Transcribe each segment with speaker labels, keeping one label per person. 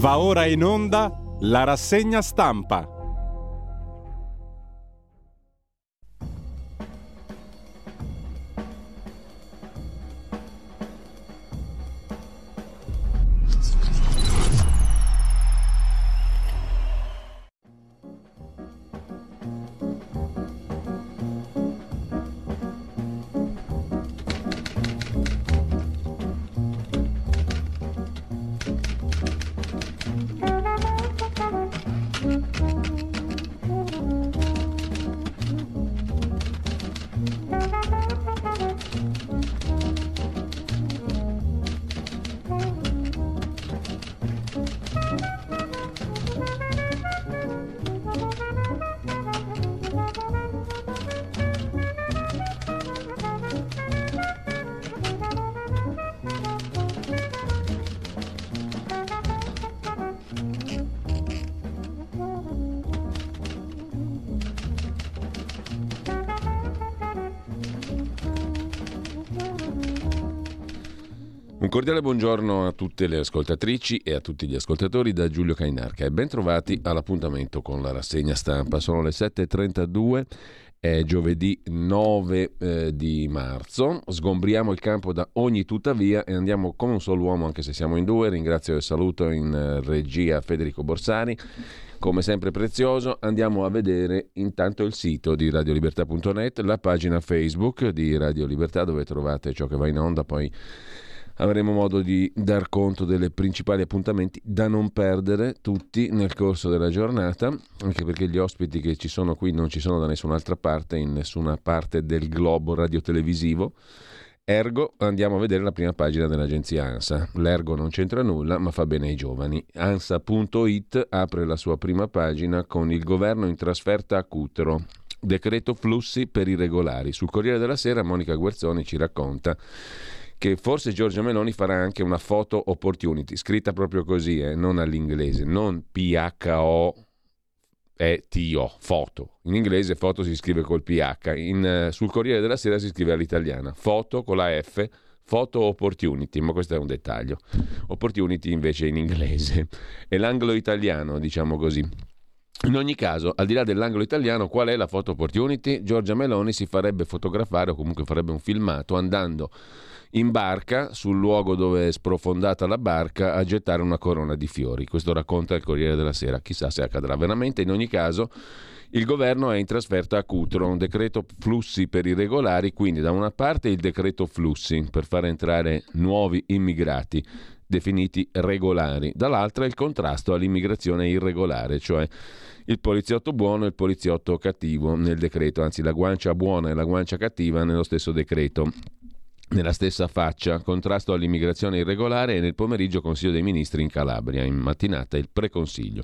Speaker 1: Va ora in onda la rassegna stampa.
Speaker 2: Un cordiale buongiorno a tutte le ascoltatrici e a tutti gli ascoltatori da Giulio Cainarca e ben trovati all'appuntamento con la rassegna stampa. Sono le 7.32, è giovedì 9 di marzo, sgombriamo il campo da ogni tuttavia e andiamo come un solo uomo, anche se siamo in due. Ringrazio e saluto in regia Federico Borsari, come sempre prezioso. Andiamo a vedere intanto il sito di radiolibertà.net, la pagina Facebook di Radio Libertà dove trovate ciò che va in onda, poi avremo modo di dar conto delle principali appuntamenti da non perdere tutti nel corso della giornata, anche perché gli ospiti che ci sono qui non ci sono da nessun'altra parte, in nessuna parte del globo radiotelevisivo. Ergo andiamo a vedere la prima pagina dell'agenzia ANSA. L'Ergo non c'entra nulla, ma fa bene ai giovani. ANSA.it apre la sua prima pagina con il governo in trasferta a Cutro. Decreto flussi per i regolari. Sul Corriere della Sera Monica Guerzoni ci racconta che forse Giorgia Meloni farà anche una photo opportunity, scritta proprio così, non all'inglese, non P-H-O-E-T-O, foto. In inglese foto si scrive col PH, sul Corriere della Sera si scrive all'italiana, foto con la F, photo opportunity, ma questo è un dettaglio. Opportunity invece in inglese, è l'anglo italiano, diciamo così. In ogni caso, al di là dell'angolo italiano, qual è la photo opportunity? Giorgia Meloni si farebbe fotografare o comunque farebbe un filmato andando in barca sul luogo dove è sprofondata la barca a gettare una corona di fiori. Questo racconta il Corriere della Sera, chissà se accadrà veramente. In ogni caso il governo è in trasferta a Cutro, un decreto flussi per i regolari, quindi da una parte il decreto flussi per far entrare nuovi immigrati definiti regolari, dall'altra il contrasto all'immigrazione irregolare, cioè il poliziotto buono e il poliziotto cattivo nel decreto, anzi la guancia buona e la guancia cattiva nello stesso decreto. Nella stessa faccia, contrasto all'immigrazione irregolare, e nel pomeriggio Consiglio dei Ministri in Calabria, in mattinata il preconsiglio.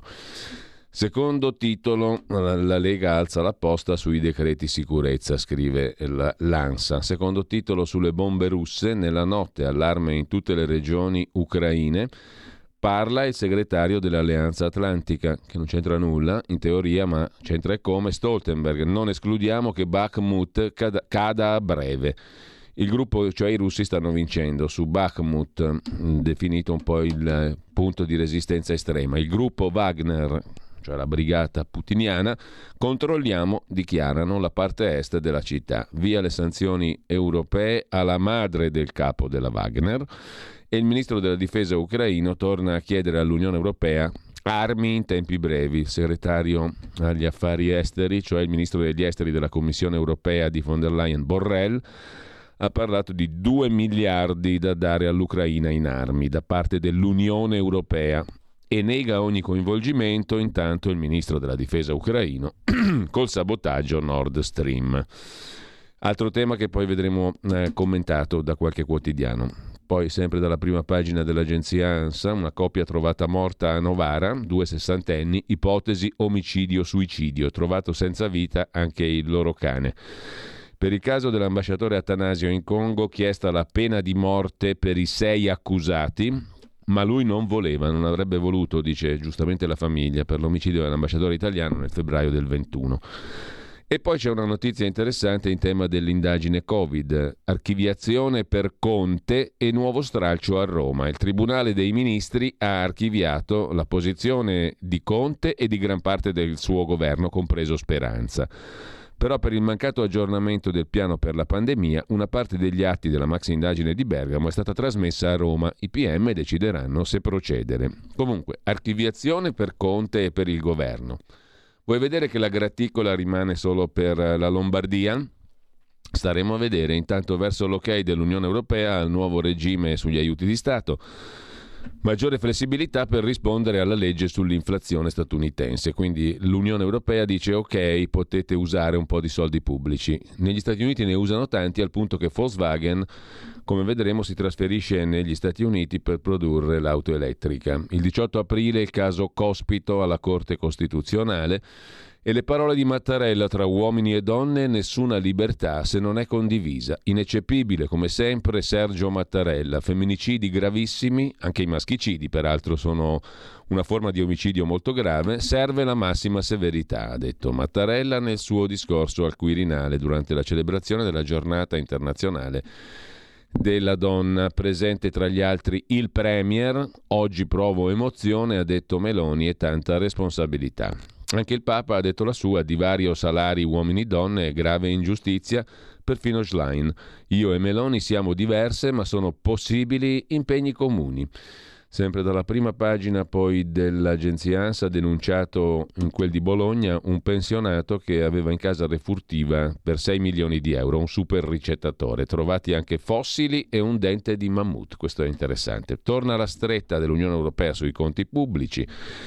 Speaker 2: Secondo titolo, la Lega alza la posta sui decreti sicurezza, scrive l'ANSA. Secondo titolo, sulle bombe russe, nella notte allarme in tutte le regioni ucraine. Parla il segretario dell'Alleanza Atlantica, che non c'entra nulla, in teoria, ma c'entra e come, Stoltenberg. Non escludiamo che Bakhmut cada a breve. Il gruppo, cioè i russi, stanno vincendo su Bakhmut, definito un po' il punto di resistenza estrema. Il gruppo Wagner, cioè la brigata putiniana, controlliamo, dichiarano, la parte est della città. Via le sanzioni europee alla madre del capo della Wagner. E il ministro della difesa ucraino torna a chiedere all'Unione Europea armi in tempi brevi. Il segretario agli affari esteri, cioè il ministro degli esteri della Commissione Europea di von der Leyen, Borrell, ha parlato di 2 miliardi da dare all'Ucraina in armi da parte dell'Unione Europea e nega ogni coinvolgimento intanto il ministro della difesa ucraino col sabotaggio Nord Stream. Altro tema che poi vedremo commentato da qualche quotidiano. Poi sempre dalla prima pagina dell'agenzia ANSA, una coppia trovata morta a Novara, 2 sessantenni, ipotesi omicidio-suicidio, trovato senza vita anche il loro cane. Per il caso dell'ambasciatore Attanasio in Congo, chiesta la pena di morte per i 6 accusati, ma lui non voleva, non avrebbe voluto, dice giustamente la famiglia, per l'omicidio dell'ambasciatore italiano nel febbraio del 21. E poi c'è una notizia interessante in tema dell'indagine Covid. Archiviazione per Conte e nuovo stralcio a Roma. Il Tribunale dei Ministri ha archiviato la posizione di Conte e di gran parte del suo governo, compreso Speranza. Però per il mancato aggiornamento del piano per la pandemia, una parte degli atti della maxi indagine di Bergamo è stata trasmessa a Roma. I PM decideranno se procedere. Comunque, archiviazione per Conte e per il governo. Vuoi vedere che la graticola rimane solo per la Lombardia? Staremo a vedere. Intanto verso l'ok dell'Unione Europea al nuovo regime sugli aiuti di Stato. Maggiore flessibilità per rispondere alla legge sull'inflazione statunitense. Quindi l'Unione Europea dice ok, potete usare un po' di soldi pubblici. Negli Stati Uniti ne usano tanti al punto che Volkswagen, come vedremo, si trasferisce negli Stati Uniti per produrre l'auto elettrica. Il 18 aprile il caso Cospito alla Corte Costituzionale e le parole di Mattarella: tra uomini e donne nessuna libertà se non è condivisa. Ineccepibile come sempre Sergio Mattarella. Femminicidi gravissimi, anche i maschicidi peraltro sono una forma di omicidio molto grave, serve la massima severità, ha detto Mattarella nel suo discorso al Quirinale durante la celebrazione della giornata internazionale della donna. Presente tra gli altri il Premier. Oggi provo emozione, ha detto Meloni, e tanta responsabilità. Anche il Papa ha detto la sua: divario salari uomini-donne, grave ingiustizia. Perfino Schlein: io e Meloni siamo diverse, ma sono possibili impegni comuni. Sempre dalla prima pagina poi dell'agenzia ANSA, ha denunciato in quel di Bologna un pensionato che aveva in casa refurtiva per 6 milioni di euro, un super ricettatore. Trovati anche fossili e un dente di mammut. Questo è interessante. Torna la stretta dell'Unione Europea sui conti pubblici.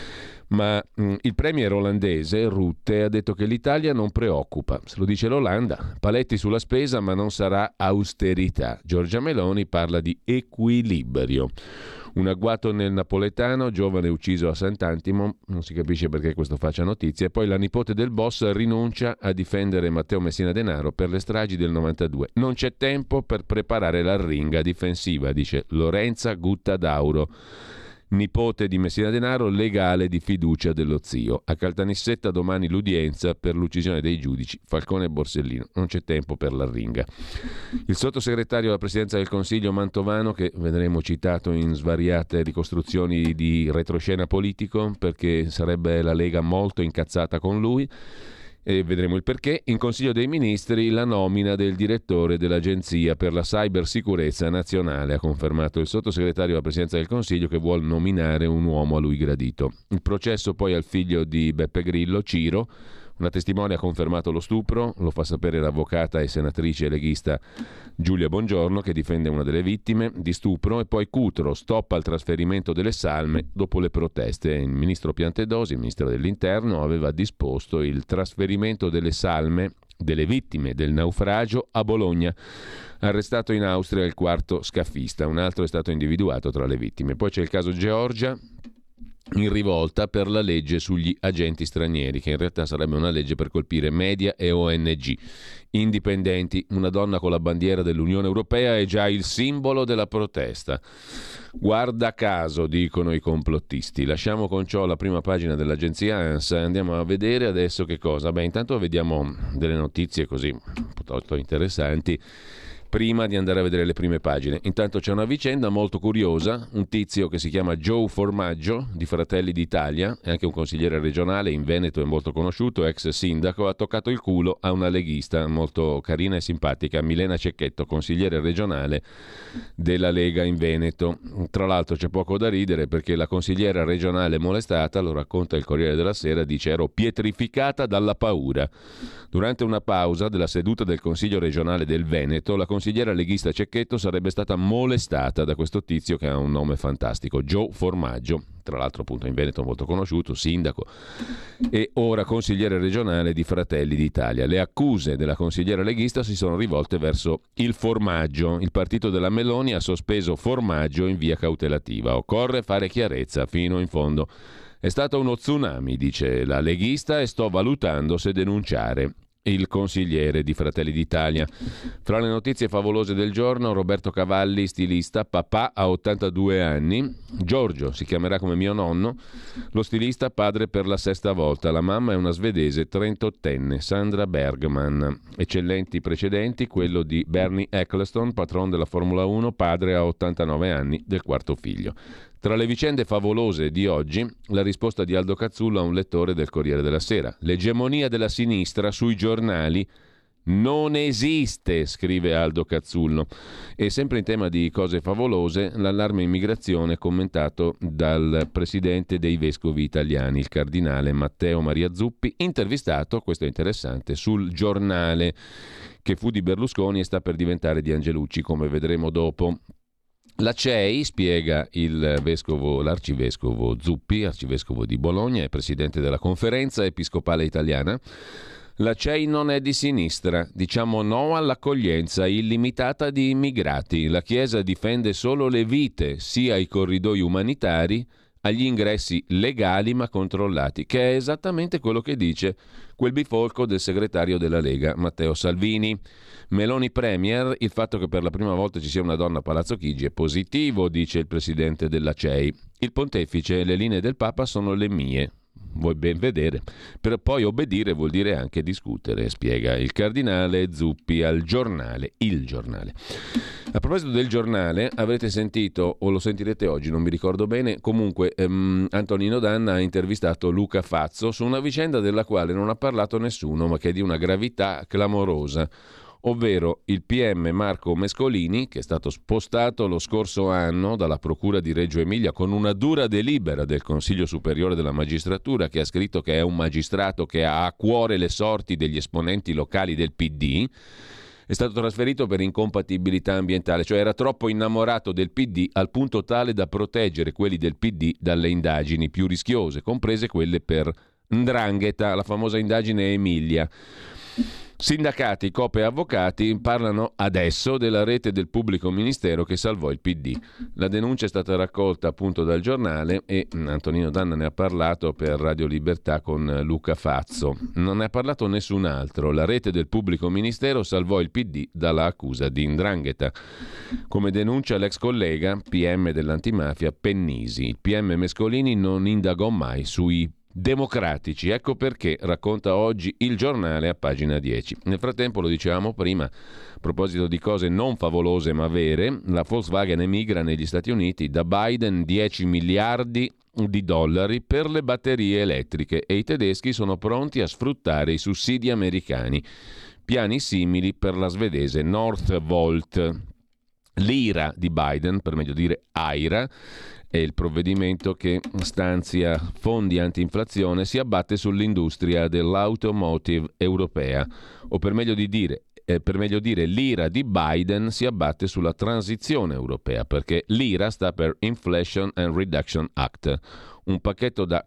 Speaker 2: Ma il premier olandese Rutte ha detto che l'Italia non preoccupa. Se lo dice l'Olanda, paletti sulla spesa ma non sarà austerità. Giorgia Meloni parla di equilibrio. Un agguato nel napoletano, giovane ucciso a Sant'Antimo, non si capisce perché questo faccia notizia. E poi la nipote del boss rinuncia a difendere Matteo Messina Denaro per le stragi del 92. Non c'è tempo per preparare l'arringa difensiva, dice Lorenza Guttadauro, nipote di Messina Denaro, legale di fiducia dello zio. A Caltanissetta domani l'udienza per l'uccisione dei giudici Falcone e Borsellino. Non c'è tempo per l'arringa. Il sottosegretario alla Presidenza del Consiglio Mantovano, che vedremo citato in svariate ricostruzioni di retroscena politico, perché sarebbe la Lega molto incazzata con lui, e vedremo il perché. In Consiglio dei Ministri la nomina del direttore dell'Agenzia per la Cybersicurezza Nazionale, ha confermato il sottosegretario alla Presidenza del Consiglio, che vuol nominare un uomo a lui gradito. Il processo poi al figlio di Beppe Grillo, Ciro. Una testimone ha confermato lo stupro, lo fa sapere l'avvocata e senatrice leghista Giulia Bongiorno, che difende una delle vittime di stupro. E poi Cutro stoppa il trasferimento delle salme dopo le proteste. Il ministro Piantedosi, il ministro dell'Interno, aveva disposto il trasferimento delle salme delle vittime del naufragio a Bologna. Arrestato in Austria il quarto scaffista, un altro è stato individuato tra le vittime. Poi c'è il caso Georgia, in rivolta per la legge sugli agenti stranieri, che in realtà sarebbe una legge per colpire media e ONG indipendenti. Una donna con la bandiera dell'Unione Europea è già il simbolo della protesta. Guarda caso, dicono i complottisti. Lasciamo con ciò la prima pagina dell'agenzia ANSA e andiamo a vedere adesso che cosa. Intanto vediamo delle notizie così piuttosto interessanti prima di andare a vedere le prime pagine. Intanto c'è una vicenda molto curiosa. Un tizio che si chiama Joe Formaggio, di Fratelli d'Italia, è anche un consigliere regionale in Veneto, è molto conosciuto, ex sindaco, ha toccato il culo a una leghista molto carina e simpatica, Milena Cecchetto, consigliere regionale della Lega in Veneto. Tra l'altro c'è poco da ridere, perché la consigliera regionale molestata, lo racconta il Corriere della Sera, dice: ero pietrificata dalla paura. Durante una pausa della seduta del Consiglio regionale del Veneto, la consigliera leghista Cecchetto sarebbe stata molestata da questo tizio che ha un nome fantastico, Joe Formaggio, tra l'altro appunto in Veneto molto conosciuto, sindaco e ora consigliere regionale di Fratelli d'Italia. Le accuse della consigliera leghista si sono rivolte verso il Formaggio. Il partito della Meloni ha sospeso Formaggio in via cautelativa. Occorre fare chiarezza fino in fondo. È stato uno tsunami, dice la leghista, e sto valutando se denunciare. il consigliere di Fratelli d'Italia. Fra le notizie favolose del giorno, Roberto Cavalli, stilista, papà a 82 anni. Giorgio si chiamerà come mio nonno, lo stilista padre per la 6ª volta. La mamma è una svedese 38enne, Sandra Bergman. Eccellenti precedenti, quello di Bernie Ecclestone, patron della Formula 1, padre a 89 anni del 4º figlio. Tra le vicende favolose di oggi, la risposta di Aldo Cazzullo a un lettore del Corriere della Sera. L'egemonia della sinistra sui giornali non esiste, scrive Aldo Cazzullo. E sempre in tema di cose favolose, l'allarme immigrazione commentato dal presidente dei vescovi italiani, il cardinale Matteo Maria Zuppi, intervistato, questo è interessante, sul Giornale, che fu di Berlusconi e sta per diventare di Angelucci, come vedremo dopo. La CEI, spiega l'arcivescovo Zuppi, arcivescovo di Bologna e presidente della Conferenza Episcopale Italiana, la CEI non è di sinistra, diciamo no all'accoglienza illimitata di immigrati. La Chiesa difende solo le vite, sia ai corridoi umanitari, agli ingressi legali ma controllati, che è esattamente quello che dice quel bifolco del segretario della Lega, Matteo Salvini. Meloni Premier, il fatto che per la prima volta ci sia una donna a Palazzo Chigi è positivo, dice il presidente della CEI. Il pontefice e le linee del Papa sono le mie. Vuoi ben vedere. Per poi obbedire vuol dire anche discutere, spiega il cardinale Zuppi al Giornale, il Giornale. A proposito del Giornale, avrete sentito, o lo sentirete oggi, non mi ricordo bene, comunque Antonino Danna ha intervistato Luca Fazzo su una vicenda della quale non ha parlato nessuno, ma che è di una gravità clamorosa, ovvero il PM Marco Mescolini, che è stato spostato lo scorso anno dalla Procura di Reggio Emilia con una dura delibera del Consiglio Superiore della Magistratura, che ha scritto che è un magistrato che ha a cuore le sorti degli esponenti locali del PD. È stato trasferito per incompatibilità ambientale, cioè era troppo innamorato del PD al punto tale da proteggere quelli del PD dalle indagini più rischiose, comprese quelle per 'ndrangheta, la famosa indagine Emilia. Sindacati, COP e avvocati parlano adesso della rete del pubblico ministero che salvò il PD. La denuncia è stata raccolta appunto dal Giornale e Antonino Danna ne ha parlato per Radio Libertà con Luca Fazzo. Non ne ha parlato nessun altro. La rete del pubblico ministero salvò il PD dalla accusa di 'ndrangheta. Come denuncia l'ex collega PM dell'antimafia Pennisi, il PM Mescolini non indagò mai sui democratici. Ecco perché racconta oggi il Giornale a pagina 10. Nel frattempo, lo dicevamo prima, a proposito di cose non favolose ma vere, la Volkswagen emigra negli Stati Uniti, da Biden 10 miliardi di dollari per le batterie elettriche e i tedeschi sono pronti a sfruttare i sussidi americani. Piani simili per la svedese Northvolt. L'IRA di Biden, per meglio dire AIRA, è il provvedimento che stanzia fondi anti-inflazione, si abbatte sull'industria dell'automotive europea, o per meglio dire l'IRA di Biden si abbatte sulla transizione europea, perché l'IRA sta per Inflation and Reduction Act, un pacchetto da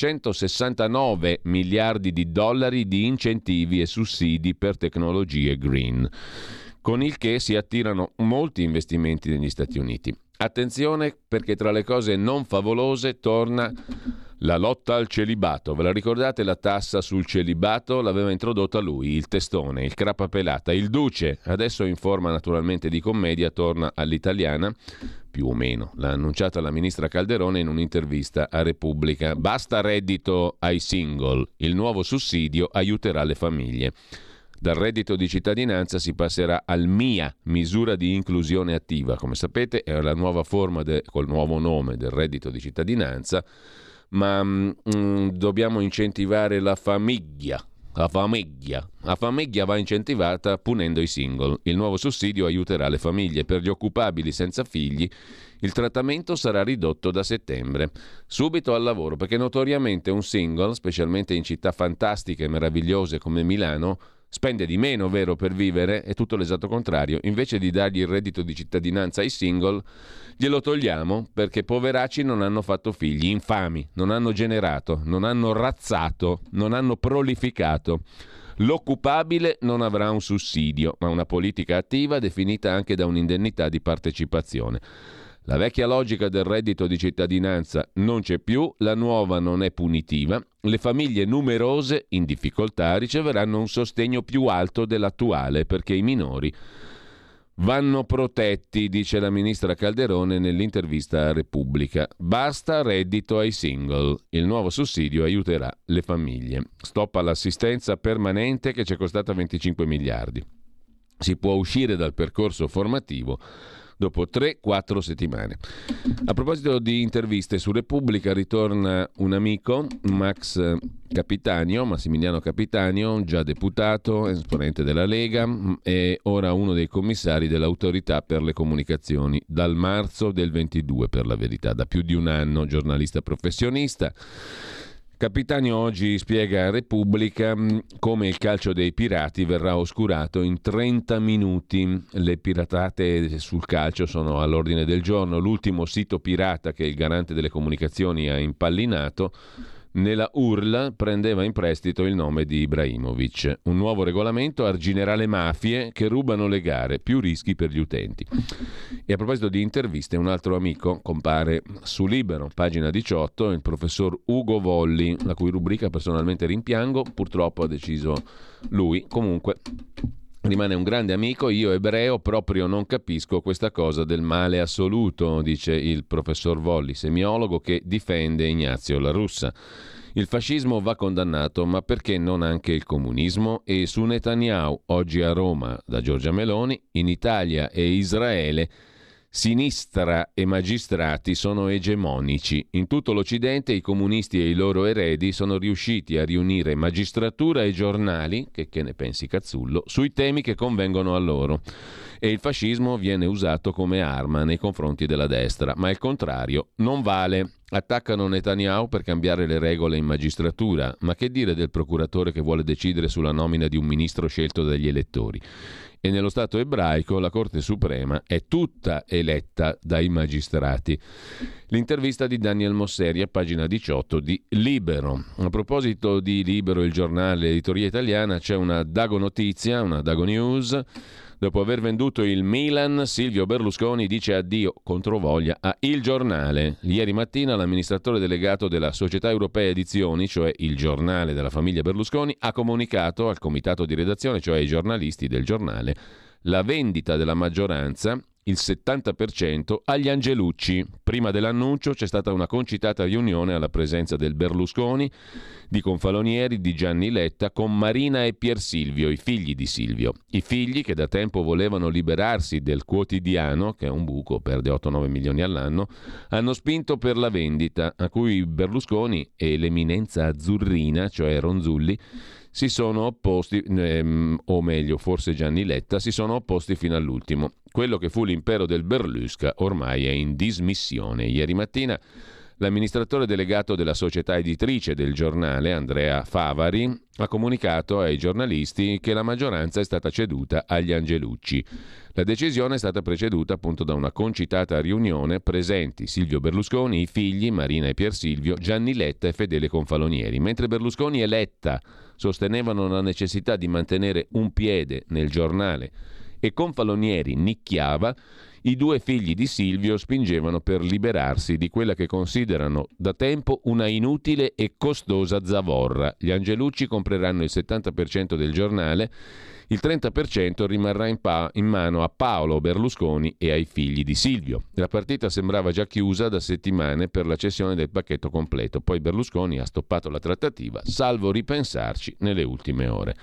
Speaker 2: 369 miliardi di dollari di incentivi e sussidi per tecnologie green, con il che si attirano molti investimenti negli Stati Uniti. Attenzione, perché tra le cose non favolose torna la lotta al celibato. Ve la ricordate la tassa sul celibato? L'aveva introdotta lui, il testone, il crapapelata, il duce. Adesso in forma naturalmente di commedia torna all'italiana, più o meno. L'ha annunciata la ministra Calderone in un'intervista a Repubblica. Basta reddito ai single, il nuovo sussidio aiuterà le famiglie. Dal reddito di cittadinanza si passerà al MIA, misura di inclusione attiva. Come sapete è la nuova forma col nuovo nome del reddito di cittadinanza, ma dobbiamo incentivare la famiglia. La famiglia va incentivata punendo i single. Il nuovo sussidio aiuterà le famiglie. Per gli occupabili senza figli il trattamento sarà ridotto da settembre. Subito al lavoro, perché notoriamente un single, specialmente in città fantastiche e meravigliose come Milano, spende di meno, vero, per vivere? È tutto l'esatto contrario. Invece di dargli il reddito di cittadinanza ai single, glielo togliamo perché poveracci non hanno fatto figli, infami, non hanno generato, non hanno razzato, non hanno prolificato. L'occupabile non avrà un sussidio, ma una politica attiva definita anche da un'indennità di partecipazione. La vecchia logica del reddito di cittadinanza non c'è più, la nuova non è punitiva. Le famiglie numerose in difficoltà riceveranno un sostegno più alto dell'attuale perché i minori vanno protetti, dice la ministra Calderone nell'intervista a Repubblica. Basta reddito ai single. Il nuovo sussidio aiuterà le famiglie. Stop all'assistenza permanente che ci è costata 25 miliardi. Si può uscire dal percorso formativo dopo 3-4 settimane. A proposito di interviste, su Repubblica ritorna un amico, Massimiliano Capitanio, già deputato, esponente della Lega e ora uno dei commissari dell'Autorità per le Comunicazioni, dal marzo del 22 per la verità, da più di un anno, giornalista professionista. Capitanio oggi spiega a Repubblica come il calcio dei pirati verrà oscurato in 30 minuti. Le piratate sul calcio sono all'ordine del giorno. L'ultimo sito pirata che il garante delle comunicazioni ha impallinato, nella URL, prendeva in prestito il nome di Ibrahimovic. Un nuovo regolamento arginerà le mafie che rubano le gare, più rischi per gli utenti. E a proposito di interviste, un altro amico compare su Libero, pagina 18, il professor Ugo Volli, la cui rubrica personalmente rimpiango, purtroppo ha deciso lui. Comunque rimane un grande amico. Io ebreo proprio non capisco questa cosa del male assoluto, dice il professor Volli, semiologo che difende Ignazio La Russa. Il fascismo va condannato, ma perché non anche il comunismo? E su Netanyahu, oggi a Roma da Giorgia Meloni, in Italia e Israele, sinistra e magistrati sono egemonici. In tutto l'Occidente i comunisti e i loro eredi sono riusciti a riunire magistratura e giornali, che ne pensi Cazzullo, sui temi che convengono a loro. E il fascismo viene usato come arma nei confronti della destra, ma il contrario non vale. Attaccano Netanyahu per cambiare le regole in magistratura, ma che dire del procuratore che vuole decidere sulla nomina di un ministro scelto dagli elettori? E nello Stato ebraico la Corte Suprema è tutta eletta dai magistrati. L'intervista di Daniel Mosseri a pagina 18 di Libero. A proposito di Libero, il giornale editoria italiana, c'è una Dago Notizia, una Dago News. Dopo aver venduto il Milan, Silvio Berlusconi dice addio controvoglia a Il Giornale. Ieri mattina l'amministratore delegato della Società Europea Edizioni, cioè il giornale della famiglia Berlusconi, ha comunicato al comitato di redazione, cioè ai giornalisti del giornale, la vendita della maggioranza, il 70%, agli Angelucci. Prima dell'annuncio c'è stata una concitata riunione alla presenza del Berlusconi, di Confalonieri, di Gianni Letta, con Marina e Pier Silvio, i figli di Silvio. I figli che da tempo volevano liberarsi del quotidiano, che è un buco, perde 8-9 milioni all'anno, hanno spinto per la vendita, a cui Berlusconi e l'eminenza azzurrina, cioè Ronzulli, si sono opposti, o meglio, forse Gianni Letta, si sono opposti fino all'ultimo. Quello che fu l'impero del Berlusca ormai è in dismissione. Ieri mattina l'amministratore delegato della società editrice del giornale, Andrea Favari, ha comunicato ai giornalisti che la maggioranza è stata ceduta agli Angelucci. La decisione è stata preceduta appunto da una concitata riunione, presenti Silvio Berlusconi, i figli Marina e Pier Silvio, Gianni Letta e Fedele Confalonieri. Mentre Berlusconi e Letta sostenevano la necessità di mantenere un piede nel giornale e Confalonieri nicchiava, i due figli di Silvio spingevano per liberarsi di quella che considerano da tempo una inutile e costosa zavorra. Gli Angelucci compreranno il 70% del giornale, il 30% rimarrà in mano a Paolo Berlusconi e ai figli di Silvio. La partita sembrava già chiusa da settimane per la cessione del pacchetto completo, poi Berlusconi ha stoppato la trattativa, salvo ripensarci nelle ultime ore.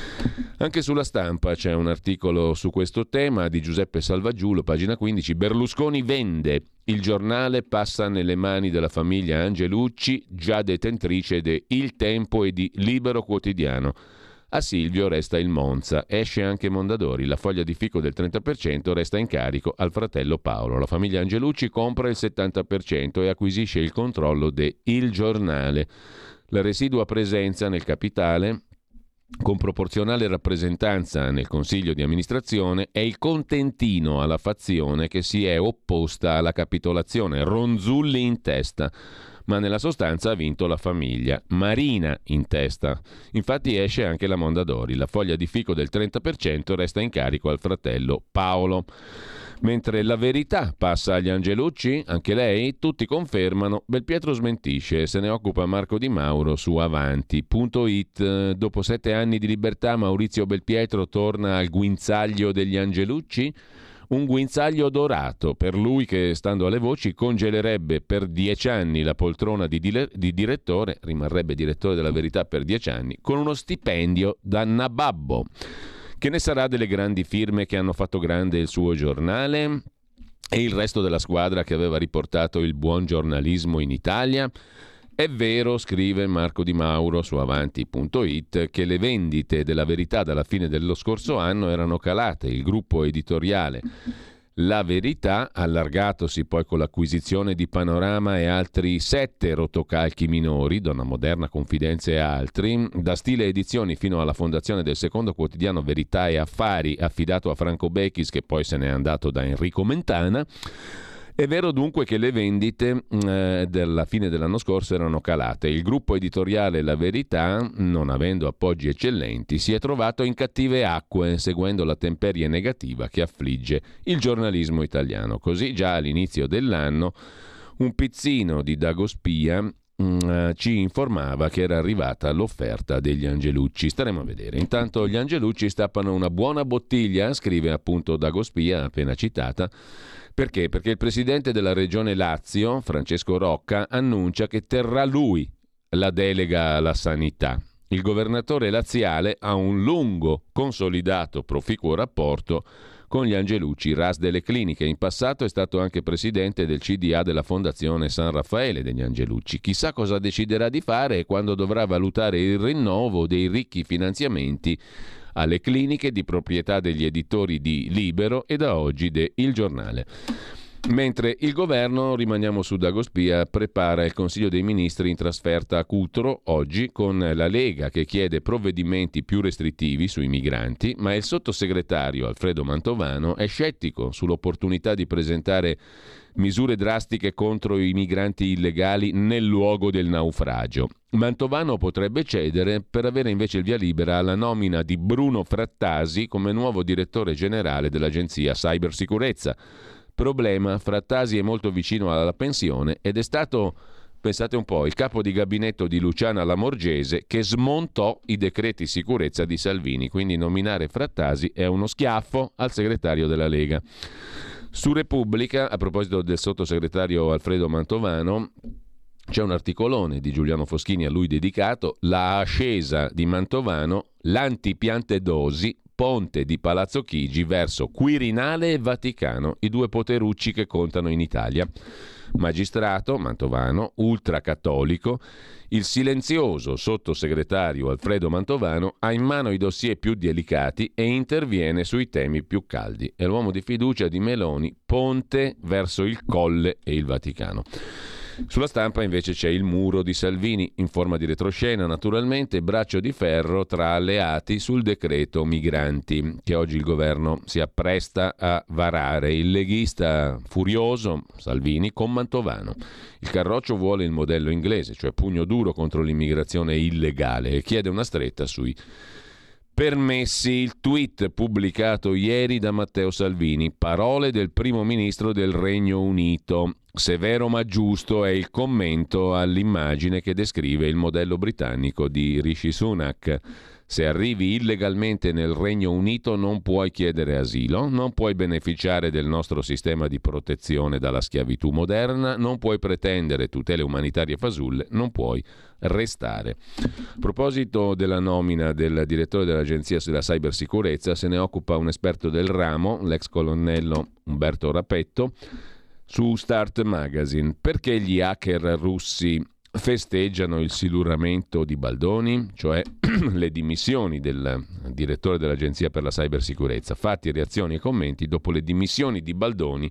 Speaker 2: Anche sulla Stampa c'è un articolo su questo tema di Giuseppe Salvaggiulo, pagina 15. Berlusconi vende. Il giornale passa nelle mani della famiglia Angelucci, già detentrice di Il Tempo e di Libero Quotidiano. A Silvio resta il Monza, esce anche Mondadori, la foglia di fico del 30% resta in carico al fratello Paolo. La famiglia Angelucci compra il 70% e acquisisce il controllo de Il Giornale. La residua presenza nel capitale, con proporzionale rappresentanza nel consiglio di amministrazione, è il contentino alla fazione che si è opposta alla capitolazione, Ronzulli in testa. ma nella sostanza ha vinto la famiglia. Marina in testa. Infatti esce anche la Mondadori. La foglia di fico del 30% resta in carico al fratello Paolo. Mentre La Verità passa agli Angelucci, anche lei, tutti confermano, Belpietro smentisce, se ne occupa Marco Di Mauro su Avanti.it. Dopo 7 anni di libertà Maurizio Belpietro torna al guinzaglio degli Angelucci? Un guinzaglio dorato per lui che, stando alle voci, congelerebbe per 10 anni la poltrona di direttore, rimarrebbe direttore della Verità per 10 anni, con uno stipendio da nababbo. Che ne sarà delle grandi firme che hanno fatto grande il suo giornale e il resto della squadra che aveva riportato il buon giornalismo in Italia? È vero, scrive Marco Di Mauro su Avanti.it, che le vendite della Verità dalla fine dello scorso anno erano calate. Il gruppo editoriale La Verità, allargatosi poi con l'acquisizione di Panorama e altri 7 rotocalchi minori, Donna Moderna, Confidenze e altri, da Stile Edizioni fino alla fondazione del secondo quotidiano Verità e Affari, affidato a Franco Bechis, che poi se n'è andato da Enrico Mentana. È vero dunque che le vendite della fine dell'anno scorso erano calate. Il gruppo editoriale La Verità, non avendo appoggi eccellenti, si è trovato in cattive acque, seguendo la temperie negativa che affligge il giornalismo italiano. Così già all'inizio dell'anno un pizzino di Dagospia ci informava che era arrivata l'offerta degli Angelucci. Staremo a vedere. Intanto gli Angelucci stappano una buona bottiglia, scrive appunto Dagospia, appena citata. Perché? Perché il presidente della regione Lazio, Francesco Rocca, annuncia che terrà lui la delega alla sanità. Il governatore laziale ha un lungo, consolidato, proficuo rapporto con gli Angelucci, RAS delle cliniche. In passato è stato anche presidente del CDA della Fondazione San Raffaele degli Angelucci. Chissà cosa deciderà di fare quando dovrà valutare il rinnovo dei ricchi finanziamenti alle cliniche di proprietà degli editori di Libero e da oggi de Il Giornale. Mentre il governo, rimaniamo su Dagospia, prepara il Consiglio dei Ministri in trasferta a Cutro oggi con la Lega che chiede provvedimenti più restrittivi sui migranti, ma il sottosegretario Alfredo Mantovano è scettico sull'opportunità di presentare misure drastiche contro i migranti illegali nel luogo del naufragio. Mantovano potrebbe cedere per avere invece il via libera alla nomina di Bruno Frattasi come nuovo direttore generale dell'agenzia Cybersicurezza. Problema, Frattasi è molto vicino alla pensione ed è stato, pensate un po', il capo di gabinetto di Luciana Lamorgese che smontò i decreti sicurezza di Salvini, quindi nominare Frattasi è uno schiaffo al segretario della Lega. Su Repubblica, a proposito del sottosegretario Alfredo Mantovano, c'è un articolone di Giuliano Foschini a lui dedicato, La ascesa di Mantovano, l'antipiantedosi, ponte di Palazzo Chigi verso Quirinale e Vaticano, i due poterucci che contano in Italia. Magistrato, Mantovano, ultracattolico, il silenzioso sottosegretario Alfredo Mantovano ha in mano i dossier più delicati e interviene sui temi più caldi. È l'uomo di fiducia di Meloni, ponte verso il Colle e il Vaticano. Sulla Stampa invece c'è il muro di Salvini, in forma di retroscena naturalmente, braccio di ferro tra alleati sul decreto migranti, che oggi il governo si appresta a varare. Il leghista furioso, Salvini, con Mantovano. Il Carroccio vuole il modello inglese, cioè pugno duro contro l'immigrazione illegale, e chiede una stretta sui permessi. Il tweet pubblicato ieri da Matteo Salvini, parole del primo ministro del Regno Unito. Severo ma giusto è il commento all'immagine che descrive il modello britannico di Rishi Sunak. Se arrivi illegalmente nel Regno Unito non puoi chiedere asilo, non puoi beneficiare del nostro sistema di protezione dalla schiavitù moderna, non puoi pretendere tutele umanitarie fasulle, non puoi restare. A proposito della nomina del direttore dell'Agenzia della Cybersicurezza, se ne occupa un esperto del ramo, l'ex colonnello Umberto Rapetto, su Start Magazine. Perché gli hacker russi festeggiano il siluramento di Baldoni, cioè le dimissioni del direttore dell'Agenzia per la Cybersicurezza? Fatti, reazioni e commenti dopo le dimissioni di Baldoni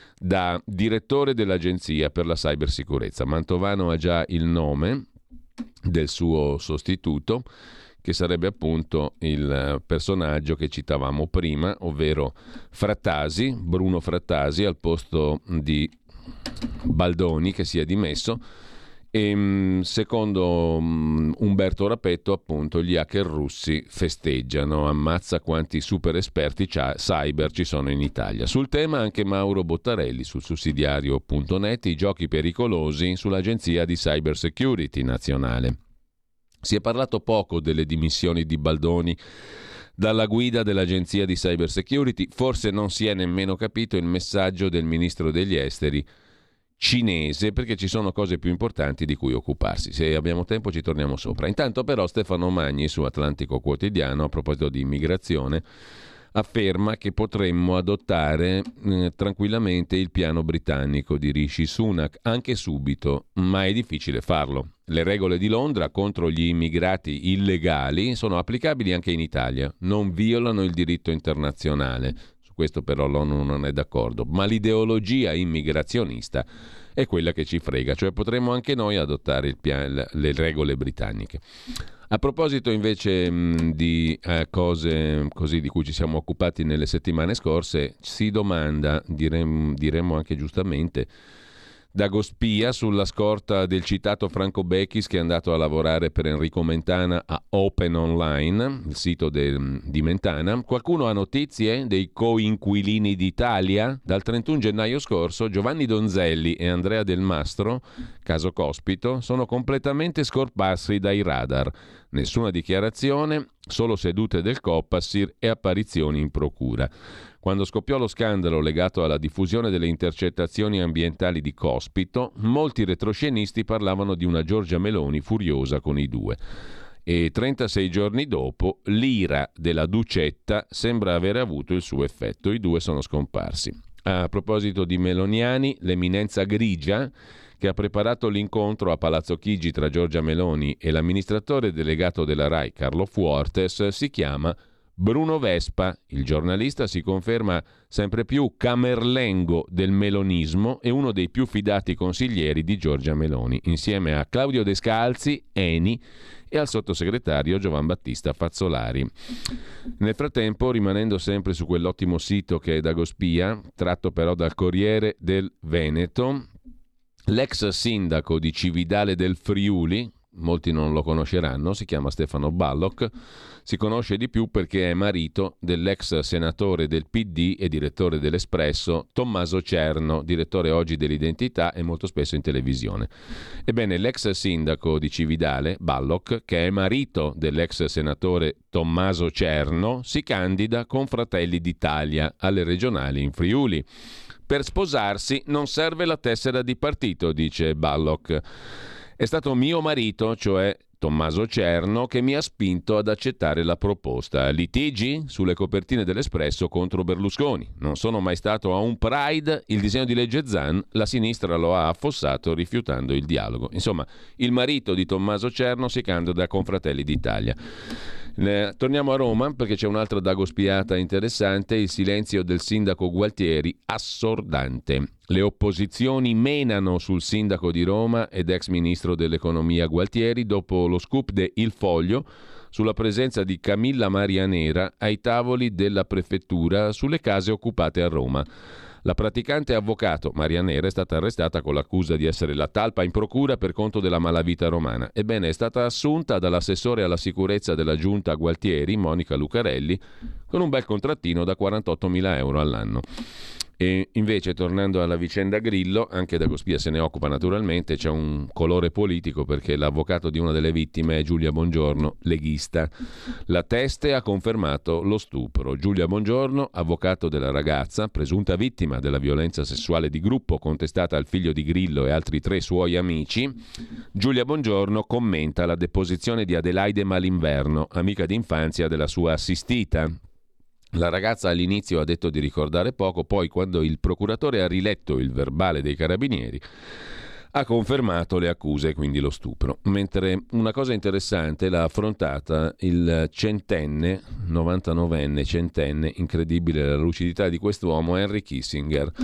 Speaker 2: da direttore dell'Agenzia per la Cybersicurezza. Mantovano ha già il nome del suo sostituto, che sarebbe appunto il personaggio che citavamo prima, ovvero Frattasi, Bruno Frattasi, al posto di Baldoni che si è dimesso. E secondo Umberto Rapetto, appunto, gli hacker russi festeggiano. Ammazza quanti super esperti cyber ci sono in Italia. Sul tema anche Mauro Bottarelli sul sussidiario.net, i giochi pericolosi sull'Agenzia di Cyber Security nazionale. Si è parlato poco delle dimissioni di Baldoni dalla guida dell'Agenzia di Cyber Security, forse non si è nemmeno capito il messaggio del ministro degli esteri cinese, perché ci sono cose più importanti di cui occuparsi. Se abbiamo tempo ci torniamo sopra. Intanto però Stefano Magni su Atlantico Quotidiano, a proposito di immigrazione, afferma che potremmo adottare tranquillamente il piano britannico di Rishi Sunak, anche subito, ma è difficile farlo. Le regole di Londra contro gli immigrati illegali sono applicabili anche in Italia, non violano il diritto internazionale. Questo però l'ONU non è d'accordo, ma l'ideologia immigrazionista è quella che ci frega, cioè potremmo anche noi adottare le regole britanniche. A proposito invece di cose così di cui ci siamo occupati nelle settimane scorse, si domanda, diremmo anche giustamente, Dagospia sulla scorta del citato Franco Bechis che è andato a lavorare per Enrico Mentana a Open Online, il sito di Mentana. Qualcuno ha notizie dei coinquilini d'Italia? Dal 31 gennaio scorso Giovanni Donzelli e Andrea Del Mastro, caso Cospito, sono completamente scomparsi dai radar. Nessuna dichiarazione, solo sedute del Copasir e apparizioni in procura. Quando scoppiò lo scandalo legato alla diffusione delle intercettazioni ambientali di Cospito, molti retroscenisti parlavano di una Giorgia Meloni furiosa con i due. E 36 giorni dopo, l'ira della Ducetta sembra aver avuto il suo effetto. I due sono scomparsi. A proposito di meloniani, l'eminenza grigia, che ha preparato l'incontro a Palazzo Chigi tra Giorgia Meloni e l'amministratore delegato della RAI, Carlo Fuortes, si chiama Bruno Vespa. Il giornalista si conferma sempre più camerlengo del melonismo e uno dei più fidati consiglieri di Giorgia Meloni, insieme a Claudio Descalzi, Eni, e al sottosegretario Giovan Battista Fazzolari. Nel frattempo, rimanendo sempre su quell'ottimo sito che è Dagospia, tratto però dal Corriere del Veneto, l'ex sindaco di Cividale del Friuli, molti non lo conosceranno, si chiama Stefano Ballock, si conosce di più perché è marito dell'ex senatore del PD e direttore dell'Espresso Tommaso Cerno, direttore oggi dell'Identità e molto spesso in televisione. Ebbene, l'ex sindaco di Cividale, Ballock, che è marito dell'ex senatore Tommaso Cerno, si candida con Fratelli d'Italia alle regionali in Friuli. Per sposarsi non serve la tessera di partito, dice Ballock. È stato mio marito, cioè Tommaso Cerno, che mi ha spinto ad accettare la proposta. Litigi sulle copertine dell'Espresso contro Berlusconi. Non sono mai stato a un Pride, il disegno di legge Zan, la sinistra lo ha affossato rifiutando il dialogo. Insomma, il marito di Tommaso Cerno si candida con Fratelli d'Italia. Torniamo a Roma perché c'è un'altra dagospiata interessante, il silenzio del sindaco Gualtieri, assordante. Le opposizioni menano sul sindaco di Roma ed ex ministro dell'economia Gualtieri dopo lo scoop de Il Foglio sulla presenza di Camilla Marianera ai tavoli della prefettura sulle case occupate a Roma. La praticante avvocato Marianera è stata arrestata con l'accusa di essere la talpa in procura per conto della malavita romana. Ebbene, è stata assunta dall'assessore alla sicurezza della giunta Gualtieri, Monica Lucarelli, con un bel contrattino da 48.000 euro all'anno. E invece, tornando alla vicenda Grillo, anche Dagospia se ne occupa naturalmente, c'è un colore politico perché l'avvocato di una delle vittime è Giulia Bongiorno, leghista. La Teste ha confermato lo stupro. Giulia Bongiorno, avvocato della ragazza, presunta vittima della violenza sessuale di gruppo contestata al figlio di Grillo e altri 3 suoi amici. Giulia Bongiorno commenta la deposizione di Adelaide Malinverno, amica d'infanzia della sua assistita. La ragazza all'inizio ha detto di ricordare poco, poi quando il procuratore ha riletto il verbale dei carabinieri ha confermato le accuse, quindi lo stupro. Mentre una cosa interessante l'ha affrontata il centenne, 99enne centenne, incredibile la lucidità di quest'uomo, Henry Kissinger,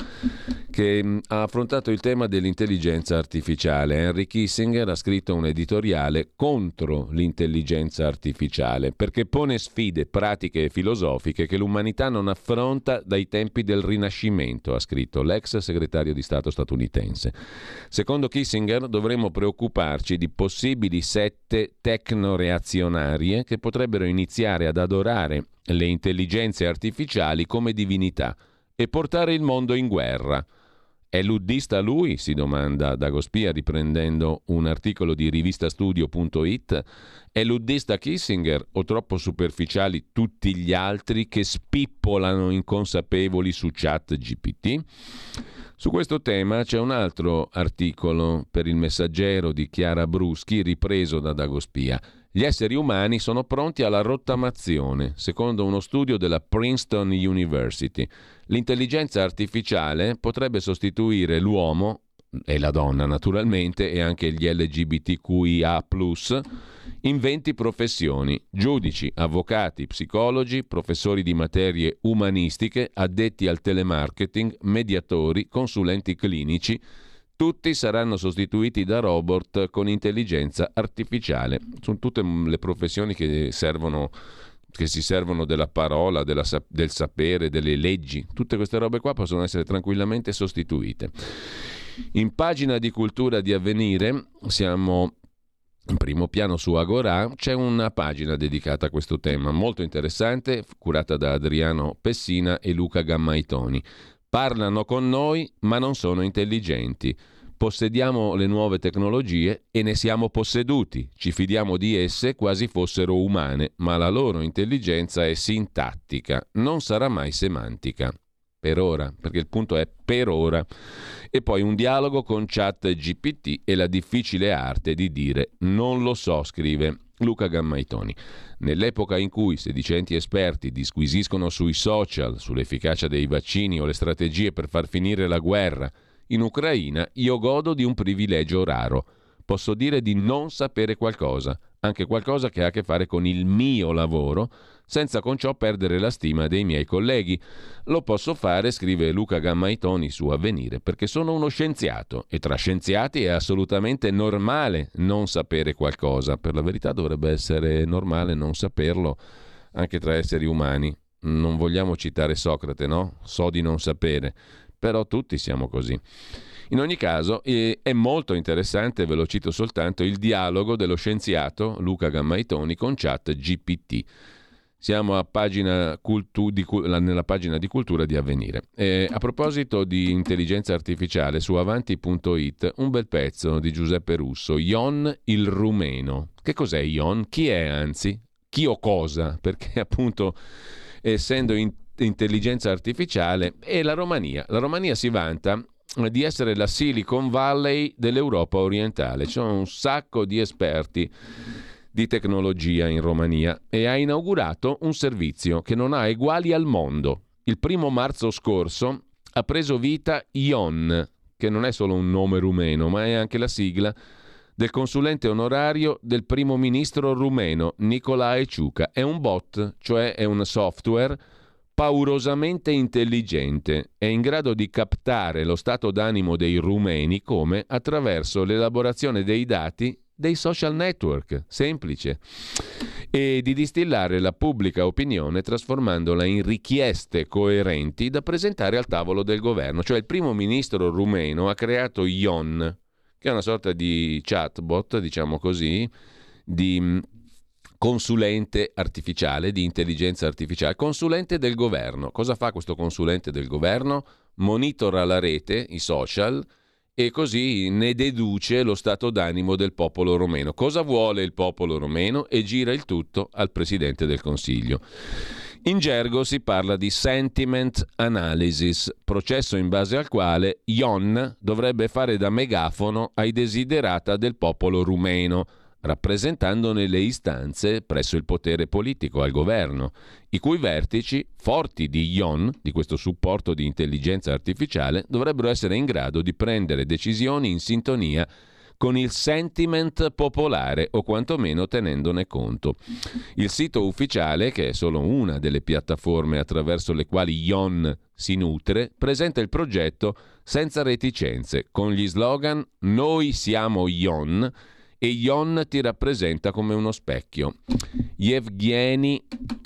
Speaker 2: che ha affrontato il tema dell'intelligenza artificiale. Henry Kissinger ha scritto un editoriale contro l'intelligenza artificiale perché pone sfide pratiche e filosofiche che l'umanità non affronta dai tempi del Rinascimento, ha scritto l'ex segretario di Stato statunitense. Secondo Secondo Kissinger dovremmo preoccuparci di possibili sette tecnoreazionarie che potrebbero iniziare ad adorare le intelligenze artificiali come divinità e portare il mondo in guerra. È luddista lui? Si domanda Dagospia riprendendo un articolo di rivistastudio.it. È luddista Kissinger o troppo superficiali tutti gli altri che spippolano inconsapevoli su ChatGPT? Su questo tema c'è un altro articolo per Il Messaggero di Chiara Bruschi ripreso da Dagospia. Gli esseri umani sono pronti alla rottamazione, secondo uno studio della Princeton University. L'intelligenza artificiale potrebbe sostituire l'uomo, e la donna naturalmente, e anche gli LGBTQIA+, in 20 professioni: giudici, avvocati, psicologi, professori di materie umanistiche, addetti al telemarketing, mediatori, consulenti clinici. Tutti saranno sostituiti da robot con intelligenza artificiale. Sono tutte le professioni che si servono della parola, del sapere, delle leggi. Tutte queste robe qua possono essere tranquillamente sostituite. In pagina di cultura di Avvenire, siamo in primo piano su Agorà, c'è una pagina dedicata a questo tema, molto interessante, curata da Adriano Pessina e Luca Gammaitoni. Parlano con noi, ma non sono intelligenti. Possediamo le nuove tecnologie e ne siamo posseduti. Ci fidiamo di esse quasi fossero umane, ma la loro intelligenza è sintattica, non sarà mai semantica. Per ora, perché il punto è per ora. E poi un dialogo con ChatGPT e la difficile arte di dire non lo so, scrive Luca Gammaitoni. Nell'epoca in cui sedicenti esperti disquisiscono sui social, sull'efficacia dei vaccini o le strategie per far finire la guerra in Ucraina, io godo di un privilegio raro. Posso dire di non sapere qualcosa, anche qualcosa che ha a che fare con il mio lavoro, senza con ciò perdere la stima dei miei colleghi. Lo posso fare, scrive Luca Gammaitoni su Avvenire, perché sono uno scienziato e tra scienziati è assolutamente normale non sapere qualcosa. Per la verità dovrebbe essere normale non saperlo anche tra esseri umani. Non vogliamo citare Socrate, no? So di non sapere, però tutti siamo così. In ogni caso è molto interessante, ve lo cito soltanto, il dialogo dello scienziato Luca Gammaitoni con ChatGPT. Siamo nella pagina di cultura di Avvenire. A proposito di intelligenza artificiale, su avanti.it un bel pezzo di Giuseppe Russo, Ion il rumeno. Che cos'è Ion? Chi è anzi? Chi o cosa? Perché appunto essendo intelligenza artificiale è la Romania. La Romania si vanta di essere la Silicon Valley dell'Europa orientale. C'è un sacco di esperti di tecnologia in Romania e ha inaugurato un servizio che non ha eguali al mondo. Il 1° marzo scorso ha preso vita Ion, che non è solo un nome rumeno, ma è anche la sigla del consulente onorario del primo ministro rumeno Nicolae Ciucă. È un bot, cioè è un software paurosamente intelligente, è in grado di captare lo stato d'animo dei rumeni come attraverso l'elaborazione dei dati dei social network, semplice, e di distillare la pubblica opinione trasformandola in richieste coerenti da presentare al tavolo del governo. Cioè il primo ministro rumeno ha creato Ion, che è una sorta di chatbot, diciamo così, di consulente artificiale, di intelligenza artificiale, consulente del governo. Cosa fa questo consulente del governo? Monitora la rete, i social, e così ne deduce lo stato d'animo del popolo romeno. Cosa vuole il popolo romeno? E gira il tutto al Presidente del Consiglio. In gergo si parla di sentiment analysis, processo in base al quale Ion dovrebbe fare da megafono ai desiderata del popolo rumeno, rappresentandone le istanze presso il potere politico al governo, i cui vertici, forti di Ion, di questo supporto di intelligenza artificiale, dovrebbero essere in grado di prendere decisioni in sintonia con il sentiment popolare o quantomeno tenendone conto. Il sito ufficiale, che è solo una delle piattaforme attraverso le quali Ion si nutre, presenta il progetto senza reticenze, con gli slogan "Noi siamo Ion" e Ion ti rappresenta come uno specchio. Yevgeny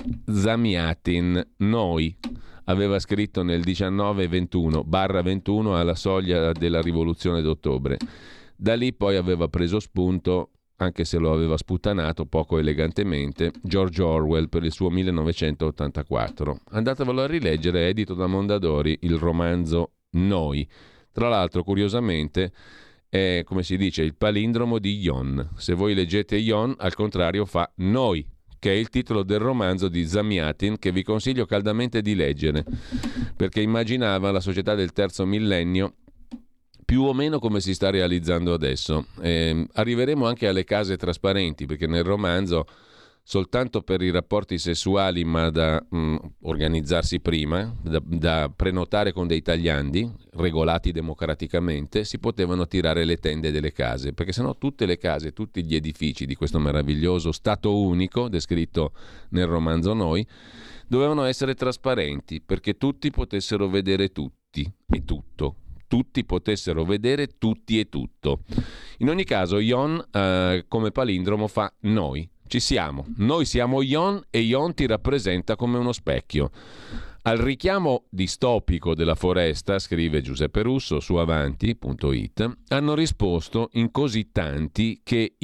Speaker 2: Zamyatin, noi, aveva scritto nel 1921 alla soglia della rivoluzione d'ottobre. Da lì poi aveva preso spunto, anche se lo aveva sputtanato poco elegantemente, George Orwell per il suo 1984. Andatevelo a rileggere, edito da Mondadori, il romanzo Noi. Tra l'altro, curiosamente, è, come si dice, il palindromo di Ion. Se voi leggete Ion, al contrario fa Noi, che è il titolo del romanzo di Zamyatin, che vi consiglio caldamente di leggere, perché immaginava la società del terzo millennio più o meno come si sta realizzando adesso. Arriveremo anche alle case trasparenti, perché nel romanzo, soltanto per i rapporti sessuali, ma da organizzarsi prima, da prenotare con dei tagliandi regolati democraticamente, si potevano tirare le tende delle case, perché sennò tutte le case, tutti gli edifici di questo meraviglioso Stato unico descritto nel romanzo Noi dovevano essere trasparenti, perché tutti potessero vedere tutti e tutto. Tutti potessero vedere tutti e tutto. In ogni caso, Ion come palindromo fa Noi. Ci siamo. Noi siamo Ion e Ion ti rappresenta come uno specchio. Al richiamo distopico della foresta, scrive Giuseppe Russo su avanti.it, hanno risposto in così tanti che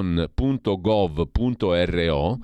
Speaker 2: ion.gov.ro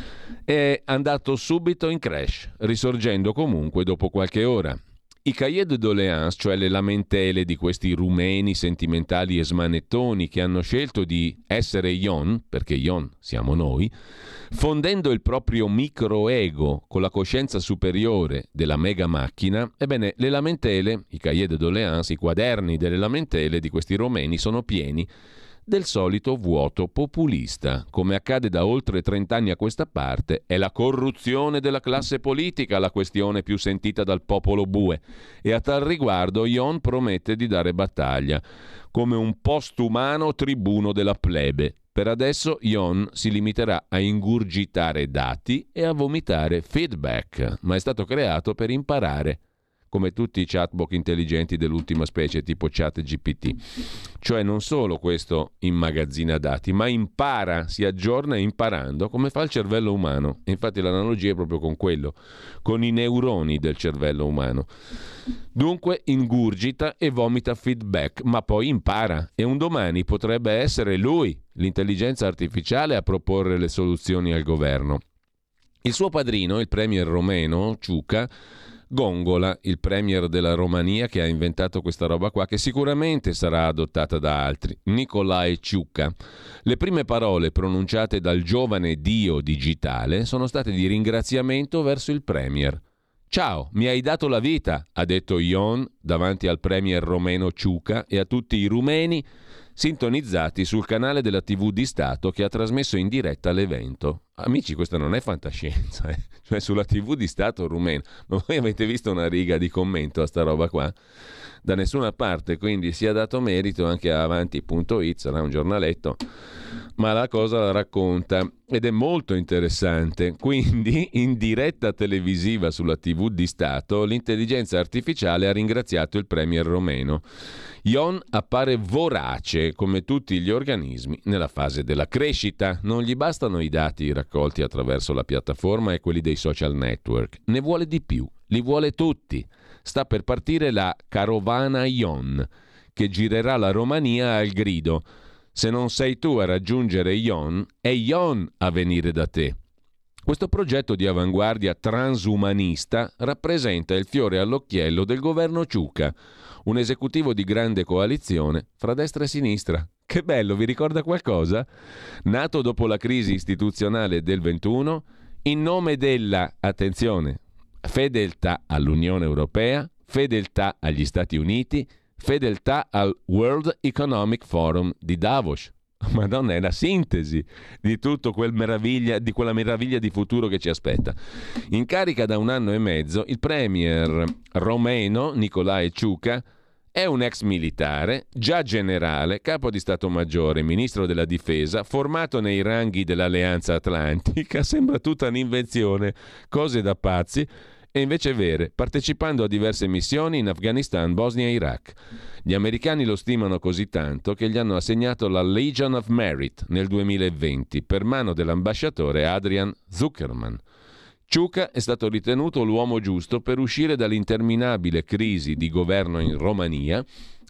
Speaker 2: è andato subito in crash, risorgendo comunque dopo qualche ora. I cahiers de doléances, cioè le lamentele di questi rumeni sentimentali e smanettoni che hanno scelto di essere Ion, perché Ion siamo noi, fondendo il proprio microego con la coscienza superiore della mega macchina, ebbene le lamentele, i cahiers de doléances, i quaderni delle lamentele di questi rumeni sono pieni del solito vuoto populista. Come accade da oltre 30 anni a questa parte, è la corruzione della classe politica la questione più sentita dal popolo bue, e a tal riguardo Ion promette di dare battaglia, come un postumano tribuno della plebe. Per adesso Ion si limiterà a ingurgitare dati e a vomitare feedback, ma è stato creato per imparare, come tutti i chatbot intelligenti dell'ultima specie tipo ChatGPT. Cioè non solo questo immagazzina dati, ma impara, si aggiorna imparando, come fa il cervello umano. Infatti l'analogia è proprio con quello, con i neuroni del cervello umano. Dunque ingurgita e vomita feedback, ma poi impara, e un domani potrebbe essere lui, l'intelligenza artificiale, a proporre le soluzioni al governo. Il suo padrino, il premier romeno Ciuca, gongola, il premier della Romania che ha inventato questa roba qua, che sicuramente sarà adottata da altri, Nicolae Ciuca. Le prime parole pronunciate dal giovane dio digitale sono state di ringraziamento verso il premier. «Ciao, mi hai dato la vita», ha detto Ion davanti al premier romeno Ciuca e a tutti i rumeni sintonizzati sul canale della TV di Stato che ha trasmesso in diretta l'evento. Amici, questa non è fantascienza, cioè sulla TV di Stato rumeno. Ma voi avete visto una riga di commento a sta roba qua? Da nessuna parte, quindi sia dato merito anche a avanti.it, sarà un giornaletto, ma la cosa la racconta ed è molto interessante. Quindi in diretta televisiva sulla TV di Stato l'intelligenza artificiale ha ringraziato il premier romeno. Ion appare vorace come tutti gli organismi nella fase della crescita. Non gli bastano i dati raccolti attraverso la piattaforma e quelli dei social network, ne vuole di più, li vuole tutti. Sta per partire la carovana Ion, che girerà la Romania al grido: se non sei tu a raggiungere Ion, è Ion a venire da te. Questo progetto di avanguardia transumanista rappresenta il fiore all'occhiello del governo Ciuca, un esecutivo di grande coalizione fra destra e sinistra. Che bello, vi ricorda qualcosa? Nato dopo la crisi istituzionale del 21, in nome della, attenzione, fedeltà all'Unione Europea, fedeltà agli Stati Uniti, fedeltà al World Economic Forum di Davos. Madonna, è la sintesi di tutto quella meraviglia di futuro che ci aspetta. In carica da 1 anno e mezzo, il premier romeno Nicolae Ciuca è un ex militare, già generale, capo di Stato Maggiore, ministro della difesa, formato nei ranghi dell'Alleanza Atlantica. Sembra tutta un'invenzione, cose da pazzi, e invece vere, partecipando a diverse missioni in Afghanistan, Bosnia e Iraq. Gli americani lo stimano così tanto che gli hanno assegnato la Legion of Merit nel 2020 per mano dell'ambasciatore Adrian Zuckerman. Ciuca è stato ritenuto l'uomo giusto per uscire dall'interminabile crisi di governo in Romania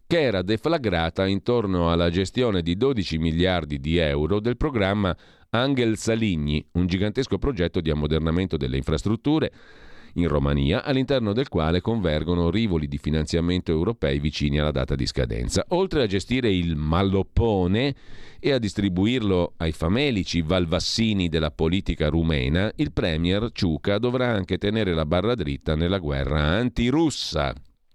Speaker 2: che era deflagrata intorno alla gestione di 12 miliardi di euro del programma Angel Saligny, un gigantesco progetto di ammodernamento delle infrastrutture in Romania, all'interno del quale convergono rivoli di finanziamento europei vicini alla data di scadenza. Oltre a gestire il malloppone e a distribuirlo ai famelici valvassini della politica rumena, il premier Ciuca dovrà anche tenere la barra dritta nella guerra antirussa,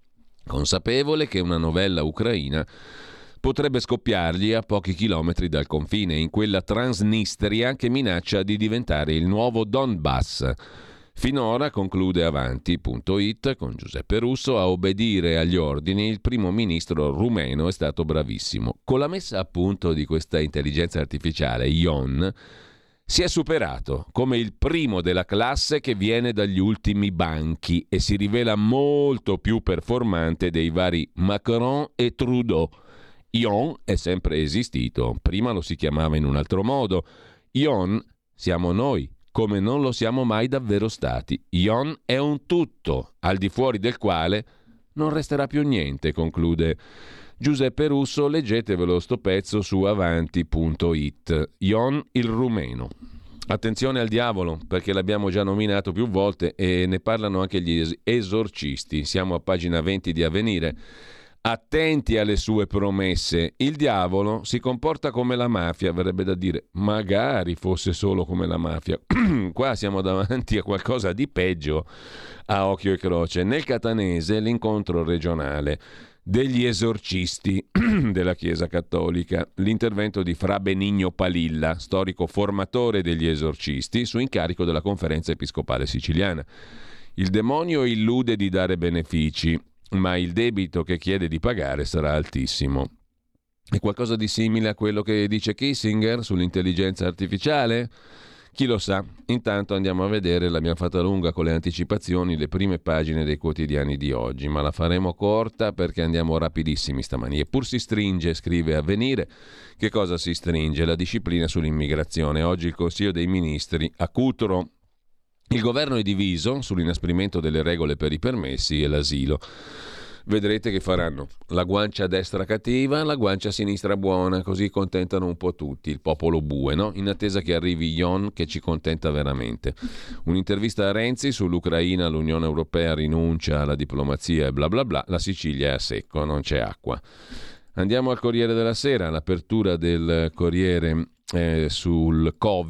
Speaker 2: consapevole che una novella ucraina potrebbe scoppiargli a pochi chilometri dal confine, in quella Transnistria che minaccia di diventare il nuovo Donbass. Finora, conclude Avanti.it con Giuseppe Russo, a obbedire agli ordini il primo ministro rumeno è stato bravissimo. Con la messa a punto di questa intelligenza artificiale, Ion si è superato come il primo della classe che viene dagli ultimi banchi e si rivela molto più performante dei vari Macron e Trudeau. Ion è sempre esistito, prima lo si chiamava in un altro modo. Ion siamo noi, come non lo siamo mai davvero stati. Ion è un tutto, al di fuori del quale non resterà più niente, conclude Giuseppe Russo. Leggetevelo sto pezzo su Avanti.it. Ion il rumeno. Attenzione al diavolo, perché l'abbiamo già nominato più volte e ne parlano anche gli esorcisti. Siamo a pagina 20 di Avvenire. Attenti alle sue promesse. Il diavolo si comporta come la mafia, verrebbe da dire, magari fosse solo come la mafia. Qua siamo davanti a qualcosa di peggio a occhio e croce. Nel catanese l'incontro regionale degli esorcisti della Chiesa Cattolica, l'intervento di Fra Benigno Palilla, storico formatore degli esorcisti, su incarico della Conferenza Episcopale Siciliana. Il demonio illude di dare benefici, ma il debito che chiede di pagare sarà altissimo. È qualcosa di simile a quello che dice Kissinger sull'intelligenza artificiale? Chi lo sa? Intanto andiamo a vedere, l'abbiamo fatta lunga con le anticipazioni, le prime pagine dei quotidiani di oggi, ma la faremo corta perché andiamo rapidissimi stamani. Eppur si stringe, scrive Avvenire. Che cosa si stringe? La disciplina sull'immigrazione. Oggi il Consiglio dei Ministri a Cutro. Il governo è diviso sull'inasprimento delle regole per i permessi e l'asilo. Vedrete che faranno la guancia destra cattiva, la guancia sinistra buona, così contentano un po' tutti, il popolo bue, no? In attesa che arrivi Ion che ci contenta veramente. Un'intervista a Renzi sull'Ucraina, l'Unione Europea rinuncia alla diplomazia e bla bla bla, la Sicilia è a secco, non c'è acqua. Andiamo al Corriere della Sera, l'apertura del Corriere sulla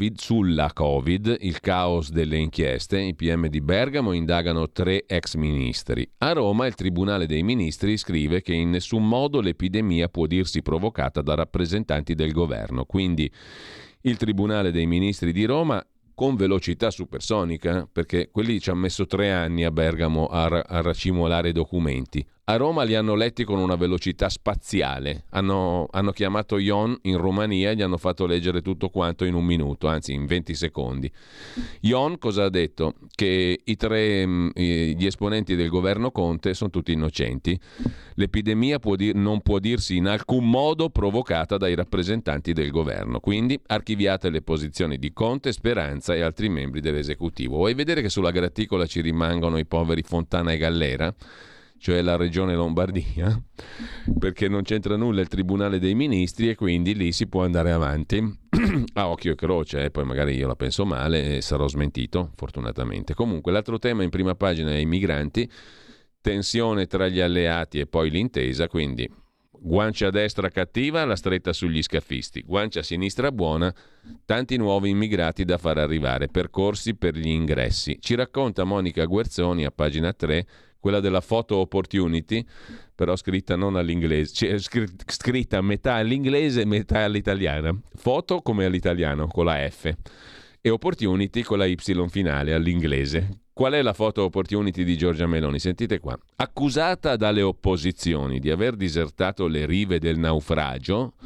Speaker 2: Covid, il caos delle inchieste. I PM di Bergamo indagano 3 ex ministri. A Roma il Tribunale dei Ministri scrive che in nessun modo l'epidemia può dirsi provocata da rappresentanti del governo. Quindi il Tribunale dei Ministri di Roma con velocità supersonica, perché quelli ci hanno messo 3 anni a Bergamo a racimolare documenti. A Roma li hanno letti con una velocità spaziale. Hanno chiamato Ion in Romania e gli hanno fatto leggere tutto quanto in 1 minuto, anzi in 20 secondi. Ion cosa ha detto? Che gli esponenti del governo Conte sono tutti innocenti. L'epidemia non può dirsi in alcun modo provocata dai rappresentanti del governo. Quindi archiviate le posizioni di Conte, Speranza e altri membri dell'esecutivo. Vuoi vedere che sulla graticola ci rimangono i poveri Fontana e Gallera? Cioè la regione Lombardia, perché non c'entra nulla il Tribunale dei Ministri e quindi lì si può andare avanti a occhio e croce, poi magari io la penso male e sarò smentito, fortunatamente. Comunque l'altro tema in prima pagina è i migranti, tensione tra gli alleati e poi l'intesa, quindi guancia destra cattiva, la stretta sugli scafisti, guancia sinistra buona, tanti nuovi immigrati da far arrivare, percorsi per gli ingressi. Ci racconta Monica Guerzoni a pagina 3, quella della photo opportunity, però scritta non all'inglese, cioè scritta metà all'inglese e metà all'italiana. Foto come all'italiano, con la F, e opportunity con la Y finale all'inglese. Qual è la photo opportunity di Giorgia Meloni? Sentite qua. Accusata dalle opposizioni di aver disertato le rive del naufragio,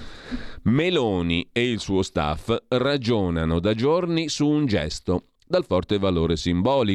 Speaker 2: Meloni e il suo staff ragionano da giorni su un gesto dal forte valore simbolico.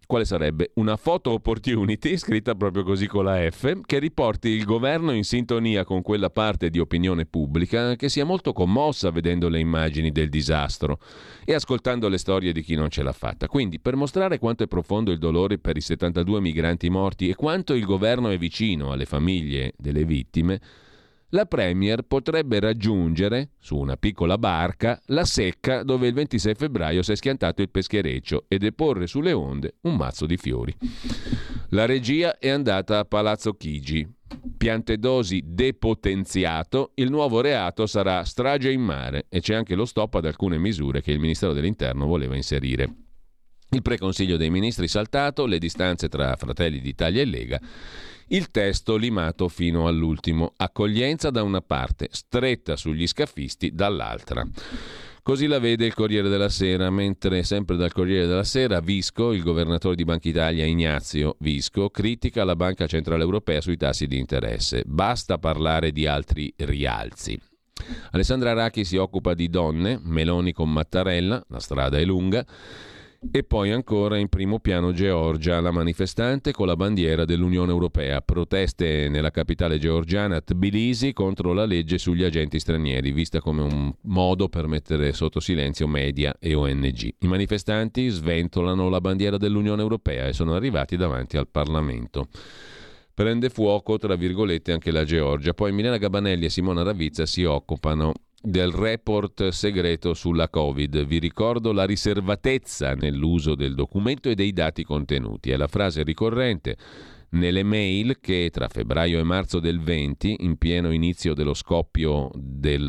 Speaker 2: Quale sarebbe? Una photo opportunity, scritta proprio così con la F, che riporti il governo in sintonia con quella parte di opinione pubblica che sia molto commossa vedendo le immagini del disastro e ascoltando le storie di chi non ce l'ha fatta. Quindi, per mostrare quanto è profondo il dolore per i 72 migranti morti e quanto il governo è vicino alle famiglie delle vittime, la Premier potrebbe raggiungere, su una piccola barca, la secca dove il 26 febbraio si è schiantato il peschereccio e deporre sulle onde un mazzo di fiori. La regia è andata a Palazzo Chigi. Piantedosi depotenziato, il nuovo reato sarà strage in mare e c'è anche lo stop ad alcune misure che il Ministero dell'Interno voleva inserire. Il preconsiglio dei ministri saltato, le distanze tra Fratelli d'Italia e Lega. Il testo limato fino all'ultimo, accoglienza da una parte, stretta sugli scafisti dall'altra. Così la vede il Corriere della Sera, mentre sempre dal Corriere della Sera Visco, il governatore di Banca Italia Ignazio Visco, critica la Banca Centrale Europea sui tassi di interesse. Basta parlare di altri rialzi. Alessandra Racchi si occupa di donne, Meloni con Mattarella, la strada è lunga. E poi ancora in primo piano Georgia, la manifestante con la bandiera dell'Unione Europea. Proteste nella capitale georgiana, Tbilisi, contro la legge sugli agenti stranieri, vista come un modo per mettere sotto silenzio media e ONG. I manifestanti sventolano la bandiera dell'Unione Europea e sono arrivati davanti al Parlamento. Prende fuoco, tra virgolette, anche la Georgia. Poi Milena Gabanelli e Simona Ravizza si occupano del report segreto sulla Covid. Vi ricordo la riservatezza nell'uso del documento e dei dati contenuti. È la frase ricorrente nelle mail che tra febbraio e marzo del 20, in pieno inizio dello scoppio della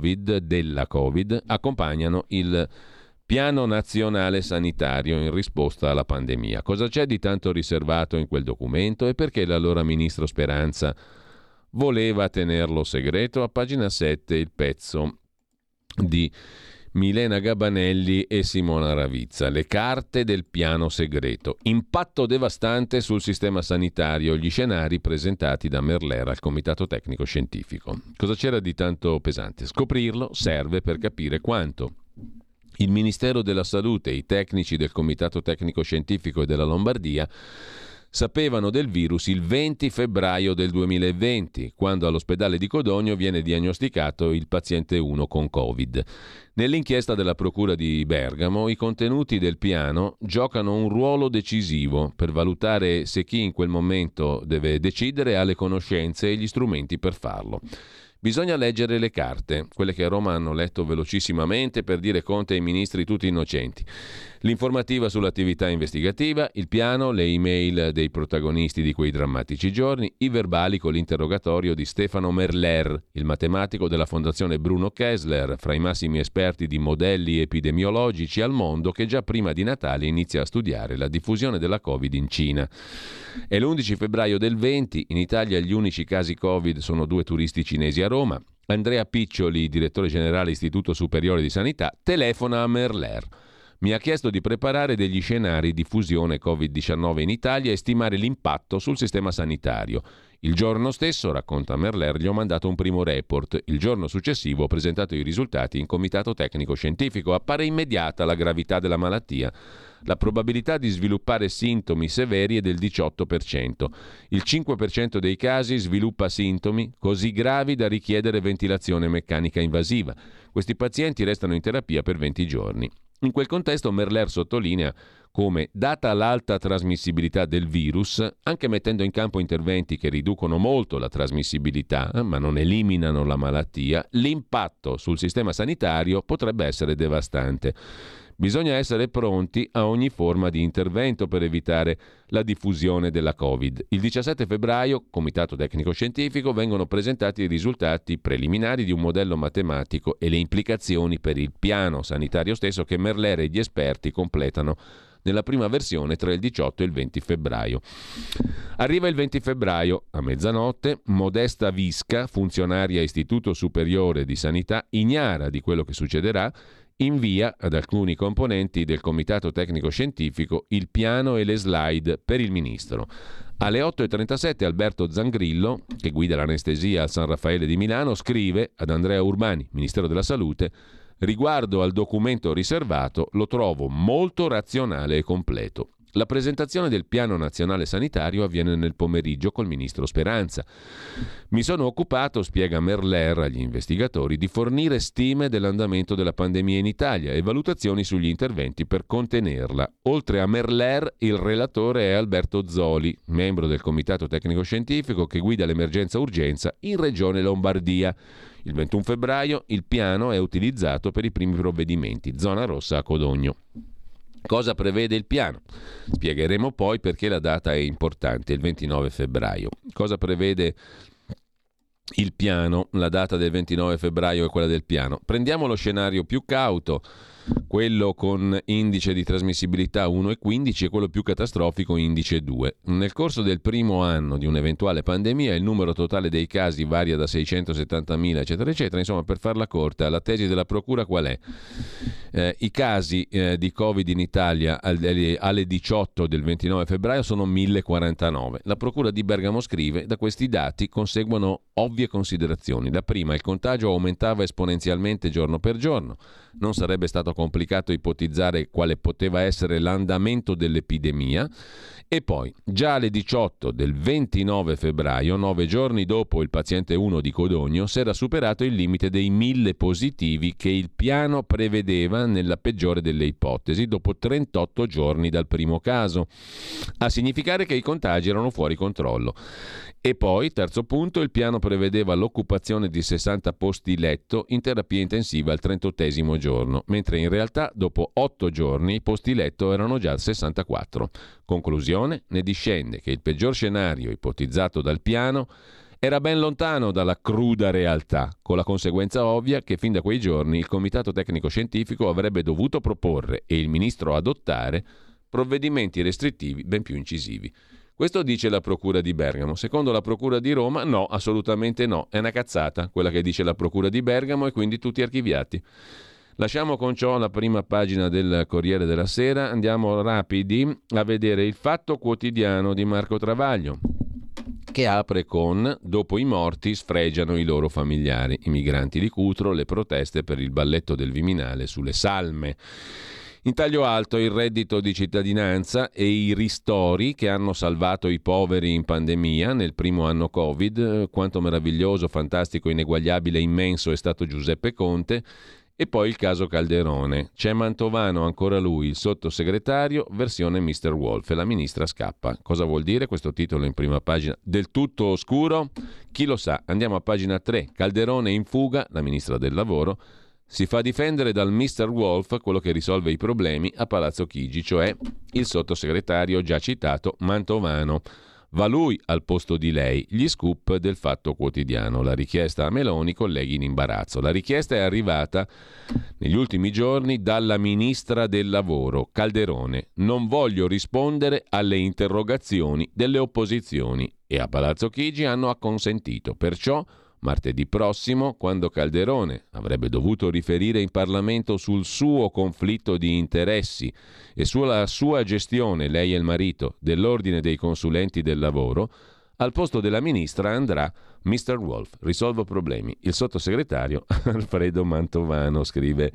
Speaker 2: Covid, accompagnano il Piano Nazionale Sanitario in risposta alla pandemia. Cosa c'è di tanto riservato in quel documento e perché l'allora ministro Speranza voleva tenerlo segreto? A pagina 7 il pezzo di Milena Gabanelli e Simona Ravizza. Le carte del piano segreto. Impatto devastante sul sistema sanitario. Gli scenari presentati da Merler al Comitato Tecnico Scientifico. Cosa c'era di tanto pesante? Scoprirlo serve per capire quanto il Ministero della Salute e i tecnici del Comitato Tecnico Scientifico e della Lombardia sapevano del virus il 20 febbraio del 2020, quando all'ospedale di Codogno viene diagnosticato il paziente 1 con Covid. Nell'inchiesta della Procura di Bergamo, i contenuti del piano giocano un ruolo decisivo per valutare se chi in quel momento deve decidere ha le conoscenze e gli strumenti per farlo. Bisogna leggere le carte, quelle che a Roma hanno letto velocissimamente per dire Conte ai ministri tutti innocenti. L'informativa sull'attività investigativa, il piano, le email dei protagonisti di quei drammatici giorni, i verbali con l'interrogatorio di Stefano Merler, il matematico della Fondazione Bruno Kessler, fra i massimi esperti di modelli epidemiologici al mondo, che già prima di Natale inizia a studiare la diffusione della Covid in Cina. È l'11 febbraio del 20, in Italia gli unici casi Covid sono 2 turisti cinesi a Roma. Andrea Piccioli, direttore generale Istituto Superiore di Sanità, telefona a Merler. Mi ha chiesto di preparare degli scenari di fusione Covid-19 in Italia e stimare l'impatto sul sistema sanitario. Il giorno stesso, racconta Merler, gli ho mandato un primo report. Il giorno successivo ho presentato i risultati in Comitato Tecnico Scientifico. Appare immediata la gravità della malattia. La probabilità di sviluppare sintomi severi è del 18%. Il 5% dei casi sviluppa sintomi così gravi da richiedere ventilazione meccanica invasiva. Questi pazienti restano in terapia per 20 giorni. In quel contesto Merler sottolinea come, data l'alta trasmissibilità del virus, anche mettendo in campo interventi che riducono molto la trasmissibilità, ma non eliminano la malattia, l'impatto sul sistema sanitario potrebbe essere devastante. Bisogna essere pronti a ogni forma di intervento per evitare la diffusione della Covid. Il 17 febbraio, Comitato Tecnico Scientifico, vengono presentati i risultati preliminari di un modello matematico e le implicazioni per il piano sanitario stesso che Merler e gli esperti completano nella prima versione tra il 18 e il 20 febbraio. Arriva il 20 febbraio, a mezzanotte, Modesta Visca, funzionaria Istituto Superiore di Sanità, ignara di quello che succederà, invia ad alcuni componenti del Comitato Tecnico Scientifico il piano e le slide per il ministro. Alle 8.37 Alberto Zangrillo, che guida l'anestesia al San Raffaele di Milano, scrive ad Andrea Urbani, Ministero della Salute: riguardo al documento riservato lo trovo molto razionale e completo. La presentazione del piano nazionale sanitario avviene nel pomeriggio col ministro Speranza. Mi sono occupato, spiega Merler agli investigatori, di fornire stime dell'andamento della pandemia in Italia e valutazioni sugli interventi per contenerla. Oltre a Merler, il relatore è Alberto Zoli, membro del comitato tecnico scientifico che guida l'emergenza urgenza in Regione Lombardia. Il 21 febbraio il piano è utilizzato per i primi provvedimenti, zona rossa a Codogno. Cosa prevede il piano? Spiegheremo poi perché la data è importante, il 29 febbraio. Cosa prevede il piano? La data del 29 febbraio è quella del piano. Prendiamo lo scenario più cauto, quello con indice di trasmissibilità 1,15 e quello più catastrofico indice 2. Nel corso del primo anno di un'eventuale pandemia il numero totale dei casi varia da 670.000 eccetera eccetera. Insomma, per farla corta, la tesi della procura qual è? I casi di Covid in Italia alle 18 del 29 febbraio sono 1049. La procura di Bergamo scrive: da questi dati conseguono ovvie considerazioni. La prima, il contagio aumentava esponenzialmente giorno per giorno. Non sarebbe stato complicato ipotizzare quale poteva essere l'andamento dell'epidemia. E poi, già alle 18 del 29 febbraio, 9 giorni dopo il paziente 1 di Codogno, si era superato il limite dei 1000 positivi che il piano prevedeva nella peggiore delle ipotesi, dopo 38 giorni dal primo caso, a significare che i contagi erano fuori controllo. E poi, terzo punto, il piano prevedeva l'occupazione di 60 posti letto in terapia intensiva al 38esimo giorno, mentre in realtà dopo 8 giorni i posti letto erano già 64. Conclusione, ne discende che il peggior scenario ipotizzato dal piano era ben lontano dalla cruda realtà, con la conseguenza ovvia che fin da quei giorni il Comitato Tecnico Scientifico avrebbe dovuto proporre e il Ministro adottare provvedimenti restrittivi ben più incisivi. Questo dice la Procura di Bergamo. Secondo la Procura di Roma, no, assolutamente no. È una cazzata quella che dice la Procura di Bergamo e quindi tutti archiviati. Lasciamo con ciò la prima pagina del Corriere della Sera. Andiamo rapidi a vedere il Fatto Quotidiano di Marco Travaglio, che apre con: dopo i morti sfregiano i loro familiari. I migranti di Cutro, le proteste per il balletto del Viminale sulle salme. In taglio alto il reddito di cittadinanza e i ristori che hanno salvato i poveri in pandemia nel primo anno Covid. Quanto meraviglioso, fantastico, ineguagliabile, immenso è stato Giuseppe Conte. E poi il caso Calderone. C'è Mantovano, ancora lui, il sottosegretario, versione Mr. Wolf, e la ministra scappa. Cosa vuol dire questo titolo in prima pagina? Del tutto oscuro? Chi lo sa? Andiamo a pagina 3. Calderone in fuga, la ministra del lavoro, si fa difendere dal Mr. Wolf, quello che risolve i problemi, a Palazzo Chigi, cioè il sottosegretario già citato Mantovano. Va lui al posto di lei. Gli scoop del Fatto Quotidiano. La richiesta a Meloni, colleghi in imbarazzo. La richiesta è arrivata negli ultimi giorni dalla ministra del lavoro, Calderone. Non voglio rispondere alle interrogazioni delle opposizioni. E a Palazzo Chigi hanno acconsentito. Perciò martedì prossimo, quando Calderone avrebbe dovuto riferire in Parlamento sul suo conflitto di interessi e sulla sua gestione, lei e il marito, dell'ordine dei consulenti del lavoro, al posto della ministra andrà Mr. Wolf. Risolvo problemi. Il sottosegretario Alfredo Mantovano, scrive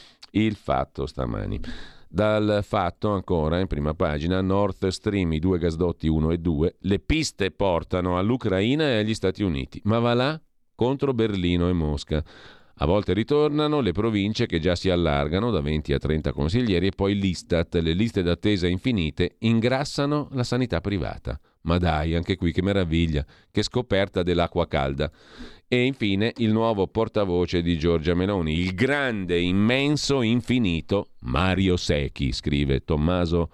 Speaker 2: il Fatto stamani. Dal Fatto ancora, in prima pagina, Nord Stream, i 2 gasdotti 1 e 2, le piste portano all'Ucraina e agli Stati Uniti, ma va là contro Berlino e Mosca. A volte ritornano le province che già si allargano da 20 a 30 consiglieri e poi l'Istat, le liste d'attesa infinite, ingrassano la sanità privata. Ma dai, anche qui che meraviglia, che scoperta dell'acqua calda. E infine il nuovo portavoce di Giorgia Meloni, il grande, immenso, infinito Mario Secchi, scrive Tommaso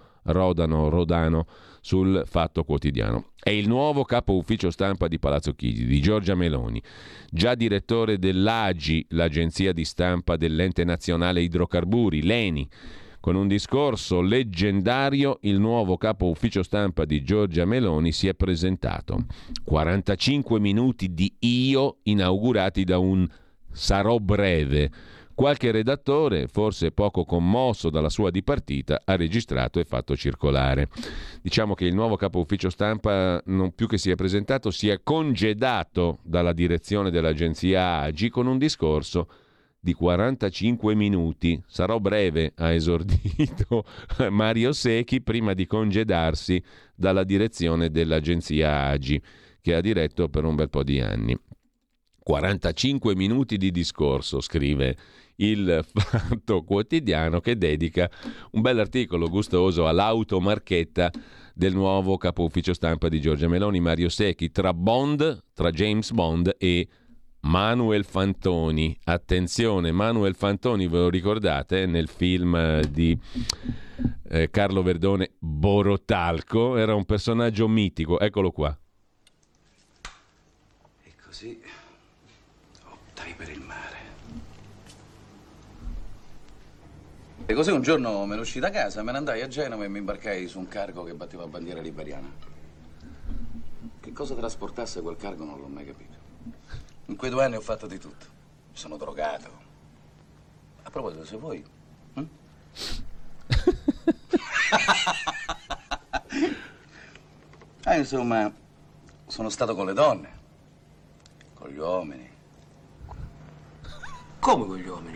Speaker 2: Rodano sul Fatto Quotidiano. È il nuovo capo ufficio stampa di Palazzo Chigi, di Giorgia Meloni, già direttore dell'AGI, l'agenzia di stampa dell'Ente Nazionale Idrocarburi, l'ENI. Con un discorso leggendario, il nuovo capo ufficio stampa di Giorgia Meloni si è presentato. 45 minuti di io inaugurati da un "sarò breve". Qualche redattore, forse poco commosso dalla sua dipartita, ha registrato e fatto circolare. Diciamo che il nuovo capo ufficio stampa non più che si è presentato, si è congedato dalla direzione dell'agenzia AGI con un discorso di 45 minuti. Sarò breve, ha esordito Mario Secchi prima di congedarsi dalla direzione dell'agenzia AGI, che ha diretto per un bel po' di anni. 45 minuti di discorso, scrive il Fatto Quotidiano, che dedica un bell'articolo gustoso all'automarchetta del nuovo capo ufficio stampa di Giorgia Meloni, Mario Secchi, tra James Bond e Manuel Fantoni. Attenzione, Manuel Fantoni, ve lo ricordate nel film di Carlo Verdone, Borotalco? Era un personaggio mitico, eccolo qua.
Speaker 3: E così optai per il mare. E così un giorno me ne uscì da casa, me ne andai a Genova e mi imbarcai su un cargo che batteva bandiera liberiana. Che cosa trasportasse quel cargo non l'ho mai capito. In quei 2 anni ho fatto di tutto. Mi sono drogato. A proposito, se vuoi... insomma, sono stato con le donne, con gli uomini.
Speaker 4: Come con gli uomini?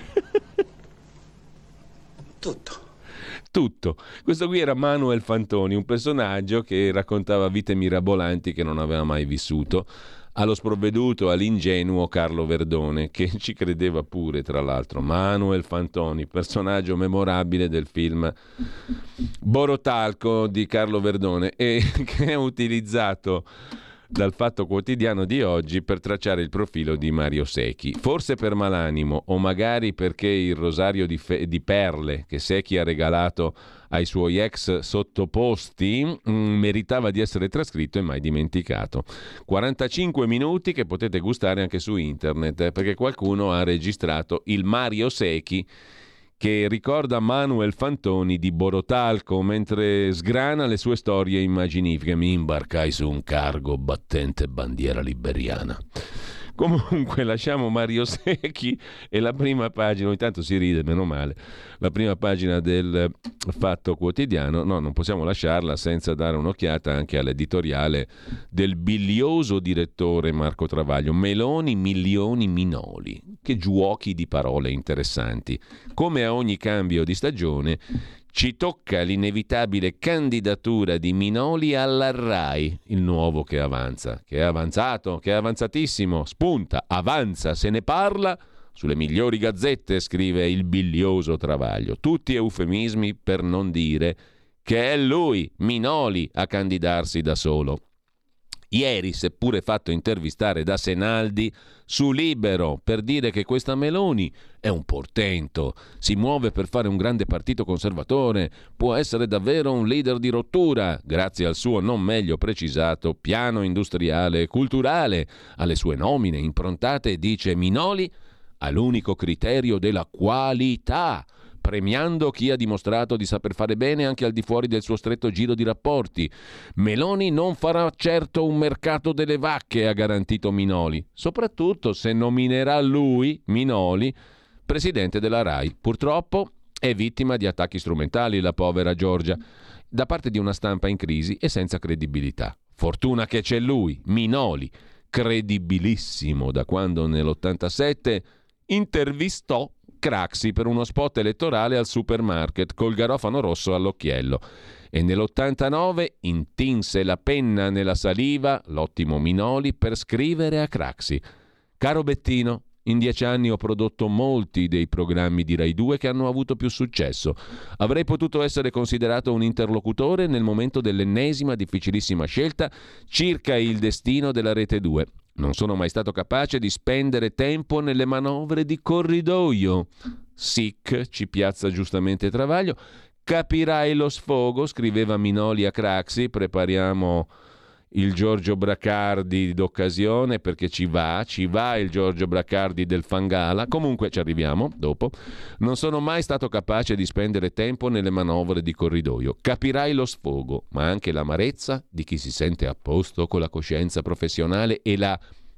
Speaker 2: Tutto. Questo qui era Manuel Fantoni, un personaggio che raccontava vite mirabolanti che non aveva mai vissuto, allo sprovveduto, all'ingenuo Carlo Verdone, che ci credeva pure, tra l'altro. Manuel Fantoni, personaggio memorabile del film Borotalco di Carlo Verdone, e che ha utilizzato dal Fatto Quotidiano di oggi per tracciare il profilo di Mario Secchi. Forse per malanimo, o magari perché il rosario di perle che Secchi ha regalato ai suoi ex sottoposti meritava di essere trascritto e mai dimenticato. 45 minuti che potete gustare anche su internet, perché qualcuno ha registrato il Mario Secchi che ricorda Manuel Fantoni di Borotalco mentre sgrana le sue storie immaginifiche. Mi imbarcai su un cargo battente bandiera liberiana. Comunque lasciamo Mario Secchi e la prima pagina, ogni tanto si ride, meno male, la prima pagina del Fatto Quotidiano, no, non possiamo lasciarla senza dare un'occhiata anche all'editoriale del bilioso direttore Marco Travaglio, Meloni, milioni, minoli. Che giochi di parole interessanti. Come a ogni cambio di stagione, ci tocca l'inevitabile candidatura di Minoli alla RAI, il nuovo che avanza, che è avanzato, che è avanzatissimo, spunta, avanza, se ne parla sulle migliori gazzette, scrive il bilioso Travaglio. Tutti eufemismi per non dire che è lui, Minoli, a candidarsi da solo. Ieri, seppure fatto intervistare da Senaldi su Libero per dire che questa Meloni è un portento, si muove per fare un grande partito conservatore, può essere davvero un leader di rottura, grazie al suo non meglio precisato piano industriale e culturale, alle sue nomine improntate, dice Minoli, all'unico criterio della qualità, premiando chi ha dimostrato di saper fare bene anche al di fuori del suo stretto giro di rapporti. Meloni non farà certo un mercato delle vacche, ha garantito Minoli, soprattutto se nominerà lui, Minoli, presidente della RAI. Purtroppo è vittima di attacchi strumentali la povera Giorgia, da parte di una stampa in crisi e senza credibilità. Fortuna che c'è lui, Minoli, credibilissimo da quando nell'87 intervistò Craxi per uno spot elettorale al supermarket col garofano rosso all'occhiello e nell'89 intinse la penna nella saliva, l'ottimo Minoli, per scrivere a Craxi: caro Bettino, in 10 anni ho prodotto molti dei programmi di Rai 2 che hanno avuto più successo. Avrei potuto essere considerato un interlocutore nel momento dell'ennesima difficilissima scelta circa il destino della Rete 2. Non sono mai stato capace di spendere tempo nelle manovre di corridoio. Sic, ci piazza giustamente Travaglio. Capirai lo sfogo, scriveva Minoli a Craxi, prepariamo il Giorgio Bracardi d'occasione perché ci va il Giorgio Bracardi del Fangala. Comunque ci arriviamo dopo. Non sono mai stato capace di spendere tempo nelle manovre di corridoio. Capirai lo sfogo, ma anche l'amarezza di chi si sente a posto con la coscienza professionale e la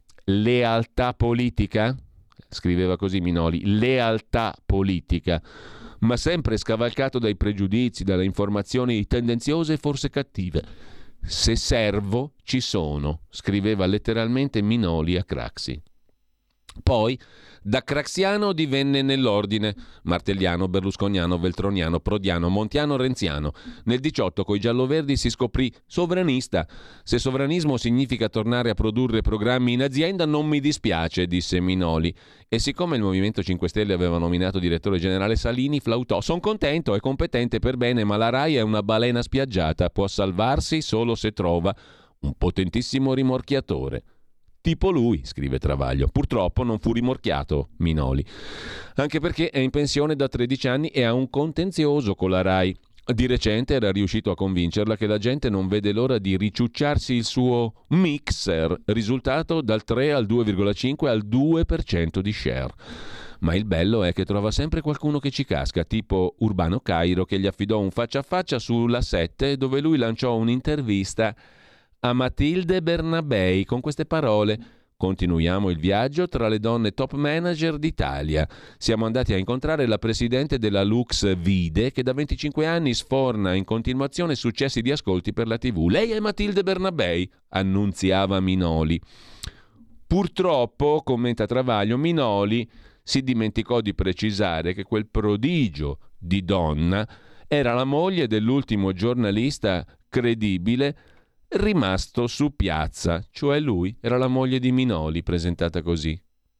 Speaker 2: lealtà politica, scriveva così Minoli, lealtà politica, ma sempre scavalcato dai pregiudizi, dalle informazioni tendenziose e forse cattive. Se servo, ci sono, scriveva letteralmente Minoli a Craxi. Poi da craxiano divenne nell'ordine martelliano, berlusconiano, veltroniano, prodiano, montiano, renziano. Nel 18 coi gialloverdi si scoprì sovranista. Se sovranismo significa tornare a produrre programmi in azienda non mi dispiace, disse Minoli. E siccome il Movimento 5 Stelle aveva nominato direttore generale Salini, flautò: son contento, è competente per bene, ma la RAI è una balena spiaggiata, può salvarsi solo se trova un potentissimo rimorchiatore. Tipo lui, scrive Travaglio. Purtroppo non fu rimorchiato Minoli, anche perché è in pensione da 13 anni e ha un contenzioso con la RAI. Di recente era riuscito a convincerla che la gente non vede l'ora di riciucciarsi il suo mixer, risultato dal 3 al 2,5 al 2% di share. Ma il bello è che trova sempre qualcuno che ci casca, tipo Urbano Cairo, che gli affidò un faccia a faccia sulla 7, dove lui lanciò un'intervista a Matilde Bernabei con queste parole: continuiamo il viaggio tra le donne top manager d'Italia. Siamo andati a incontrare la presidente della Lux Vide, che da 25 anni sforna in continuazione successi di ascolti per la TV. Lei è Matilde Bernabei, annunziava Minoli. Purtroppo, commenta Travaglio, Minoli si dimenticò di precisare che quel prodigio di donna era la moglie dell'ultimo giornalista credibile rimasto su piazza, cioè lui era la moglie di Minoli, presentata così.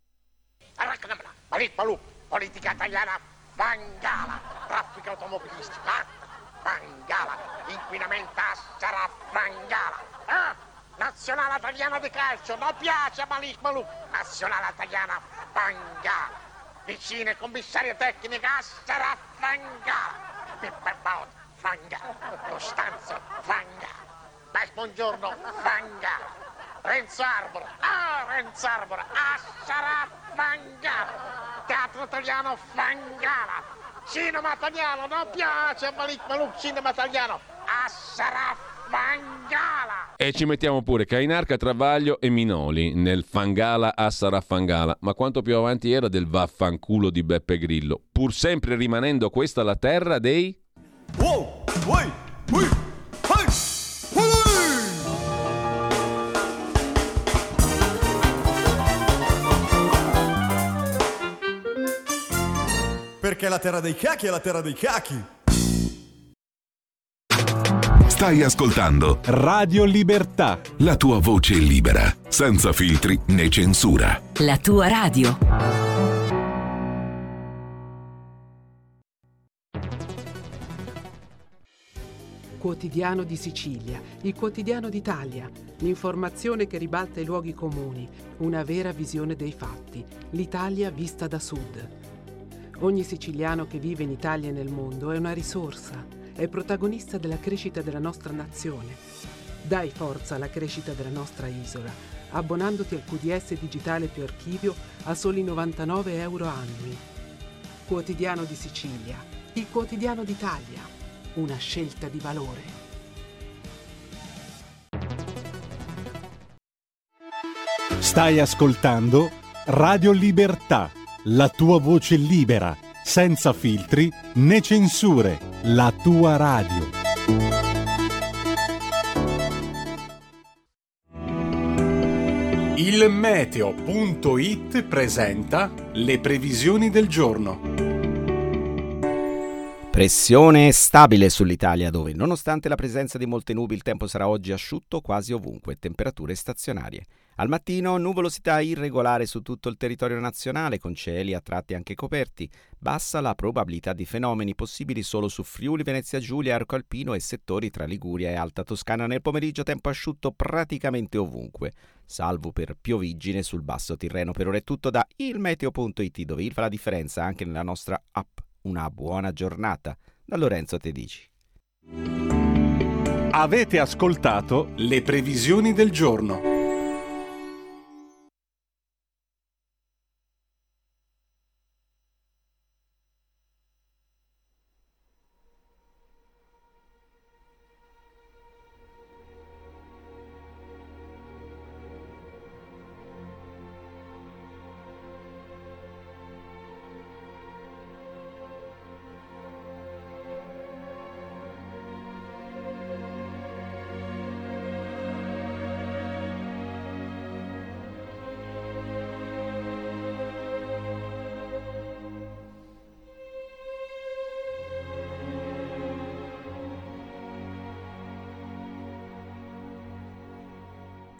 Speaker 4: Politica italiana, Mangala, traffico automobilistico, Mangala, inquinamento, sarà Mangala, nazionale italiana di calcio, non piace a Malik Maluk, nazionale italiana, Mangala, vicine commissario tecnica, sarà Mangala, Pipper Baud, Mangala, Costanzo, Mangala. Buongiorno, Mangala. Renzo Arbora, Asciarà, Mangala. Teatro italiano, Mangala. Cinema italiano, non piace a Malik Maluk, cinema italiano, Asciarà, Mangala.
Speaker 2: E ci mettiamo pure Cainarca, Travaglio e Minoli nel Fangala Assara Fangala, ma quanto più avanti era del vaffanculo di Beppe Grillo, pur sempre rimanendo questa la terra dei...
Speaker 5: Wow, uy, uy, hey, perché la terra dei cachi è la terra dei cachi.
Speaker 6: Stai ascoltando
Speaker 1: Radio Libertà.
Speaker 6: la tua voce libera, senza filtri né censura.
Speaker 7: La tua radio.
Speaker 8: Quotidiano di Sicilia, il quotidiano d'Italia, l'informazione che ribalta i luoghi comuni, una vera visione dei fatti, l'Italia vista da sud. Ogni siciliano che vive in Italia e nel mondo è una risorsa, è protagonista della crescita della nostra nazione. Dai forza alla crescita della nostra isola, abbonandoti al QDS digitale più archivio a soli 99 euro annui. Quotidiano di Sicilia, il quotidiano d'Italia, una scelta di valore.
Speaker 1: Stai ascoltando Radio Libertà, la tua voce libera, senza filtri né censure, la tua radio. Il meteo.it presenta le previsioni del giorno.
Speaker 9: Pressione stabile sull'Italia, dove nonostante la presenza di molte nubi il tempo sarà oggi asciutto quasi ovunque, temperature stazionarie. Al mattino nuvolosità irregolare su tutto il territorio nazionale, con cieli a tratti anche coperti. Bassa la probabilità di fenomeni possibili solo su Friuli, Venezia Giulia, Arco Alpino e settori tra Liguria e Alta Toscana. Nel pomeriggio tempo asciutto praticamente ovunque, salvo per pioviggine sul basso Tirreno. Per ora è tutto da ilmeteo.it, dove il fa la differenza anche nella nostra app. Una buona giornata da Lorenzo Tedici.
Speaker 1: Avete ascoltato le previsioni del giorno.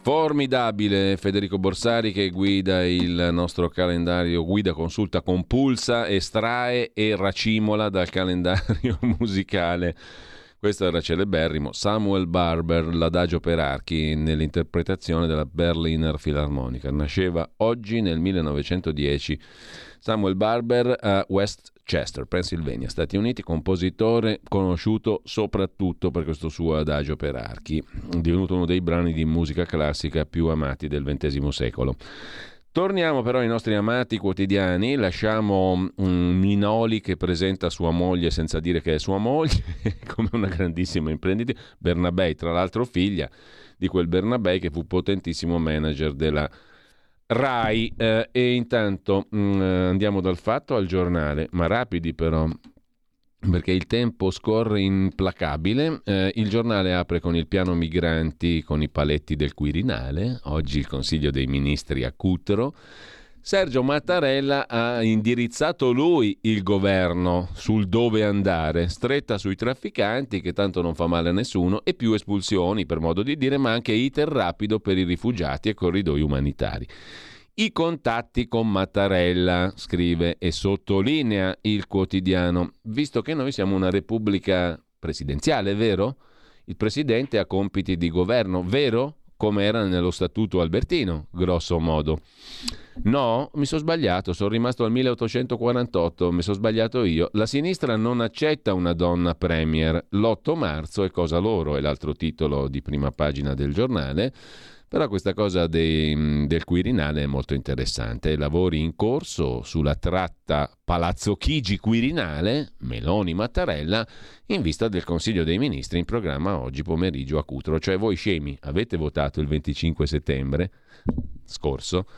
Speaker 2: Formidabile Federico Borsari che guida il nostro calendario, guida, consulta, compulsa, estrae e racimola dal calendario musicale. Questo era celeberrimo Samuel Barber, l'Adagio per archi, nell'interpretazione della Berliner Philharmonica. Nasceva oggi nel 1910 Samuel Barber a Westchester, Pennsylvania, Stati Uniti, compositore conosciuto soprattutto per questo suo Adagio per archi, divenuto uno dei brani di musica classica più amati del XX secolo. Torniamo però ai nostri amati quotidiani, lasciamo Minoli che presenta sua moglie senza dire che è sua moglie, come una grandissima imprenditrice, Bernabei, tra l'altro figlia di quel Bernabei che fu potentissimo manager della Rai, e intanto andiamo dal Fatto al Giornale, ma rapidi però, perché il tempo scorre implacabile. Il Giornale apre con il piano migranti con i paletti del Quirinale, oggi il Consiglio dei Ministri a Cutro. Sergio Mattarella ha indirizzato lui il governo sul dove andare, stretta sui trafficanti che tanto non fa male a nessuno e più espulsioni per modo di dire, ma anche iter rapido per i rifugiati e corridoi umanitari. I contatti con Mattarella, scrive e sottolinea il quotidiano, visto che noi siamo una repubblica presidenziale, vero? Il presidente ha compiti di governo, vero? Come era nello statuto albertino, grosso modo. No, mi sono sbagliato, sono rimasto al 1848, mi sono sbagliato io. La sinistra non accetta una donna premier. L'8 marzo è cosa loro, è l'altro titolo di prima pagina del Giornale. Però questa cosa del Quirinale è molto interessante. Lavori in corso sulla tratta Palazzo Chigi Quirinale, Meloni-Mattarella, in vista del Consiglio dei Ministri in programma oggi pomeriggio a Cutro. Cioè voi scemi avete votato il 25 settembre scorso,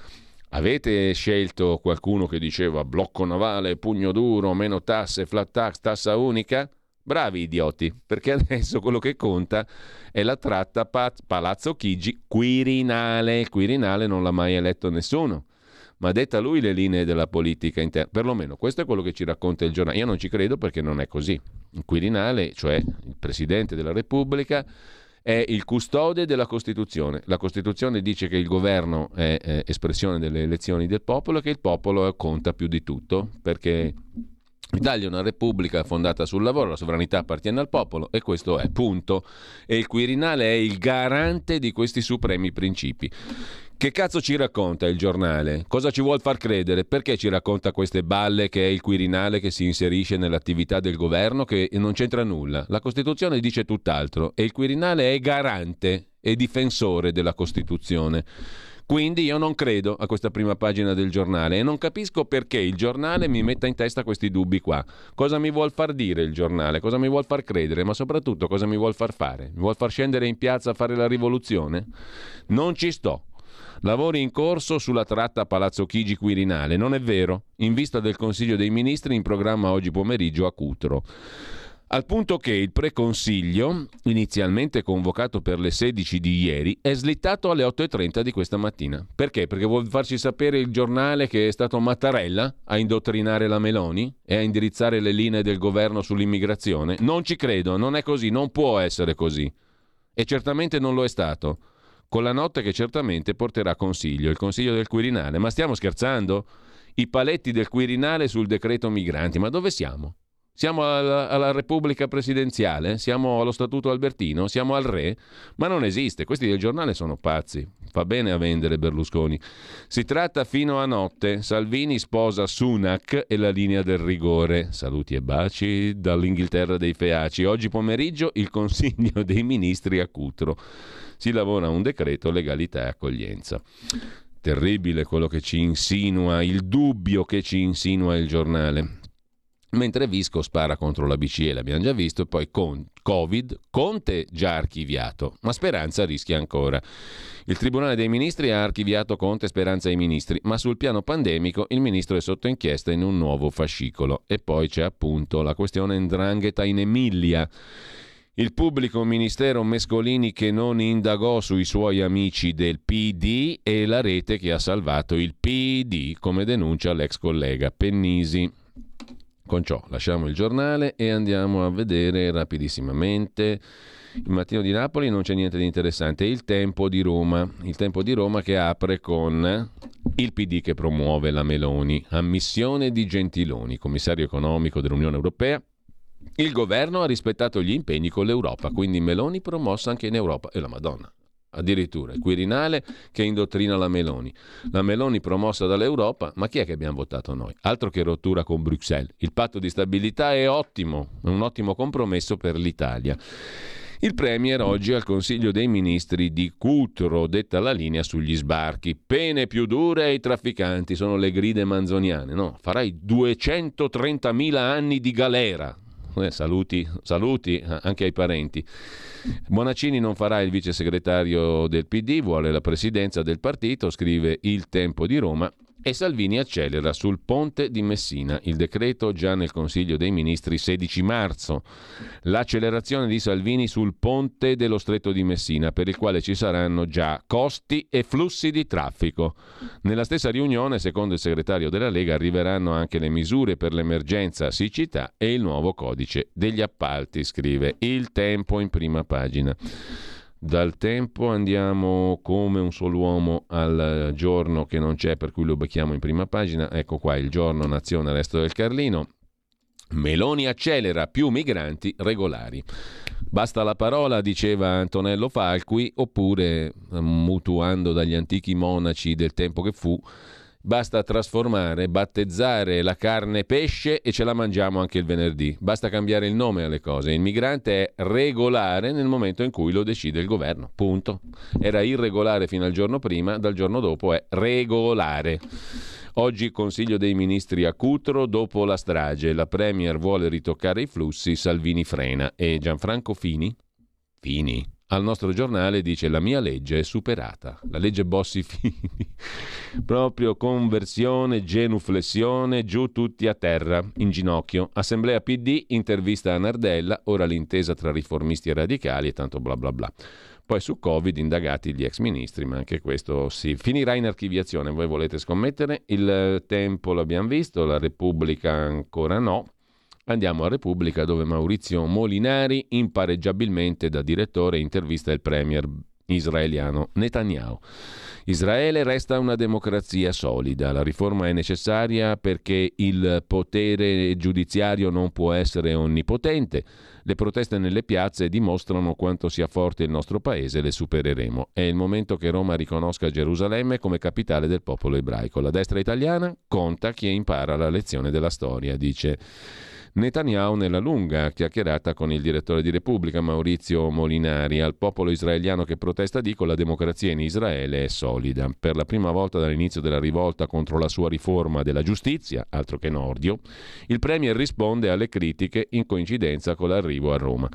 Speaker 2: avete scelto qualcuno che diceva blocco navale, pugno duro, meno tasse, flat tax, tassa unica? Bravi idioti, perché adesso quello che conta è la tratta Palazzo Chigi Quirinale. Il Quirinale non l'ha mai eletto nessuno, ma detta lui le linee della politica interna. Perlomeno questo è quello che ci racconta il Giornale. Io non ci credo perché non è così. Il Quirinale, cioè il Presidente della Repubblica, è il custode della Costituzione. La Costituzione dice che il governo è espressione delle elezioni del popolo e che il popolo conta più di tutto, perché l'Italia è una repubblica fondata sul lavoro, la sovranità appartiene al popolo e questo è, punto. E il Quirinale è il garante di questi supremi principi. Che cazzo ci racconta il Giornale? Cosa ci vuol far credere? Perché ci racconta queste balle che è il Quirinale che si inserisce nell'attività del governo che non c'entra nulla? La Costituzione dice tutt'altro e il Quirinale è garante e difensore della Costituzione. Quindi io non credo a questa prima pagina del Giornale e non capisco perché il Giornale mi metta in testa questi dubbi qua. Cosa mi vuol far dire il Giornale? Cosa mi vuol far credere? Ma soprattutto cosa mi vuol far fare? Mi vuol far scendere in piazza a fare la rivoluzione? Non ci sto. Lavori in corso sulla tratta Palazzo Chigi Quirinale. Non è vero. In vista del Consiglio dei Ministri in programma oggi pomeriggio a Cutro. Al punto che il preconsiglio, inizialmente convocato per le 16 di ieri, è slittato alle 8:30 di questa mattina. Perché? Perché vuol farci sapere il Giornale che è stato Mattarella a indottrinare la Meloni e a indirizzare le linee del governo sull'immigrazione? Non ci credo, non è così, non può essere così. E certamente non lo è stato. Con la notte che certamente porterà consiglio, il Consiglio del Quirinale. Ma stiamo scherzando? I paletti del Quirinale sul decreto migranti, ma dove siamo? Siamo alla Repubblica presidenziale? Siamo allo Statuto albertino? Siamo al re? Ma non esiste, questi del Giornale sono pazzi. Fa bene a vendere Berlusconi. Si tratta fino a notte. Salvini sposa Sunak e la linea del rigore. Saluti e baci dall'Inghilterra dei Feaci. Oggi pomeriggio il Consiglio dei Ministri a Cutro. Si lavora un decreto legalità e accoglienza. Terribile quello che ci insinua, il dubbio che ci insinua il Giornale. Mentre Visco spara contro la BCE, l'abbiamo già visto, e poi con Covid, Conte già archiviato, ma Speranza rischia ancora. Il Tribunale dei Ministri ha archiviato Conte, Speranza e i ministri, ma sul piano pandemico il ministro è sotto inchiesta in un nuovo fascicolo. E poi c'è appunto la questione 'ndrangheta in Emilia. Il pubblico ministero Mescolini che non indagò sui suoi amici del PD e la rete che ha salvato il PD, come denuncia l'ex collega Pennisi. Con ciò lasciamo il giornale e andiamo a vedere rapidissimamente il Mattino di Napoli. Non c'è niente di interessante. Il Tempo di Roma che apre con il PD che promuove la Meloni, ammissione di Gentiloni, commissario economico dell'Unione Europea. Il governo ha rispettato gli impegni con l'Europa, quindi Meloni promossa anche in Europa. E la Madonna, addirittura il Quirinale che indottrina la Meloni promossa dall'Europa. Ma chi è che abbiamo votato noi? Altro che rottura con Bruxelles. Il patto di stabilità è ottimo, è un ottimo compromesso per l'Italia. Il Premier oggi al Consiglio dei Ministri di Cutro detta la linea sugli sbarchi. Pene più dure ai trafficanti, sono le gride manzoniane. No, farai 230.000 anni di galera. Saluti anche ai parenti. Bonaccini non farà il vice segretario del PD, vuole la presidenza del partito, scrive Il Tempo di Roma. E Salvini accelera sul ponte di Messina, il decreto già nel Consiglio dei Ministri 16 marzo. L'accelerazione di Salvini sul ponte dello Stretto di Messina, per il quale ci saranno già costi e flussi di traffico. Nella stessa riunione, secondo il segretario della Lega, arriveranno anche le misure per l'emergenza siccità e il nuovo codice degli appalti, scrive Il Tempo in prima pagina. Dal Tempo andiamo come un solo uomo al Giorno che non c'è, per cui lo becchiamo in prima pagina. Ecco qua il Giorno, Nazione, Resto del Carlino. Meloni accelera, più migranti regolari. Basta la parola, diceva Antonello Falqui, oppure, mutuando dagli antichi monaci del tempo che fu, basta trasformare, battezzare la carne pesce e ce la mangiamo anche il venerdì. Basta cambiare il nome alle cose. Il migrante è regolare nel momento in cui lo decide il governo. Punto. Era irregolare fino al giorno prima, dal giorno dopo è regolare. Oggi Consiglio dei Ministri a Cutro dopo la strage. La Premier vuole ritoccare i flussi, Salvini frena. E Gianfranco Fini al nostro giornale dice: la mia legge è superata, la legge Bossi-Fini. Proprio conversione, genuflessione, giù tutti a terra, in ginocchio. Assemblea PD, intervista a Nardella, ora l'intesa tra riformisti e radicali e tanto bla bla bla. Poi su Covid indagati gli ex ministri, ma anche questo si finirà in archiviazione. Voi volete scommettere? Il Tempo l'abbiamo visto, la Repubblica ancora no. Andiamo a Repubblica, dove Maurizio Molinari impareggiabilmente da direttore intervista il premier israeliano Netanyahu. Israele resta una democrazia solida, la riforma è necessaria perché il potere giudiziario non può essere onnipotente. Le proteste nelle piazze dimostrano quanto sia forte il nostro paese, le supereremo. È il momento che Roma riconosca Gerusalemme come capitale del popolo ebraico. La destra italiana conta chi impara la lezione della storia, dice Netanyahu nella lunga chiacchierata con il direttore di Repubblica Maurizio Molinari. Al popolo israeliano che protesta dico: la democrazia in Israele è solida. Per la prima volta dall'inizio della rivolta contro la sua riforma della giustizia, altro che Nordio, il premier risponde alle critiche in coincidenza con l'arrivo a Roma.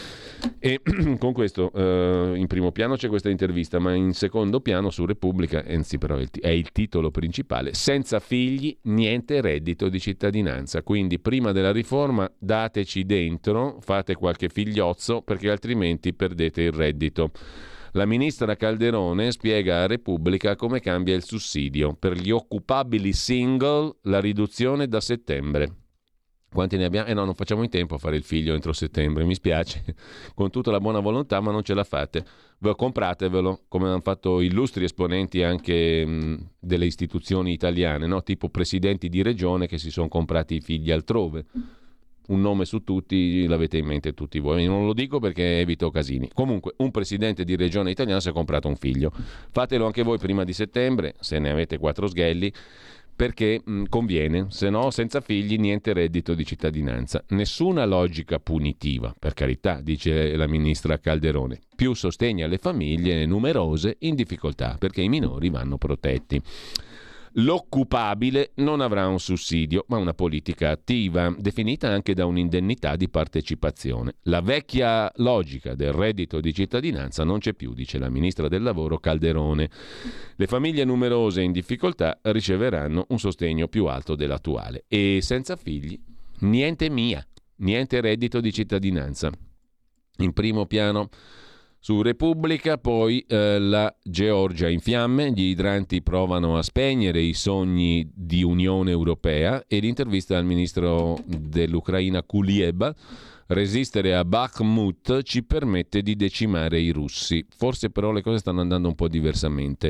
Speaker 2: E con questo in primo piano c'è questa intervista, ma in secondo piano su Repubblica, anzi però è il titolo principale: senza figli niente reddito di cittadinanza, quindi prima della riforma dateci dentro, fate qualche figliozzo perché altrimenti perdete il reddito. La ministra Calderone spiega a Repubblica come cambia il sussidio per gli occupabili single, la riduzione da settembre. Quanti ne abbiamo? No, non facciamo in tempo a fare il figlio entro settembre, mi spiace, con tutta la buona volontà, ma non ce la fate. Compratevelo, come hanno fatto illustri esponenti anche delle istituzioni italiane, no? Tipo presidenti di regione che si sono comprati i figli altrove. Un nome su tutti l'avete in mente tutti voi, non lo dico perché evito casini. Comunque un presidente di regione italiana si è comprato un figlio. Fatelo anche voi prima di settembre, se ne avete 4 sghelli, perché conviene, se no senza figli niente reddito di cittadinanza. Nessuna logica punitiva, per carità, dice la ministra Calderone. Più sostegno alle famiglie numerose in difficoltà, perché i minori vanno protetti. L'occupabile non avrà un sussidio, ma una politica attiva, definita anche da un'indennità di partecipazione. La vecchia logica del reddito di cittadinanza non c'è più, dice la ministra del lavoro Calderone. Le famiglie numerose in difficoltà riceveranno un sostegno più alto dell'attuale. E senza figli, niente reddito di cittadinanza. In primo piano Su Repubblica poi la Georgia in fiamme, gli idranti provano a spegnere i sogni di Unione Europea e l'intervista al ministro dell'Ucraina Kuleba. Resistere a Bakhmut ci permette di decimare i russi. Forse però le cose stanno andando un po' diversamente.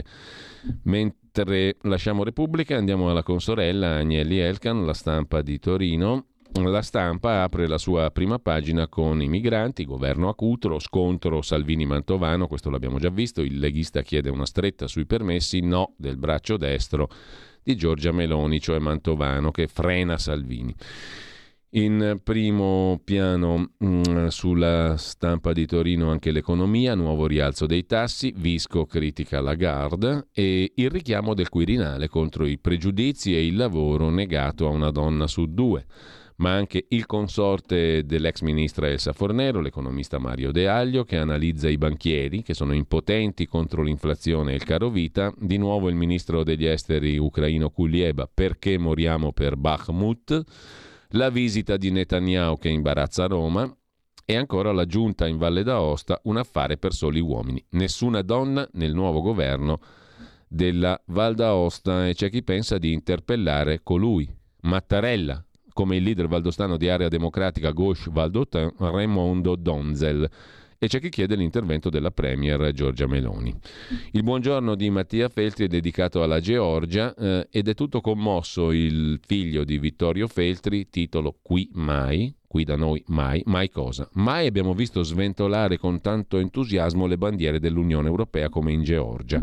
Speaker 2: Mentre lasciamo Repubblica e andiamo alla consorella Agnelli Elkann, La Stampa di Torino. La Stampa apre la sua prima pagina con i migranti, governo a Cutro, scontro Salvini-Mantovano, questo l'abbiamo già visto, il leghista chiede una stretta sui permessi, no del braccio destro di Giorgia Meloni, cioè Mantovano, che frena Salvini. In primo piano sulla Stampa di Torino anche l'economia, nuovo rialzo dei tassi, Visco critica Lagarde e il richiamo del Quirinale contro i pregiudizi e il lavoro negato a una donna su 2. Ma anche il consorte dell'ex ministra Elsa Fornero, l'economista Mario De Aglio, che analizza i banchieri che sono impotenti contro l'inflazione e il caro vita. Di nuovo il ministro degli esteri ucraino Kuleba, perché moriamo per Bakhmut? La visita di Netanyahu che imbarazza Roma e ancora la giunta in Valle d'Aosta, un affare per soli uomini. Nessuna donna nel nuovo governo della Val d'Aosta e c'è chi pensa di interpellare colui, Mattarella, come il leader valdostano di Area Democratica Gauche Valdôtain, Raimondo Donzel. E c'è chi chiede l'intervento della premier Giorgia Meloni. Il buongiorno di Mattia Feltri è dedicato alla Georgia ed è tutto commosso il figlio di Vittorio Feltri, titolo Qui mai, qui da noi mai, mai cosa? Mai abbiamo visto sventolare con tanto entusiasmo le bandiere dell'Unione Europea come in Georgia.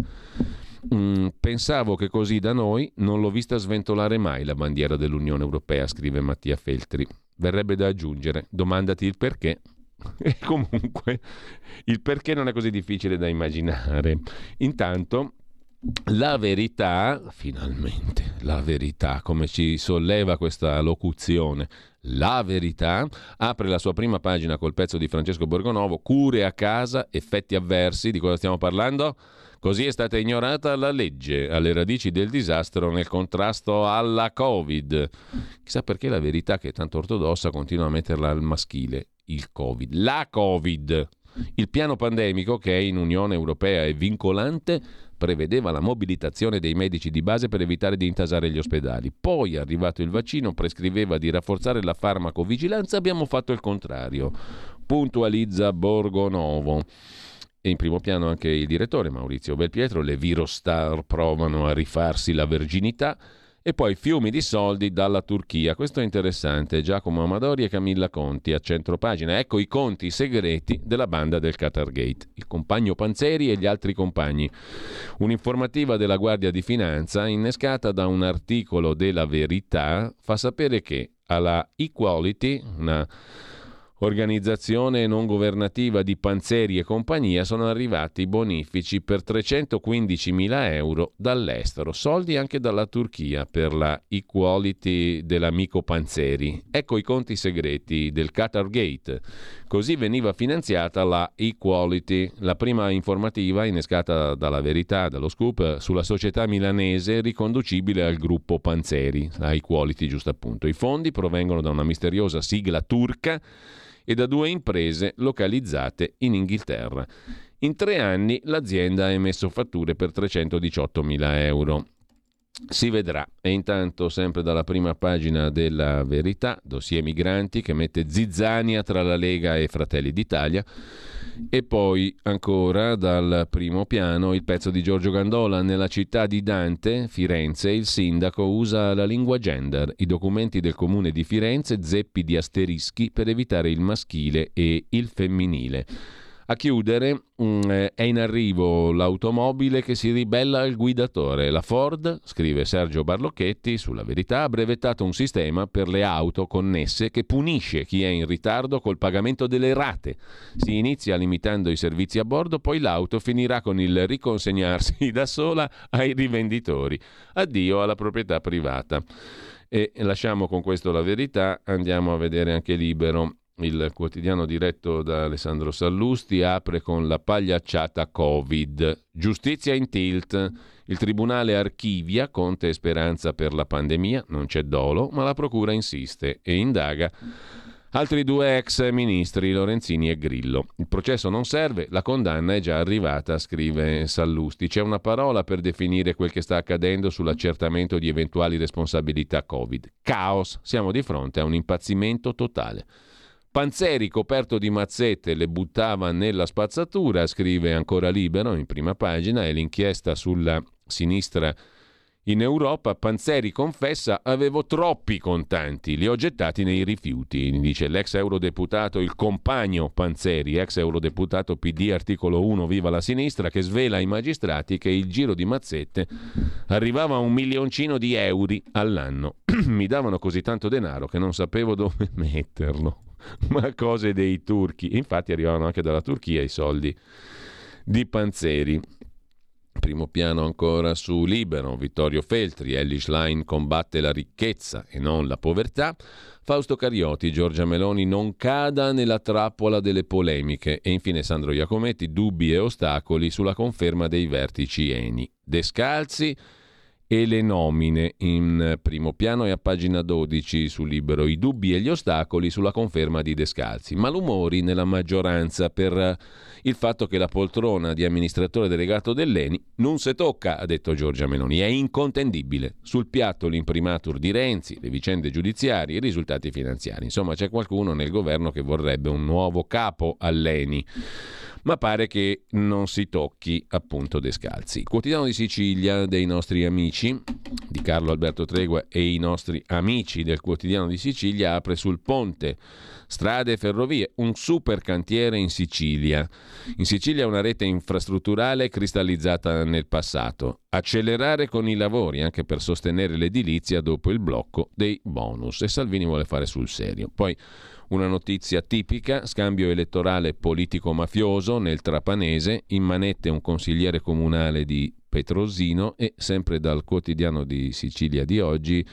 Speaker 2: Pensavo che così da noi non l'ho vista sventolare mai la bandiera dell'Unione Europea, scrive Mattia Feltri. Verrebbe da aggiungere, domandati il perché. E comunque il perché non è così difficile da immaginare. Intanto La Verità, finalmente La Verità, come ci solleva questa locuzione, La Verità apre la sua prima pagina col pezzo di Francesco Borgonovo, cure a casa, effetti avversi. Di cosa stiamo parlando? Così è stata ignorata la legge alle radici del disastro nel contrasto alla Covid. Chissà perché La Verità, che è tanto ortodossa, continua a metterla al maschile. Il Covid, la Covid. Il piano pandemico, che è in Unione Europea e vincolante, prevedeva la mobilitazione dei medici di base per evitare di intasare gli ospedali. Poi, arrivato il vaccino, prescriveva di rafforzare la farmacovigilanza. Abbiamo fatto il contrario, puntualizza Borgonovo. E in primo piano anche il direttore Maurizio Belpietro. Le virostar provano a rifarsi la verginità. E poi fiumi di soldi dalla Turchia. Questo è interessante. Giacomo Amadori e Camilla Conti a centropagina. Ecco i conti segreti della banda del Qatargate. Il compagno Panzeri e gli altri compagni. Un'informativa della Guardia di Finanza innescata da un articolo della Verità fa sapere che alla Equality, una organizzazione non governativa di Panzeri e compagnia, sono arrivati bonifici per 315.000 euro dall'estero, soldi anche dalla Turchia per la Equality dell'amico Panzeri. Ecco i conti segreti del Qatargate. Così veniva finanziata la Equality, la prima informativa innescata dalla Verità, dallo Scoop, sulla società milanese riconducibile al gruppo Panzeri, la Equality giusto appunto. I fondi provengono da una misteriosa sigla turca e da 2 imprese localizzate in Inghilterra. In 3 anni l'azienda ha emesso fatture per 318.000 euro. Si vedrà. E intanto, sempre dalla prima pagina della Verità, dossier migranti che mette zizzania tra la Lega e Fratelli d'Italia. E poi ancora dal primo piano il pezzo di Giorgio Gandola. Nella città di Dante, Firenze, il sindaco usa la lingua gender. I documenti del comune di Firenze zeppi di asterischi per evitare il maschile e il femminile. A chiudere, è in arrivo l'automobile che si ribella al guidatore. La Ford, scrive Sergio Barlocchetti sulla Verità, ha brevettato un sistema per le auto connesse che punisce chi è in ritardo col pagamento delle rate. Si inizia limitando i servizi a bordo, poi l'auto finirà con il riconsegnarsi da sola ai rivenditori. Addio alla proprietà privata. E lasciamo con questo La Verità, andiamo a vedere anche Libero. Il quotidiano diretto da Alessandro Sallusti apre con la pagliacciata Covid. Giustizia in tilt. Il tribunale archivia Conte e Speranza per la pandemia. Non c'è dolo, ma la procura insiste e indaga Altri 2 ex ministri, Lorenzini e Grillo. Il processo non serve, la condanna è già arrivata, scrive Sallusti. C'è una parola per definire quel che sta accadendo sull'accertamento di eventuali responsabilità Covid. Caos. Siamo di fronte a un impazzimento totale. Panzeri, coperto di mazzette, le buttava nella spazzatura, scrive ancora Libero in prima pagina, e l'inchiesta sulla sinistra in Europa. Panzeri confessa: avevo troppi contanti, li ho gettati nei rifiuti, dice l'ex eurodeputato, il compagno Panzeri, ex eurodeputato PD articolo 1 Viva la Sinistra, che svela ai magistrati che il giro di mazzette arrivava a €1 milioncino all'anno. Mi davano così tanto denaro che non sapevo dove metterlo. Ma cose dei turchi. Infatti arrivavano anche dalla Turchia i soldi di Panzeri. Primo piano ancora su Libero, Vittorio Feltri, Elly Schlein combatte la ricchezza e non la povertà. Fausto Carioti, Giorgia Meloni non cada nella trappola delle polemiche. E infine Sandro Iacometti, dubbi e ostacoli sulla conferma dei vertici Eni. Descalzi e le nomine in primo piano e a pagina 12 su Libero, i dubbi e gli ostacoli sulla conferma di Descalzi. Malumori nella maggioranza per il fatto che la poltrona di amministratore delegato dell'Eni non se tocca, ha detto Giorgia Meloni, è incontendibile. Sul piatto l'imprimatur di Renzi, le vicende giudiziarie, i risultati finanziari. Insomma, c'è qualcuno nel governo che vorrebbe un nuovo capo all'Eni, ma pare che non si tocchi appunto Descalzi. Il Quotidiano di Sicilia dei nostri amici, di Carlo Alberto Tregua e i nostri amici del Quotidiano di Sicilia, apre sul ponte, strade e ferrovie, un super cantiere in Sicilia. In Sicilia una rete infrastrutturale cristallizzata nel passato. Accelerare con i lavori anche per sostenere l'edilizia dopo il blocco dei bonus. E Salvini vuole fare sul serio. Poi una notizia tipica, scambio elettorale politico-mafioso nel Trapanese, in manette un consigliere comunale di Petrosino. E sempre dal Quotidiano di Sicilia di oggi,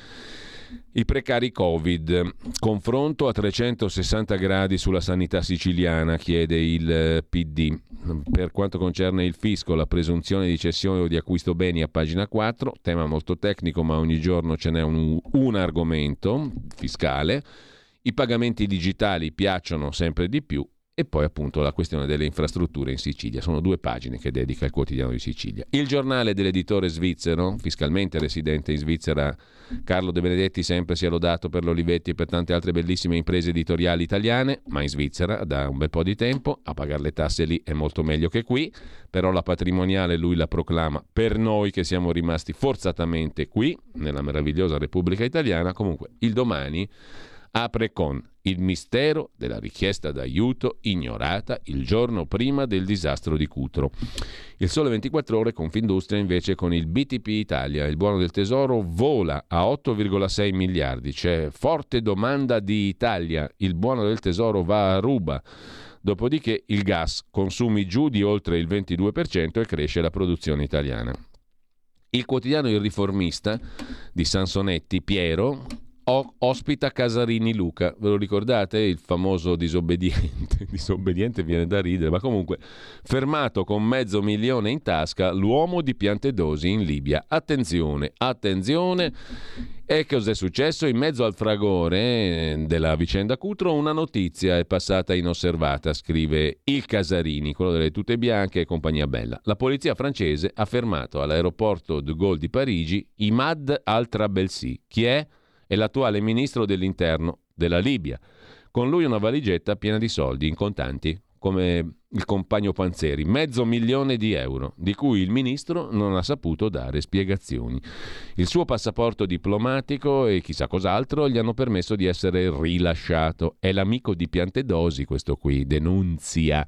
Speaker 2: i precari Covid, confronto a 360 gradi sulla sanità siciliana, chiede il PD. Per quanto concerne il fisco, la presunzione di cessione o di acquisto beni a pagina 4, tema molto tecnico ma ogni giorno ce n'è un argomento fiscale. I pagamenti digitali piacciono sempre di più. E poi appunto la questione delle infrastrutture in Sicilia. Sono 2 pagine che dedica il Quotidiano di Sicilia. Il giornale dell'editore svizzero, fiscalmente residente in Svizzera, Carlo De Benedetti, sempre sia lodato per l'Olivetti e per tante altre bellissime imprese editoriali italiane, ma in Svizzera da un bel po' di tempo. A pagare le tasse lì è molto meglio che qui, però la patrimoniale lui la proclama per noi che siamo rimasti forzatamente qui, nella meravigliosa Repubblica Italiana. Comunque il Domani apre con il mistero della richiesta d'aiuto ignorata il giorno prima del disastro di Cutro. Il Sole 24 Ore, Confindustria, invece con il BTP Italia. Il buono del tesoro vola a 8,6 miliardi. C'è forte domanda di Italia. Il buono del tesoro va a ruba. Dopodiché il gas, consumi giù di oltre il 22% e cresce la produzione italiana. Il quotidiano Il Riformista di Sansonetti, Piero, ospita Casarini Luca. Ve lo ricordate? Il famoso disobbediente. Disobbediente viene da ridere, ma comunque fermato con $500,000 in tasca l'uomo di Piantedosi in Libia. Attenzione, attenzione. E cos'è successo? In mezzo al fragore della vicenda Cutro una notizia è passata inosservata, scrive il Casarini, quello delle tute bianche e compagnia bella. La polizia francese ha fermato all'aeroporto de Gaulle di Parigi Imad al-Trabelsi. Chi è? È l'attuale ministro dell'interno della Libia. Con lui una valigetta piena di soldi in contanti, come il compagno Panzeri, €500,000, di cui il ministro non ha saputo dare spiegazioni. Il suo passaporto diplomatico e chissà cos'altro gli hanno permesso di essere rilasciato. È l'amico di Piantedosi questo qui, denunzia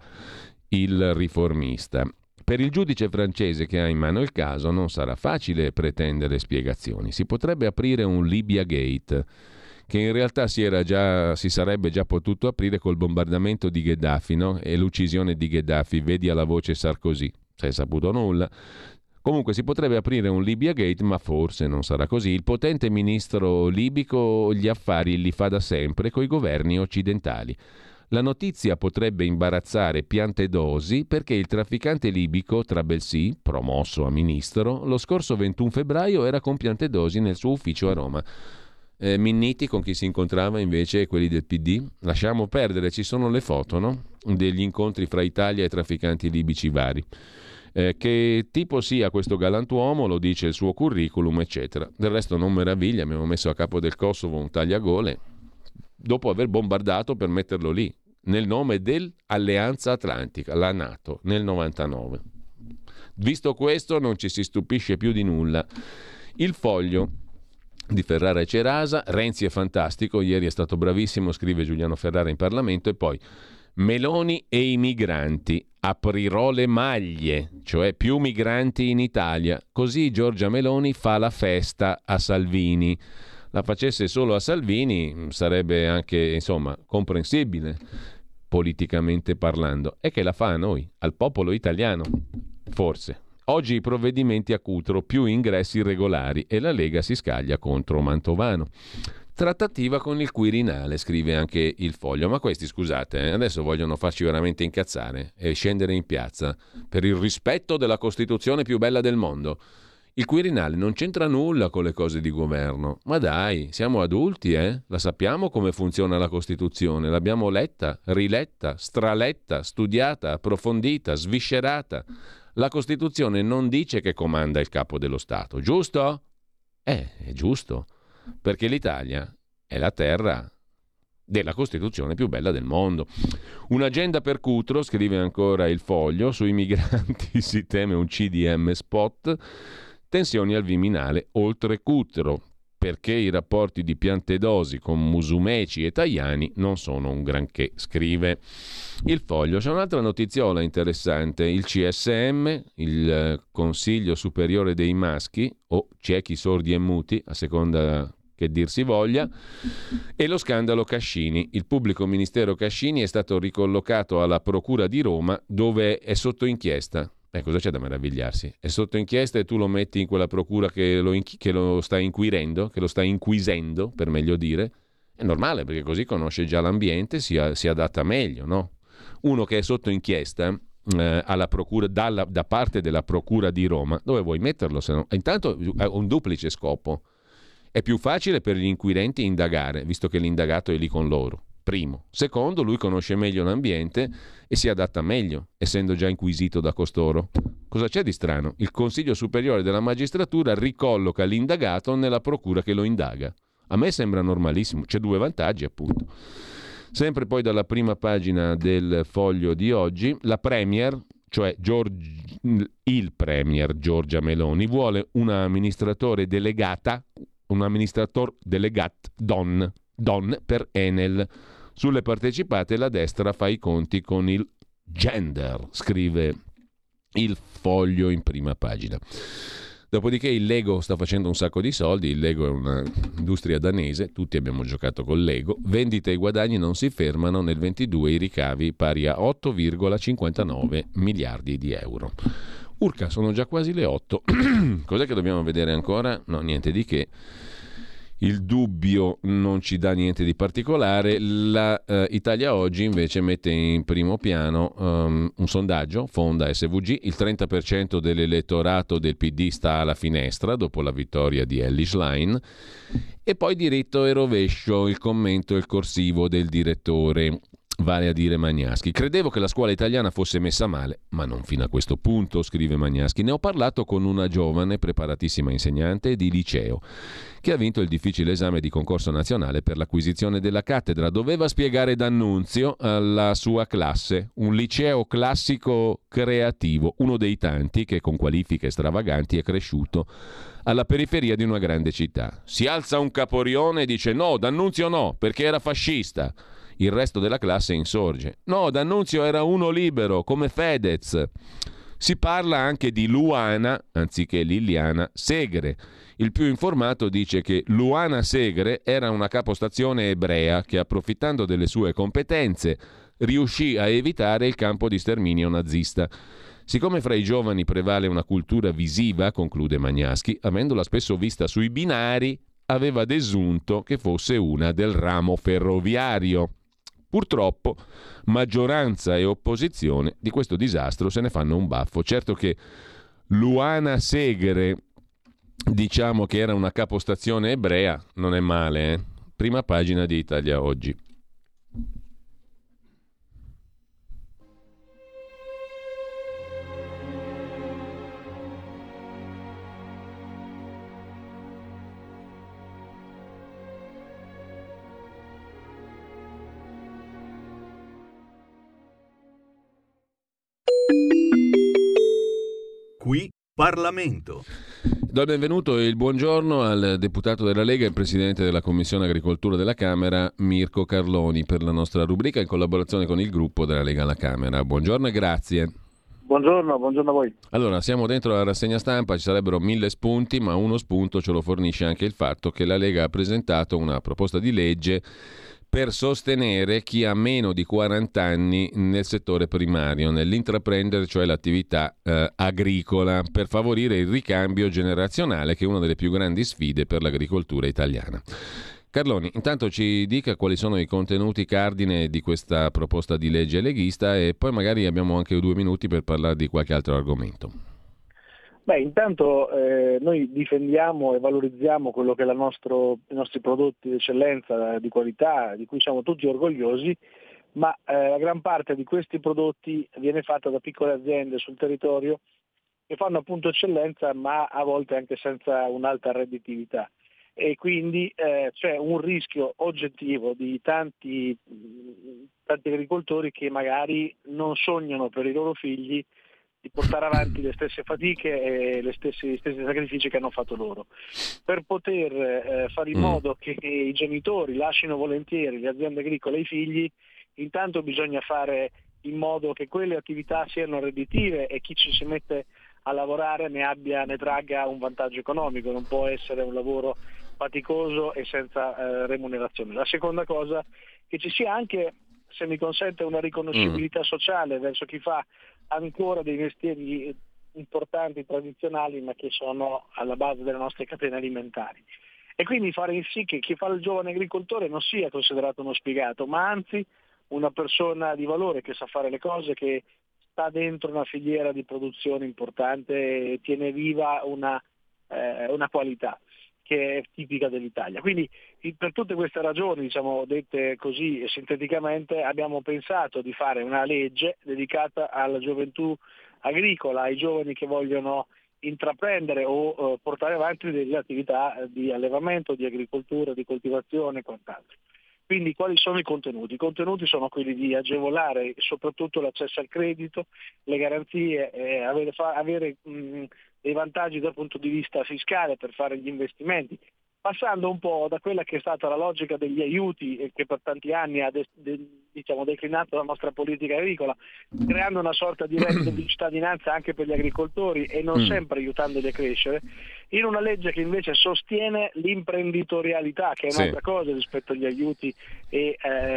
Speaker 2: il Riformista. Per il giudice francese che ha in mano il caso non sarà facile pretendere spiegazioni. Si potrebbe aprire un Libya Gate, che in realtà si sarebbe già potuto aprire col bombardamento di Gheddafi, no? E l'uccisione di Gheddafi, vedi alla voce Sarkozy, si è saputo nulla. Comunque si potrebbe aprire un Libya Gate, ma forse non sarà così. Il potente ministro libico gli affari li fa da sempre coi governi occidentali. La notizia potrebbe imbarazzare Piantedosi perché il trafficante libico Trabelsi, promosso a ministro, lo scorso 21 febbraio era con Piantedosi nel suo ufficio a Roma. Minniti con chi si incontrava invece quelli del PD? Lasciamo perdere, ci sono le foto, no? Degli incontri fra Italia e trafficanti libici vari. Che tipo sia questo galantuomo lo dice il suo curriculum, eccetera. Del resto non meraviglia, abbiamo messo a capo del Kosovo un tagliagole dopo aver bombardato per metterlo lì nel nome dell'Alleanza Atlantica, la NATO, nel 99. Visto questo non ci si stupisce più di nulla. Il Foglio di Ferrara e Cerasa: Renzi è fantastico, ieri è stato bravissimo, scrive Giuliano Ferrara in Parlamento. E poi Meloni e i migranti, aprirò le maglie, cioè più migranti in Italia, così Giorgia Meloni fa la festa a Salvini. La facesse solo a Salvini sarebbe anche, insomma, comprensibile politicamente parlando. È che la fa a noi, al popolo italiano, forse. Oggi i provvedimenti a Cutro, più ingressi irregolari, e la Lega si scaglia contro Mantovano. Trattativa con il Quirinale, scrive anche il Foglio. Ma questi, scusate, adesso vogliono farci veramente incazzare e scendere in piazza per il rispetto della Costituzione più bella del mondo. Il Quirinale non c'entra nulla con le cose di governo. Ma dai, siamo adulti, eh? La sappiamo come funziona la Costituzione. L'abbiamo letta, riletta, straletta, studiata, approfondita, sviscerata. La Costituzione non dice che comanda il capo dello Stato, giusto? È giusto, perché l'Italia è la terra della Costituzione più bella del mondo. Un'agenda per Cutro, scrive ancora il Foglio, sui migranti si teme un CDM spot, tensioni al Viminale oltre Cutro, perché i rapporti di Piantedosi con Musumeci e Tajani non sono un granché, scrive il Foglio. C'è un'altra notiziola interessante: il CSM, il Consiglio Superiore dei Maschi, o ciechi, sordi e muti, a seconda che dir si voglia, e lo scandalo Cascini. Il pubblico ministero Cascini è stato ricollocato alla Procura di Roma, dove è sotto inchiesta. Cosa c'è da meravigliarsi? È sotto inchiesta e tu lo metti in quella procura che lo sta inquirendo, che lo sta inquisendo, per meglio dire. È normale, perché così conosce già l'ambiente, si adatta meglio, no? Uno che è sotto inchiesta alla procura, da parte della Procura di Roma, dove vuoi metterlo? Se no? Intanto ha un duplice scopo. È più facile per gli inquirenti indagare, visto che l'indagato è lì con loro. Primo. Secondo, lui conosce meglio l'ambiente e si adatta meglio, essendo già inquisito da costoro. Cosa c'è di strano? Il Consiglio Superiore della Magistratura ricolloca l'indagato nella procura che lo indaga. A me sembra normalissimo, c'è due vantaggi appunto. Sempre poi dalla prima pagina del Foglio di oggi, la Premier, cioè il Premier Giorgia Meloni, vuole un amministrator delegat Don per Enel. Sulle partecipate la destra fa i conti con il gender, scrive il Foglio in prima pagina. Dopodiché il Lego sta facendo un sacco di soldi. Il Lego è un'industria danese, tutti abbiamo giocato col Lego. Vendite e guadagni non si fermano, nel 22 i ricavi pari a 8,59 miliardi di euro. Urca, sono già quasi le 8. Cos'è che dobbiamo vedere ancora? No, niente di che. Il dubbio non ci dà niente di particolare. La Italia Oggi invece mette in primo piano un sondaggio, Fonda SVG, il 30% dell'elettorato del PD sta alla finestra dopo la vittoria di Elly Schlein, e poi diritto e rovescio, il commento e il corsivo del direttore, vale a dire Magnaschi. Credevo che la scuola italiana fosse messa male, ma non fino a questo punto, scrive Magnaschi. Ne ho parlato con una giovane, preparatissima insegnante di liceo, che ha vinto il difficile esame di concorso nazionale per l'acquisizione della cattedra. Doveva spiegare D'Annunzio alla sua classe, un liceo classico creativo, uno dei tanti che con qualifiche stravaganti è cresciuto alla periferia di una grande città. Si alza un caporione e dice: no, D'Annunzio no, perché era fascista. Il resto della classe insorge: no, D'Annunzio era uno libero, come Fedez. Si parla anche di Luana, anziché Liliana, Segre. Il più informato dice che Luana Segre era una capostazione ebrea che, approfittando delle sue competenze, riuscì a evitare il campo di sterminio nazista. Siccome fra i giovani prevale una cultura visiva, conclude Magnaschi, avendola spesso vista sui binari, aveva desunto che fosse una del ramo ferroviario. Purtroppo, maggioranza e opposizione di questo disastro se ne fanno un baffo. Certo che Luana Segre diciamo che era una capostazione ebrea, non è male, eh? Prima pagina di Italia Oggi.
Speaker 7: Qui Parlamento.
Speaker 2: Do il benvenuto e il buongiorno al deputato della Lega e presidente della Commissione Agricoltura della Camera, Mirko Carloni, per la nostra rubrica in collaborazione con il gruppo della Lega alla Camera. Buongiorno e grazie.
Speaker 10: Buongiorno a voi.
Speaker 2: Allora, siamo dentro la rassegna stampa, ci sarebbero 1000 spunti, ma uno spunto ce lo fornisce anche il fatto che la Lega ha presentato una proposta di legge per sostenere chi ha meno di 40 anni nel settore primario, nell'intraprendere, cioè l'attività agricola, per favorire il ricambio generazionale, che è una delle più grandi sfide per l'agricoltura italiana. Carloni, intanto ci dica quali sono i contenuti cardine di questa proposta di legge leghista e poi magari abbiamo anche 2 minuti per parlare di qualche altro argomento.
Speaker 10: Intanto noi difendiamo e valorizziamo quello che è i nostri prodotti di eccellenza, di qualità, di cui siamo tutti orgogliosi, ma la gran parte di questi prodotti viene fatta da piccole aziende sul territorio che fanno appunto eccellenza, ma a volte anche senza un'alta redditività. E quindi c'è un rischio oggettivo di tanti agricoltori che magari non sognano per i loro figli di portare avanti le stesse fatiche e gli stessi sacrifici che hanno fatto loro. Per poter fare in modo che i genitori lasciano volentieri le aziende agricole ai figli, intanto bisogna fare in modo che quelle attività siano redditive e chi ci si mette a lavorare ne tragga un vantaggio economico, non può essere un lavoro faticoso e senza remunerazione. La seconda cosa, che ci sia anche, se mi consente, una riconoscibilità sociale verso chi fa ancora dei mestieri importanti, tradizionali, ma che sono alla base delle nostre catene alimentari. E quindi fare in sì che chi fa il giovane agricoltore non sia considerato uno sfigato, ma anzi una persona di valore che sa fare le cose, che sta dentro una filiera di produzione importante e tiene viva una qualità che è tipica dell'Italia. Quindi per tutte queste ragioni, diciamo, dette così sinteticamente, abbiamo pensato di fare una legge dedicata alla gioventù agricola, ai giovani che vogliono intraprendere o portare avanti delle attività di allevamento, di agricoltura, di coltivazione e quant'altro. Quindi quali sono i contenuti? I contenuti sono quelli di agevolare soprattutto l'accesso al credito, le garanzie, avere dei vantaggi dal punto di vista fiscale per fare gli investimenti, passando un po' da quella che è stata la logica degli aiuti che per tanti anni ha declinato la nostra politica agricola, creando una sorta di reddito di cittadinanza anche per gli agricoltori e non sempre aiutandoli a crescere, in una legge che invece sostiene l'imprenditorialità, che è un'altra cosa rispetto agli aiuti e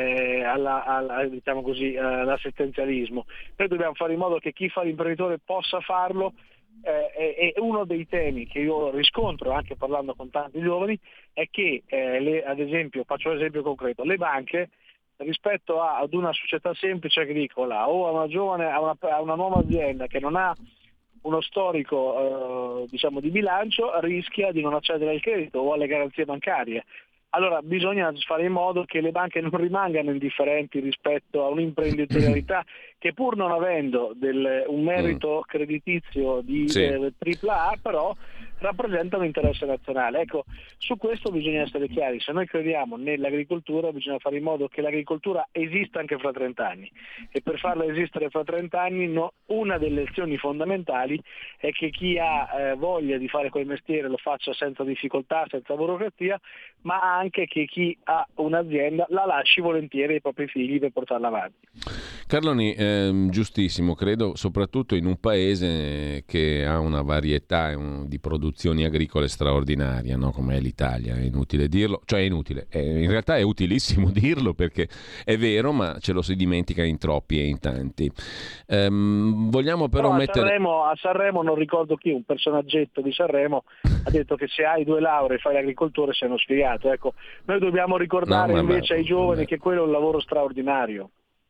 Speaker 10: all'assistenzialismo. Noi dobbiamo fare in modo che chi fa l'imprenditore possa farlo. È uno dei temi che io riscontro anche parlando con tanti giovani, è che ad esempio, faccio un esempio concreto, le banche rispetto ad una società semplice agricola o a una nuova azienda che non ha uno storico di bilancio, rischia di non accedere al credito o alle garanzie bancarie. Allora bisogna fare in modo che le banche non rimangano indifferenti rispetto a un'imprenditorialità che, pur non avendo un merito creditizio di AAA, però rappresenta un interesse nazionale. Ecco, su questo bisogna essere chiari. Se noi crediamo nell'agricoltura, bisogna fare in modo che l'agricoltura esista anche fra 30 anni. E per farla esistere fra 30 anni, una delle lezioni fondamentali è che chi ha voglia di fare quel mestiere lo faccia senza difficoltà, senza burocrazia, ma anche che chi ha un'azienda la lasci volentieri ai propri figli per portarla avanti.
Speaker 2: Carloni, giustissimo, credo, soprattutto in un paese che ha una varietà di produzioni agricole straordinaria, no? Come è l'Italia. È inutile dirlo, cioè è inutile, in realtà è utilissimo dirlo perché è vero, ma ce lo si dimentica in troppi e in tanti. Vogliamo però mettere...
Speaker 10: A Sanremo non ricordo chi, un personaggetto di Sanremo ha detto che se hai 2 lauree e fai l'agricoltore sei uno sfigato. Ecco, noi dobbiamo ricordare invece ai giovani che quello è un lavoro straordinario.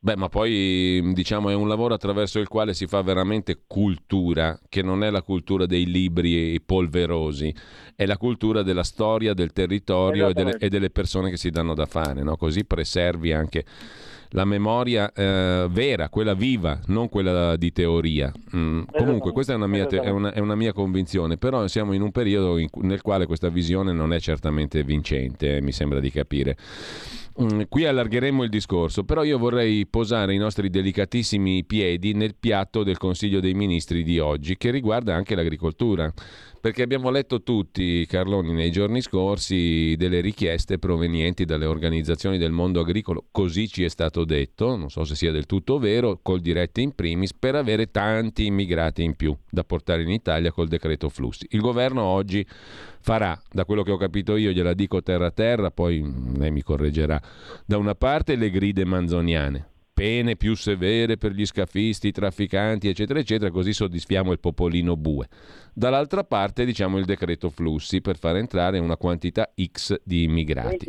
Speaker 2: Beh, ma poi diciamo è un lavoro attraverso il quale si fa veramente cultura, che non è la cultura dei libri polverosi, è la cultura della storia, del territorio e delle persone che si danno da fare, no? Così preservi anche la memoria vera, quella viva, non quella di teoria. Comunque questa è una mia convinzione, però siamo in un periodo nel quale questa visione non è certamente vincente, mi sembra di capire. Qui allargheremo il discorso, però io vorrei posare i nostri delicatissimi piedi nel piatto del Consiglio dei Ministri di oggi, che riguarda anche l'agricoltura, perché abbiamo letto tutti, Carloni, nei giorni scorsi delle richieste provenienti dalle organizzazioni del mondo agricolo, così ci è stato detto, non so se sia del tutto vero, Coldiretti in primis, per avere tanti immigrati in più da portare in Italia col decreto flussi. Il governo oggi farà, da quello che ho capito io, gliela dico terra a terra, poi lei mi correggerà, da una parte le gride manzoniane, pene più severe per gli scafisti, i trafficanti, eccetera, eccetera, così soddisfiamo il popolino bue. Dall'altra parte, diciamo, il decreto flussi per far entrare una quantità X di immigrati.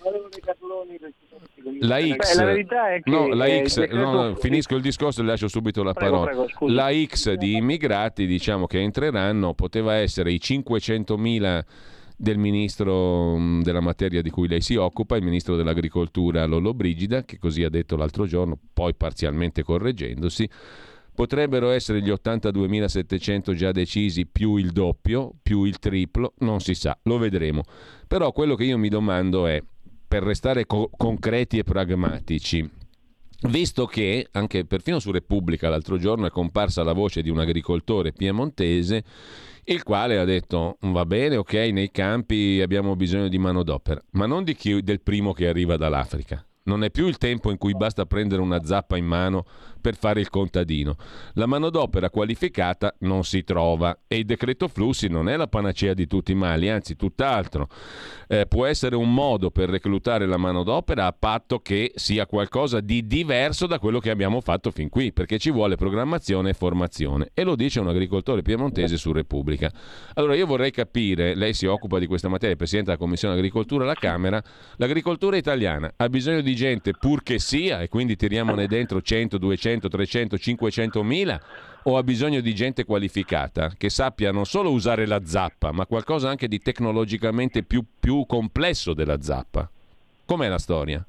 Speaker 2: La X,
Speaker 10: la verità è che
Speaker 2: no, la X, finisco il discorso e lascio subito la parola.
Speaker 10: Prego,
Speaker 2: la X di immigrati, diciamo, che entreranno, poteva essere i 500.000 del ministro della materia di cui lei si occupa, il ministro dell'agricoltura Lollobrigida, che così ha detto l'altro giorno, poi parzialmente correggendosi. Potrebbero essere gli 82.700 già decisi più il doppio, più il triplo, non si sa, lo vedremo. Però quello che io mi domando è, per restare concreti e pragmatici, visto che anche perfino su Repubblica l'altro giorno è comparsa la voce di un agricoltore piemontese, il quale ha detto va bene, ok, nei campi abbiamo bisogno di manodopera, ma non del primo che arriva dall'Africa. Non è più il tempo in cui basta prendere una zappa in mano per fare il contadino. La manodopera qualificata non si trova e il decreto flussi non è la panacea di tutti i mali, anzi tutt'altro. Può essere un modo per reclutare la manodopera a patto che sia qualcosa di diverso da quello che abbiamo fatto fin qui, perché ci vuole programmazione e formazione, e lo dice un agricoltore piemontese su Repubblica. Allora io vorrei capire, lei si occupa di questa materia, Presidente della Commissione Agricoltura alla Camera, l'agricoltura italiana ha bisogno di gente pur che sia, e quindi tiriamone dentro 100, 200, 300, 500 mila, o ha bisogno di gente qualificata che sappia non solo usare la zappa, ma qualcosa anche di tecnologicamente più complesso della zappa? Com'è la storia?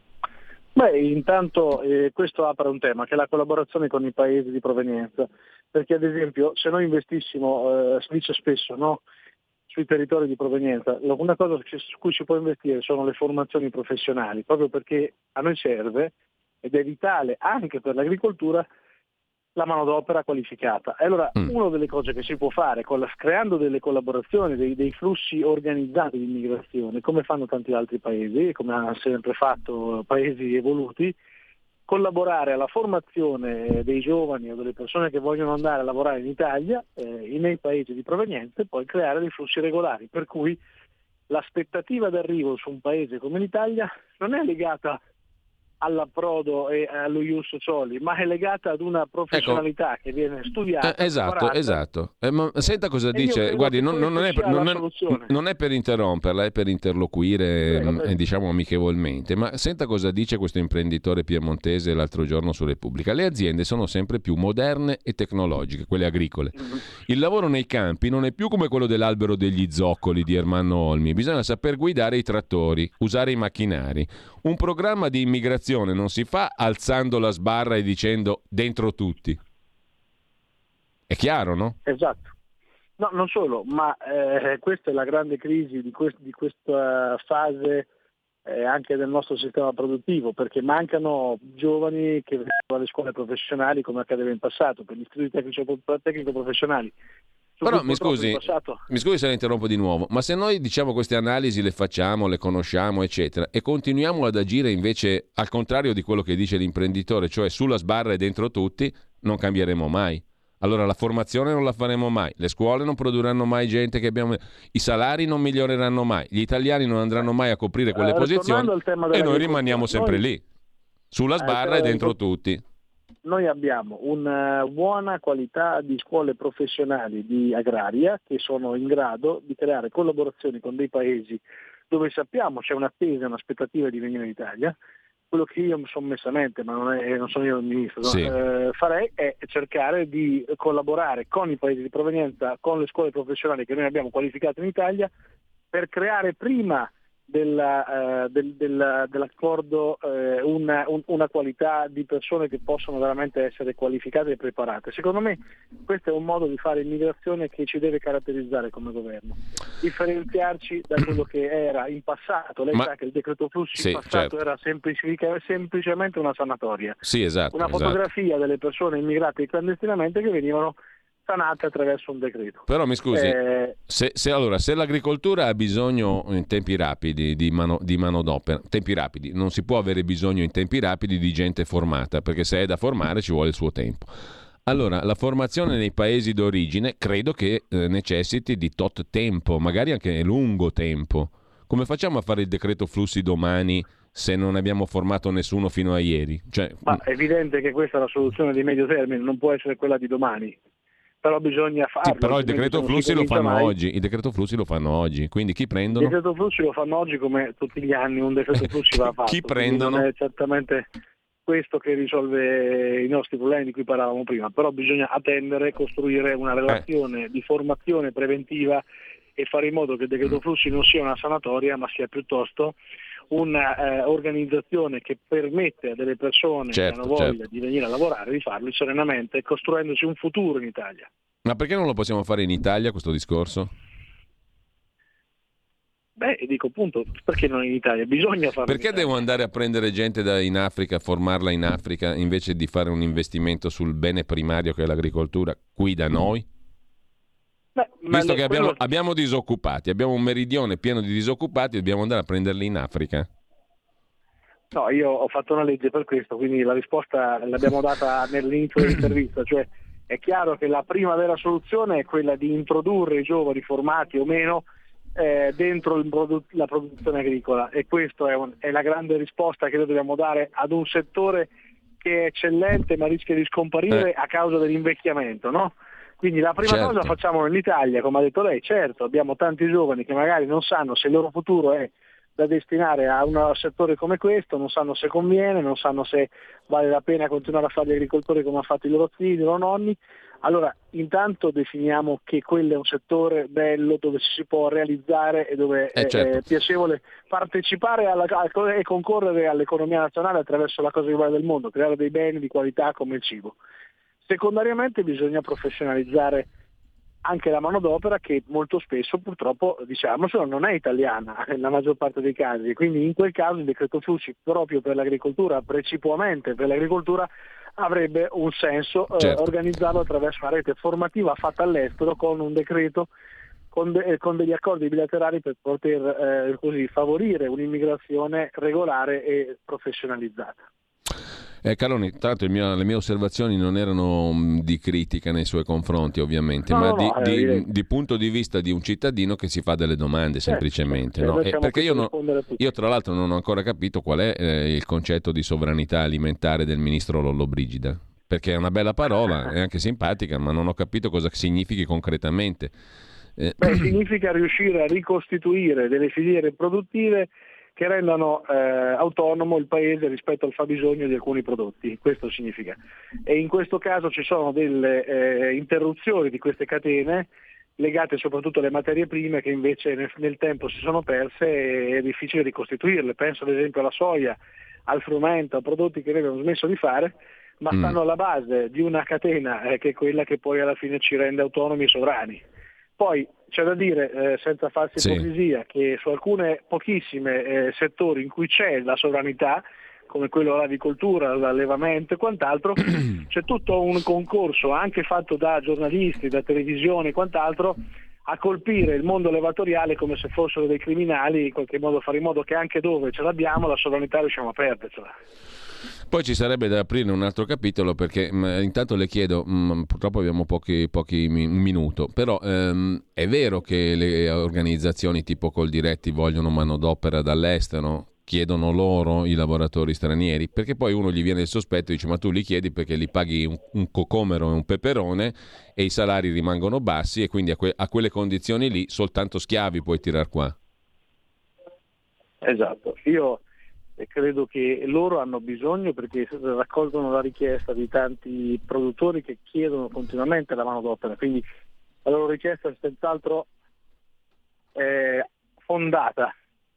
Speaker 10: Beh, intanto questo apre un tema che è la collaborazione con i paesi di provenienza, perché ad esempio se noi investissimo, si dice spesso, no? Sui territori di provenienza, una cosa su cui si può investire sono le formazioni professionali, proprio perché a noi serve, ed è vitale anche per l'agricoltura, la manodopera qualificata. E allora una delle cose che si può fare creando delle collaborazioni, dei flussi organizzati di immigrazione, come fanno tanti altri paesi, come hanno sempre fatto paesi evoluti, collaborare alla formazione dei giovani o delle persone che vogliono andare a lavorare in Italia, nei paesi di provenienza, e poi creare dei flussi regolari, per cui l'aspettativa d'arrivo su un paese come l'Italia non è legata all'approdo e allo ius soli, ma è legata ad una professionalità che viene studiata.
Speaker 2: Esatto. Ma senta cosa dice, guardi, non è per interromperla, è per interloquire diciamo amichevolmente, ma senta cosa dice questo imprenditore piemontese l'altro giorno su Repubblica. Le aziende sono sempre più moderne e tecnologiche, quelle agricole. Il lavoro nei campi non è più come quello dell'albero degli zoccoli di Ermanno Olmi, bisogna saper guidare i trattori, usare i macchinari. Un programma di immigrazione non si fa alzando la sbarra e dicendo dentro tutti. È chiaro, no?
Speaker 10: Esatto. No, non solo, ma questa è la grande crisi di questa fase anche del nostro sistema produttivo, perché mancano giovani che vengono dalle scuole professionali come accadeva in passato, per gli istituti tecnico-professionali.
Speaker 2: Però mi scusi se la interrompo di nuovo, ma se noi diciamo queste analisi le facciamo, le conosciamo, eccetera, e continuiamo ad agire invece al contrario di quello che dice l'imprenditore, cioè sulla sbarra e dentro tutti, non cambieremo mai. Allora la formazione non la faremo mai, le scuole non produrranno mai gente che abbiamo, i salari non miglioreranno mai, gli italiani non andranno mai a coprire quelle posizioni e noi rimaniamo sempre lì, sulla sbarra e dentro tutti.
Speaker 10: Noi abbiamo una buona qualità di scuole professionali di agraria che sono in grado di creare collaborazioni con dei paesi dove sappiamo c'è un'attesa, un'aspettativa di venire in Italia, quello che io sommessamente, ma non sono io il ministro,
Speaker 2: sì,
Speaker 10: farei è cercare di collaborare con i paesi di provenienza, con le scuole professionali che noi abbiamo qualificato in Italia, per creare prima dell'accordo una qualità di persone che possono veramente essere qualificate e preparate. Secondo me questo è un modo di fare immigrazione che ci deve caratterizzare come governo, differenziarci da quello che era in passato. Lei sa che il decreto flussi in passato era semplicemente una sanatoria,
Speaker 2: sì, esatto,
Speaker 10: una fotografia delle persone immigrate clandestinamente che venivano sanate attraverso un decreto.
Speaker 2: Però mi scusi, se l'agricoltura ha bisogno in tempi rapidi di manodopera, tempi rapidi, non si può avere bisogno in tempi rapidi di gente formata, perché se è da formare ci vuole il suo tempo. Allora, la formazione nei paesi d'origine credo che necessiti di tot tempo, magari anche lungo tempo. Come facciamo a fare il decreto flussi domani se non abbiamo formato nessuno fino a ieri?
Speaker 10: Ma è evidente che questa è la soluzione di medio termine, non può essere quella di domani. Però bisogna farlo.
Speaker 2: Sì, però il decreto flussi lo fanno oggi. Il decreto flussi lo fanno oggi. Quindi chi prendono?
Speaker 10: Il decreto flussi lo fanno oggi come tutti gli anni. Un decreto flussi va fatto.
Speaker 2: Chi prendono?
Speaker 10: Non è certamente questo che risolve i nostri problemi di cui parlavamo prima. Però bisogna attendere, costruire una relazione di formazione preventiva e fare in modo che il decreto flussi non sia una sanatoria, ma sia piuttosto una organizzazione che permette a delle persone che hanno voglia di venire a lavorare, di farlo serenamente, costruendosi un futuro in Italia.
Speaker 2: Ma perché non lo possiamo fare in Italia questo discorso?
Speaker 10: Dico appunto, perché non in Italia? Bisogna farlo.
Speaker 2: Perché devo andare a prendere gente in Africa, formarla in Africa, invece di fare un investimento sul bene primario che è l'agricoltura qui da noi? Visto che abbiamo disoccupati, abbiamo un meridione pieno di disoccupati, dobbiamo andare a prenderli in Africa?
Speaker 10: No, io ho fatto una legge per questo, quindi la risposta l'abbiamo data nell'inizio dell'intervista, cioè è chiaro che la prima vera soluzione è quella di introdurre i giovani formati o meno dentro la produzione agricola, e questa è la grande risposta che noi dobbiamo dare ad un settore che è eccellente ma rischia di scomparire a causa dell'invecchiamento, no? Quindi la prima cosa la facciamo nell'Italia, come ha detto lei. Certo, abbiamo tanti giovani che magari non sanno se il loro futuro è da destinare a un settore come questo, non sanno se conviene, non sanno se vale la pena continuare a fare gli agricoltori come hanno fatto i loro zii, i loro nonni. Allora, intanto definiamo che quello è un settore bello dove si può realizzare e dove è piacevole partecipare e concorrere all'economia nazionale attraverso la cosa che vale del mondo, creare dei beni di qualità come il cibo. Secondariamente bisogna professionalizzare anche la manodopera, che molto spesso purtroppo, diciamocelo, non è italiana nella maggior parte dei casi, quindi in quel caso il decreto flussi proprio per l'agricoltura, precipuamente per l'agricoltura, avrebbe un senso organizzarlo attraverso una rete formativa fatta all'estero con un decreto, con degli accordi bilaterali per poter così favorire un'immigrazione regolare e professionalizzata.
Speaker 2: Caroni, tra l'altro le mie osservazioni non erano di critica nei suoi confronti ovviamente, di punto di vista di un cittadino che si fa delle domande semplicemente. No? Perché io tra l'altro non ho ancora capito qual è il concetto di sovranità alimentare del ministro Lollobrigida, perché è una bella parola, è anche simpatica, ma non ho capito cosa significhi concretamente.
Speaker 10: Significa riuscire a ricostituire delle filiere produttive che rendano autonomo il paese rispetto al fabbisogno di alcuni prodotti, questo significa. E in questo caso ci sono delle interruzioni di queste catene legate soprattutto alle materie prime che invece nel tempo si sono perse e è difficile ricostituirle. Penso ad esempio alla soia, al frumento, a prodotti che noi abbiamo smesso di fare, ma stanno alla base di una catena che è quella che poi alla fine ci rende autonomi e sovrani. Poi c'è da dire, senza falsa ipocrisia, che su alcune pochissime settori in cui c'è la sovranità, come quello dell'agricoltura, l'allevamento e quant'altro, c'è tutto un concorso anche fatto da giornalisti, da televisione e quant'altro, a colpire il mondo allevatoriale come se fossero dei criminali, in qualche modo fare in modo che anche dove ce l'abbiamo la sovranità riusciamo a perdercela.
Speaker 2: Poi ci sarebbe da aprire un altro capitolo, perché intanto le chiedo, purtroppo abbiamo un minuto, però è vero che le organizzazioni tipo Coldiretti vogliono manodopera dall'estero, chiedono loro i lavoratori stranieri, perché poi uno gli viene il sospetto e dice: ma tu li chiedi perché li paghi un cocomero e un peperone e i salari rimangono bassi, e quindi a quelle condizioni lì soltanto schiavi puoi tirar qua.
Speaker 10: Esatto, io e credo che loro hanno bisogno, perché raccolgono la richiesta di tanti produttori che chiedono continuamente la manodopera, quindi la loro richiesta è senz'altro fondata.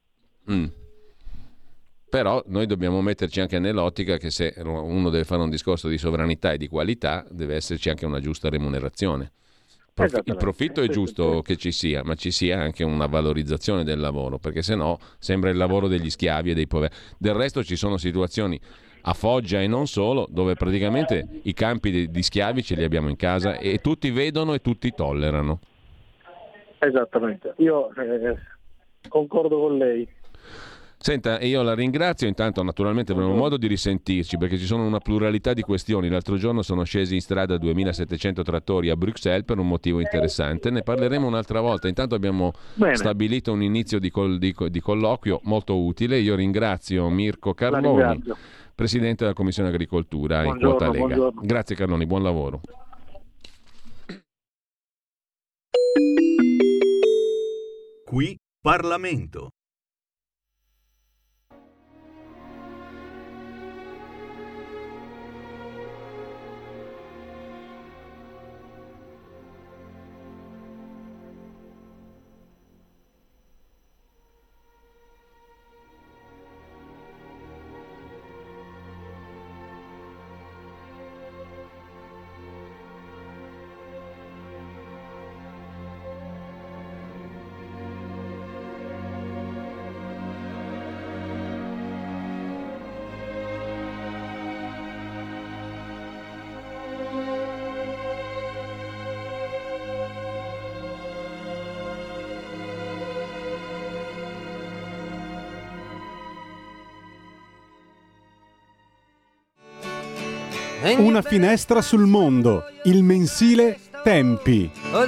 Speaker 2: Però noi dobbiamo metterci anche nell'ottica che se uno deve fare un discorso di sovranità e di qualità, deve esserci anche una giusta remunerazione. Il profitto è giusto che ci sia, ma ci sia anche una valorizzazione del lavoro, perché sennò sembra il lavoro degli schiavi e dei poveri. Del resto ci sono situazioni a Foggia e non solo, dove praticamente i campi di schiavi ce li abbiamo in casa e tutti vedono e tutti tollerano.
Speaker 10: Esattamente, io concordo con lei.
Speaker 2: Senta, io la ringrazio, intanto naturalmente avremo modo di risentirci perché ci sono una pluralità di questioni. L'altro giorno sono scesi in strada 2700 trattori a Bruxelles per un motivo interessante, ne parleremo un'altra volta. Intanto abbiamo stabilito un inizio di colloquio molto utile. Io ringrazio Mirko Carloni, Presidente della Commissione Agricoltura in Quota Lega. Buongiorno. Grazie Carloni, buon lavoro.
Speaker 7: Qui Parlamento.
Speaker 1: Una finestra sul mondo, il mensile Tempi.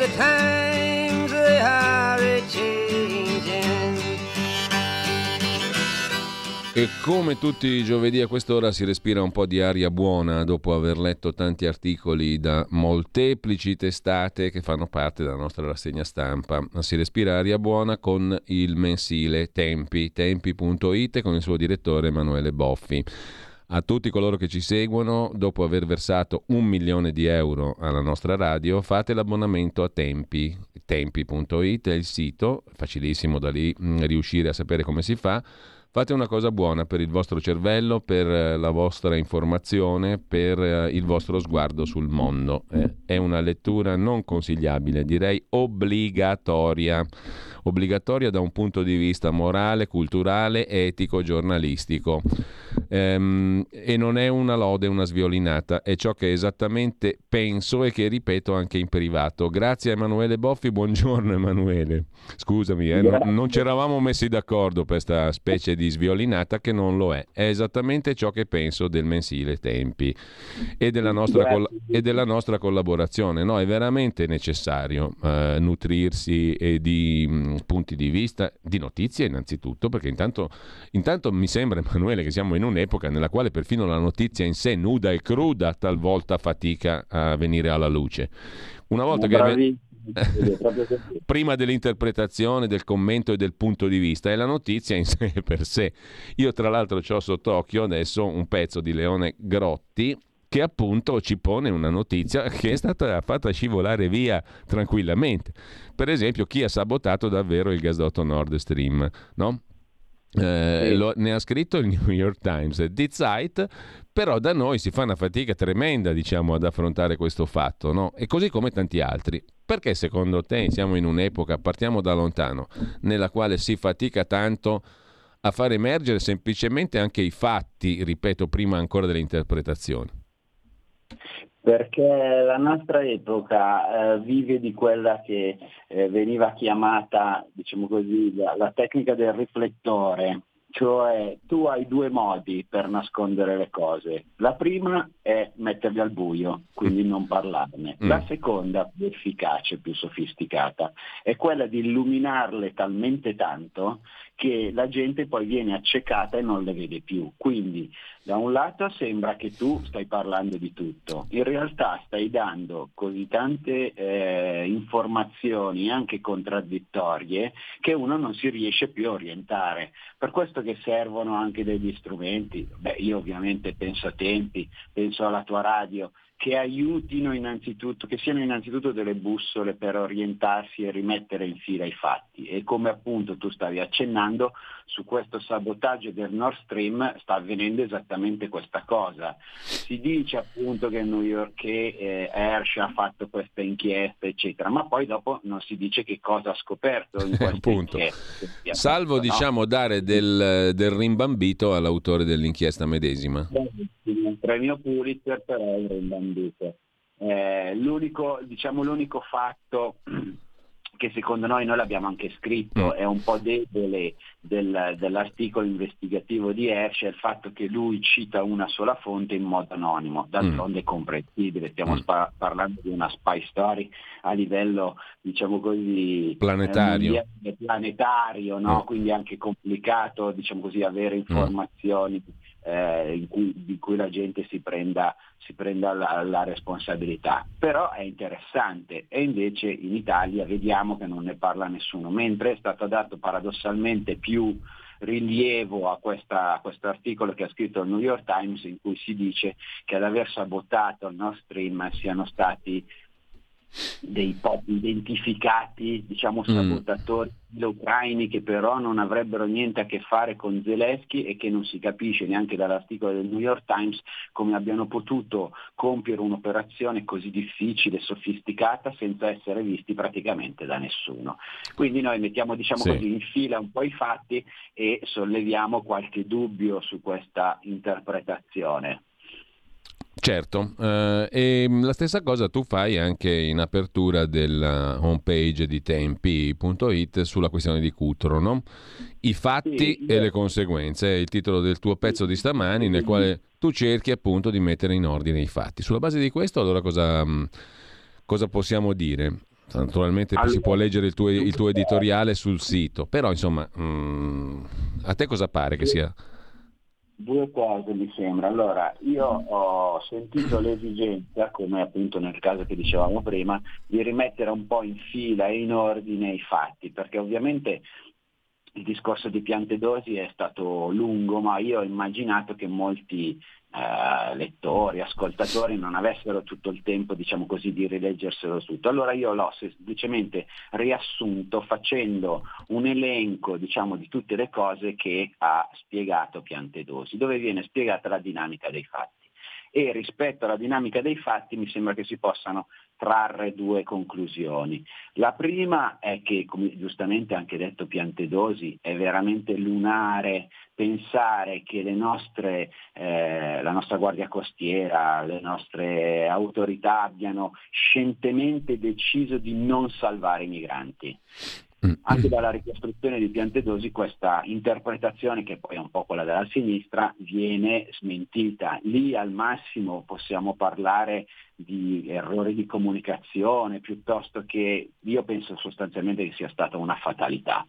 Speaker 2: E come tutti i giovedì a quest'ora si respira un po' di aria buona dopo aver letto tanti articoli da molteplici testate che fanno parte della nostra rassegna stampa. Si respira aria buona con il mensile Tempi, tempi.it, con il suo direttore Emanuele Boffi. A tutti coloro che ci seguono, dopo aver versato 1 milione di euro alla nostra radio, fate l'abbonamento a Tempi. Tempi.it è il sito, facilissimo da lì riuscire a sapere come si fa. Fate una cosa buona per il vostro cervello, per la vostra informazione, per il vostro sguardo sul mondo. È una lettura non consigliabile, direi obbligatoria. Obbligatoria da un punto di vista morale, culturale, etico, giornalistico. E non è una lode, una sviolinata, è ciò che esattamente penso e che ripeto anche in privato. Grazie a Emanuele Boffi, buongiorno Emanuele. Scusami, non ci eravamo messi d'accordo per questa specie di sviolinata che non lo è. È esattamente ciò che penso del mensile Tempi e della nostra collaborazione. No, è veramente necessario nutrirsi di punti di vista, di notizie innanzitutto, perché intanto mi sembra, Emanuele, che siamo in un'epoca nella quale perfino la notizia in sé, nuda e cruda, talvolta fatica a venire alla luce. Una volta che prima dell'interpretazione, del commento e del punto di vista è la notizia in sé per sé. Io tra l'altro c'ho sott'occhio adesso un pezzo di Leone Grotti che appunto ci pone una notizia che è stata fatta scivolare via tranquillamente. Per esempio, chi ha sabotato davvero il gasdotto Nord Stream, no? Ne ha scritto il New York Times, Die Zeit, però da noi si fa una fatica tremenda, diciamo, ad affrontare questo fatto, no? E così come tanti altri. Perché secondo te siamo in un'epoca, partiamo da lontano, nella quale si fatica tanto a far emergere semplicemente anche i fatti, ripeto, prima ancora delle interpretazioni?
Speaker 11: Perché la nostra epoca vive di quella che veniva chiamata, diciamo così, la tecnica del riflettore, cioè tu hai 2 modi per nascondere le cose. La prima è metterle al buio, quindi non parlarne. La seconda, più efficace, più sofisticata, è quella di illuminarle talmente tanto che la gente poi viene accecata e non le vede più. Quindi da un lato sembra che tu stai parlando di tutto, in realtà stai dando così tante informazioni anche contraddittorie che uno non si riesce più a orientare. Per questo che servono anche degli strumenti, io ovviamente penso a Tempi, penso alla tua radio, che aiutino innanzitutto, che siano innanzitutto delle bussole per orientarsi e rimettere in fila i fatti. E come appunto tu stavi accennando, su questo sabotaggio del Nord Stream sta avvenendo esattamente questa cosa. Si dice appunto che Hershey ha fatto questa inchiesta, eccetera, ma poi dopo non si dice che cosa ha scoperto in questa inchiesta.
Speaker 2: Salvo, diciamo, dare del rimbambito all'autore dell'inchiesta medesima.
Speaker 11: Il premio Pulitzer però è il rimbambito. L'unico fatto che secondo noi l'abbiamo anche scritto, è un po' debole dell'articolo investigativo di Hershey, è il fatto che lui cita una sola fonte in modo anonimo, d'altronde è comprensibile, stiamo parlando di una spy story a livello, diciamo così,
Speaker 2: planetario,
Speaker 11: no? Quindi è anche complicato, diciamo così, avere informazioni di cui la gente si prenda la responsabilità. Però è interessante, e invece in Italia vediamo che non ne parla nessuno, mentre è stato dato paradossalmente più rilievo a questo articolo che ha scritto il New York Times, in cui si dice che ad aver sabotato il Nord Stream siano stati dei pochi identificati, diciamo, sabotatori ucraini, che però non avrebbero niente a che fare con Zelensky, e che non si capisce neanche dall'articolo del New York Times come abbiano potuto compiere un'operazione così difficile e sofisticata senza essere visti praticamente da nessuno. Quindi noi mettiamo, così, in fila un po' i fatti e solleviamo qualche dubbio su questa interpretazione.
Speaker 2: Certo, e la stessa cosa tu fai anche in apertura della homepage di Tempi.it sulla questione di Cutro, no? I fatti e le conseguenze è il titolo del tuo pezzo di stamani, nel quale tu cerchi appunto di mettere in ordine i fatti. Sulla base di questo, allora cosa possiamo dire? Naturalmente si può leggere il tuo editoriale sul sito, però insomma, a te cosa pare che sia?
Speaker 11: Due cose mi sembra. Allora, io ho sentito l'esigenza, come appunto nel caso che dicevamo prima, di rimettere un po' in fila e in ordine i fatti, perché ovviamente il discorso di Piantedosi è stato lungo, ma io ho immaginato che molti lettori, ascoltatori non avessero tutto il tempo, diciamo così, di rileggerselo tutto. Allora io l'ho semplicemente riassunto facendo un elenco, diciamo, di tutte le cose che ha spiegato Piantedosi, dove viene spiegata la dinamica dei fatti. E rispetto alla dinamica dei fatti mi sembra che si possano trarre due conclusioni. La prima è che, come giustamente ha anche detto Piantedosi, è veramente lunare pensare che la nostra Guardia Costiera, le nostre autorità abbiano scientemente deciso di non salvare i migranti. Anche dalla ricostruzione di Piantedosi questa interpretazione, che poi è un po' quella della sinistra, viene smentita. Lì al massimo possiamo parlare di errori di comunicazione, piuttosto che, io penso sostanzialmente che sia stata una fatalità.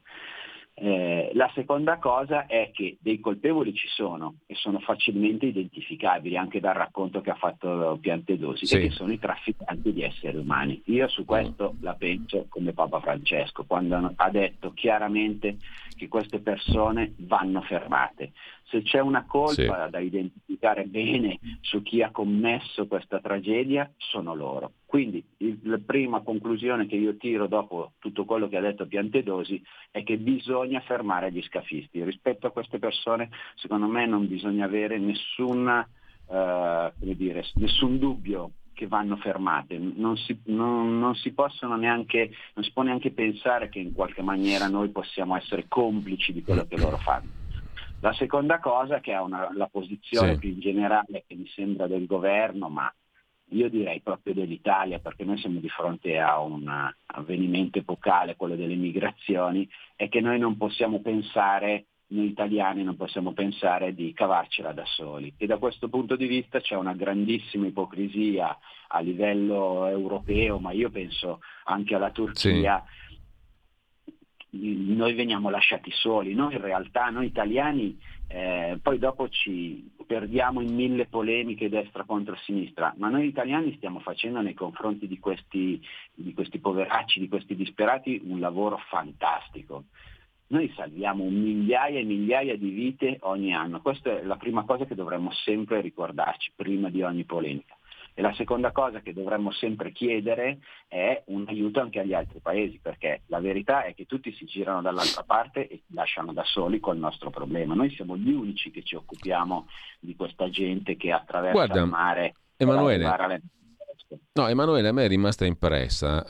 Speaker 11: La seconda cosa è che dei colpevoli ci sono e sono facilmente identificabili anche dal racconto che ha fatto Piantedosi, e che sono i trafficanti di esseri umani. Io su questo la penso come Papa Francesco, quando ha detto chiaramente che queste persone vanno fermate. Se c'è una colpa da identificare bene su chi ha commesso questa tragedia, sono loro. Quindi la prima conclusione che io tiro dopo tutto quello che ha detto Piantedosi è che bisogna fermare gli scafisti. Rispetto a queste persone, secondo me, non bisogna avere nessun dubbio che vanno fermate. Non si può neanche pensare che in qualche maniera noi possiamo essere complici di quello che loro fanno. La seconda cosa, che è la posizione più in generale che mi sembra del governo, ma io direi proprio dell'Italia, perché noi siamo di fronte a un avvenimento epocale, quello delle migrazioni, è che noi italiani non possiamo pensare di cavarcela da soli, e da questo punto di vista c'è una grandissima ipocrisia a livello europeo, ma io penso anche alla Turchia, noi veniamo lasciati soli. Noi in realtà, noi italiani, poi dopo ci perdiamo in 1000 polemiche destra contro sinistra, ma noi italiani stiamo facendo nei confronti di questi poveracci, di questi disperati, un lavoro fantastico. Noi salviamo migliaia e migliaia di vite ogni anno. Questa è la prima cosa che dovremmo sempre ricordarci prima di ogni polemica. E la seconda cosa che dovremmo sempre chiedere è un aiuto anche agli altri paesi, perché la verità è che tutti si girano dall'altra parte e ci lasciano da soli col nostro problema. Noi siamo gli unici che ci occupiamo di questa gente che attraversa il mare.
Speaker 2: Emanuele, Emanuele, a me è rimasta impressa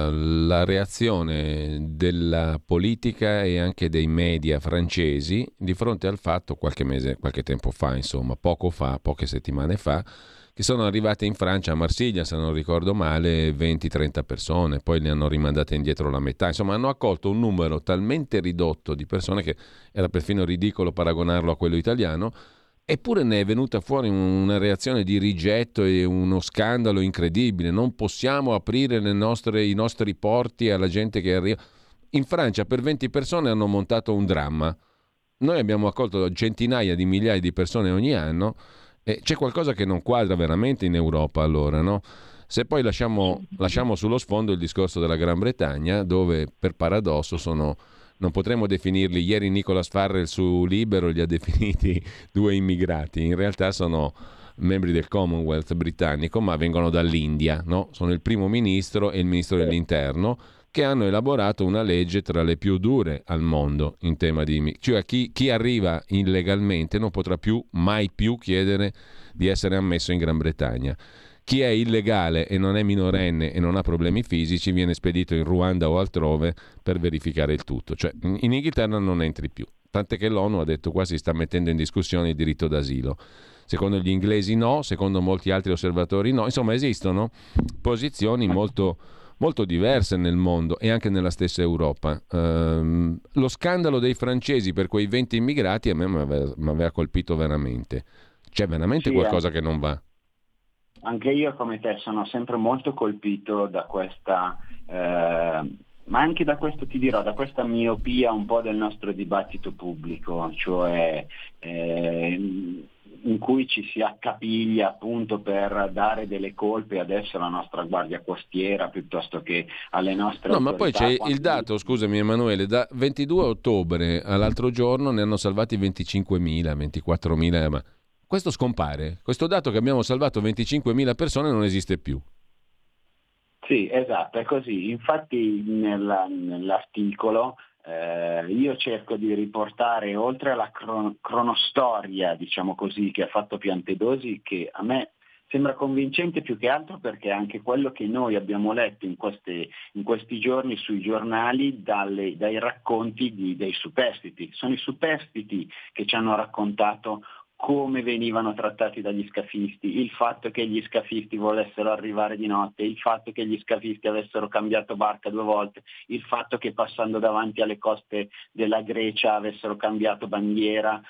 Speaker 2: la reazione della politica e anche dei media francesi di fronte al fatto, qualche tempo fa, insomma, poche settimane fa, che sono arrivate in Francia, a Marsiglia, se non ricordo male, 20-30 persone, poi ne hanno rimandate indietro la metà. Insomma, hanno accolto un numero talmente ridotto di persone che era perfino ridicolo paragonarlo a quello italiano. Eppure ne è venuta fuori una reazione di rigetto e uno scandalo incredibile. Non possiamo aprire i nostri porti alla gente che arriva. In Francia per 20 persone hanno montato un dramma. Noi abbiamo accolto centinaia di migliaia di persone ogni anno e c'è qualcosa che non quadra veramente in Europa allora, no? Se poi lasciamo sullo sfondo il discorso della Gran Bretagna, dove per paradosso non potremmo definirli, ieri Nicolas Farrell su Libero li ha definiti 2 immigrati, in realtà sono membri del Commonwealth britannico, ma vengono dall'India, no? Sono il primo ministro e il ministro dell'interno che hanno elaborato una legge tra le più dure al mondo in tema di cioè chi arriva illegalmente non potrà mai più chiedere di essere ammesso in Gran Bretagna. Chi è illegale e non è minorenne e non ha problemi fisici viene spedito in Ruanda o altrove per verificare il tutto. Cioè in Inghilterra non entri più. Tant'è che l'ONU ha detto qua si sta mettendo in discussione il diritto d'asilo. Secondo gli inglesi no, secondo molti altri osservatori no. Insomma esistono posizioni molto, molto diverse nel mondo e anche nella stessa Europa. Lo scandalo dei francesi per quei 20 immigrati a me mi aveva colpito veramente. C'è veramente qualcosa che non va.
Speaker 11: Anche io come te sono sempre molto colpito da questa, ma anche da questo ti dirò, da questa miopia un po' del nostro dibattito pubblico, cioè in cui ci si accapiglia appunto per dare delle colpe adesso alla nostra guardia costiera piuttosto che alle nostre autorità.
Speaker 2: Ma poi c'è il dato, scusami Emanuele, da 22 ottobre all'altro giorno ne hanno salvati 25.000, 24.000, ma questo scompare, questo dato che abbiamo salvato 25.000 persone non esiste più.
Speaker 11: Sì, esatto, è così. Infatti nell'articolo io cerco di riportare, oltre alla cronostoria, diciamo così, che ha fatto Piantedosi, che a me sembra convincente più che altro perché anche quello che noi abbiamo letto in questi giorni sui giornali dai racconti dei superstiti. Sono i superstiti che ci hanno raccontato come venivano trattati dagli scafisti, il fatto che gli scafisti volessero arrivare di notte, il fatto che gli scafisti avessero cambiato barca 2 volte, il fatto che passando davanti alle coste della Grecia avessero cambiato bandiera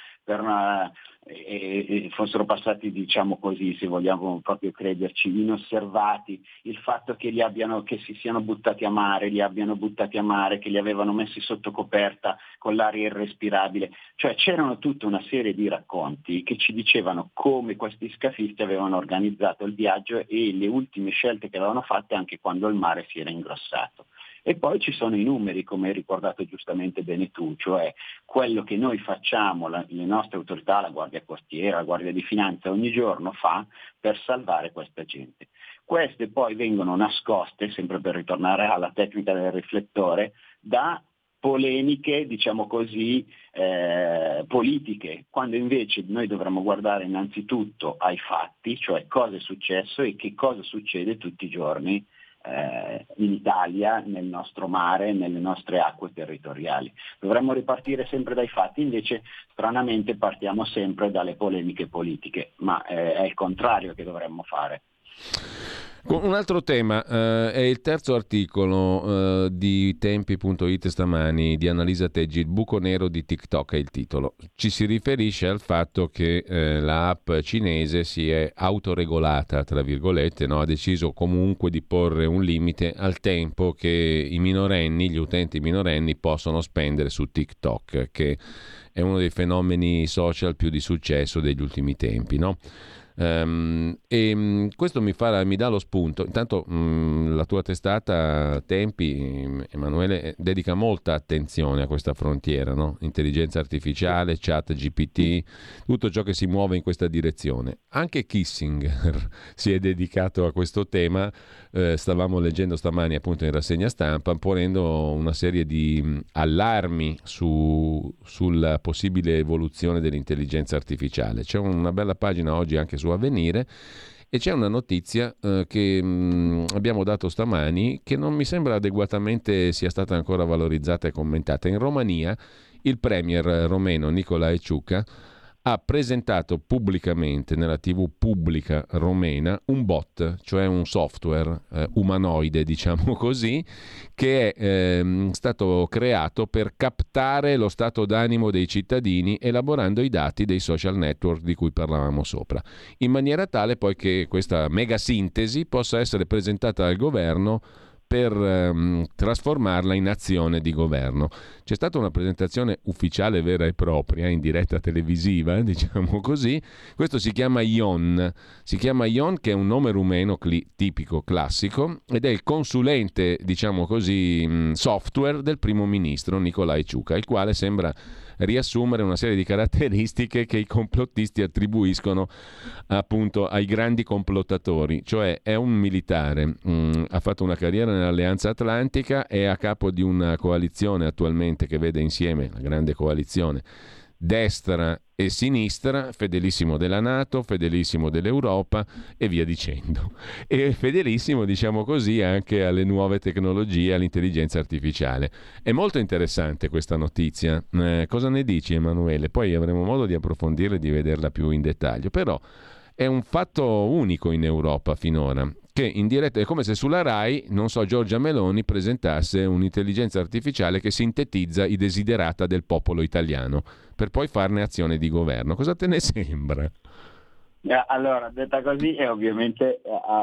Speaker 11: e fossero passati, diciamo così, se vogliamo proprio crederci, inosservati, il fatto che si siano buttati a mare, che li avevano messi sotto coperta con l'aria irrespirabile. Cioè c'erano tutta una serie di racconti che ci dicevano come questi scafisti avevano organizzato il viaggio e le ultime scelte che avevano fatte anche quando il mare si era ingrossato. E poi ci sono i numeri, come hai ricordato giustamente bene tu, cioè quello che noi facciamo, le nostre autorità, la Guardia Costiera, la Guardia di Finanza ogni giorno fa per salvare questa gente. Queste poi vengono nascoste, sempre per ritornare alla tecnica del riflettore, da polemiche, diciamo così, politiche, quando invece noi dovremmo guardare innanzitutto ai fatti, cioè cosa è successo e che cosa succede tutti i giorni in Italia, nel nostro mare, nelle nostre acque territoriali. Dovremmo ripartire sempre dai fatti, invece stranamente partiamo sempre dalle polemiche politiche, ma è il contrario che dovremmo fare.
Speaker 2: Un altro tema è il terzo articolo di Tempi.it stamani di Annalisa Teggi, il buco nero di TikTok è il titolo. Ci si riferisce al fatto che l'app cinese si è autoregolata, tra virgolette, no? Ha deciso comunque di porre un limite al tempo che i minorenni, gli utenti minorenni possono spendere su TikTok, che è uno dei fenomeni social più di successo degli ultimi tempi, no? Questo mi dà lo spunto. Intanto la tua testata Tempi, Emanuele, dedica molta attenzione a questa frontiera, no? Intelligenza artificiale, chat GPT, tutto ciò che si muove in questa direzione. Anche Kissinger si è dedicato a questo tema, stavamo leggendo stamani appunto in rassegna stampa, ponendo una serie di allarmi sulla possibile evoluzione dell'intelligenza artificiale. C'è una bella pagina oggi anche su Avvenire e c'è una notizia che abbiamo dato stamani che non mi sembra adeguatamente sia stata ancora valorizzata e commentata. In Romania il premier romeno Nicolae Ciucă ha presentato pubblicamente nella TV pubblica romena un bot, cioè un software umanoide, diciamo così, che è stato creato per captare lo stato d'animo dei cittadini elaborando i dati dei social network di cui parlavamo sopra, in maniera tale poi che questa mega sintesi possa essere presentata al governo per trasformarla in azione di governo. C'è stata una presentazione ufficiale vera e propria, in diretta televisiva, diciamo così. Questo si chiama Ion, che è un nome rumeno tipico, classico, ed è il consulente, diciamo così, software del primo ministro Nicolae Ciucă, il quale sembra riassumere una serie di caratteristiche che i complottisti attribuiscono appunto ai grandi complottatori, cioè è un militare, ha fatto una carriera nell'Alleanza Atlantica, è a capo di una coalizione attualmente che vede insieme la grande coalizione destra e sinistra, fedelissimo della NATO, fedelissimo dell'Europa e via dicendo, e fedelissimo, diciamo così, anche alle nuove tecnologie, all'intelligenza artificiale. È molto interessante questa notizia. Cosa ne dici, Emanuele? Poi avremo modo di approfondire e di vederla più in dettaglio, però è un fatto unico in Europa finora, che in diretta è come se sulla Rai, non so, Giorgia Meloni presentasse un'intelligenza artificiale che sintetizza i desiderata del popolo italiano per poi farne azione di governo. Cosa te ne sembra?
Speaker 11: Allora, detta così, è ovviamente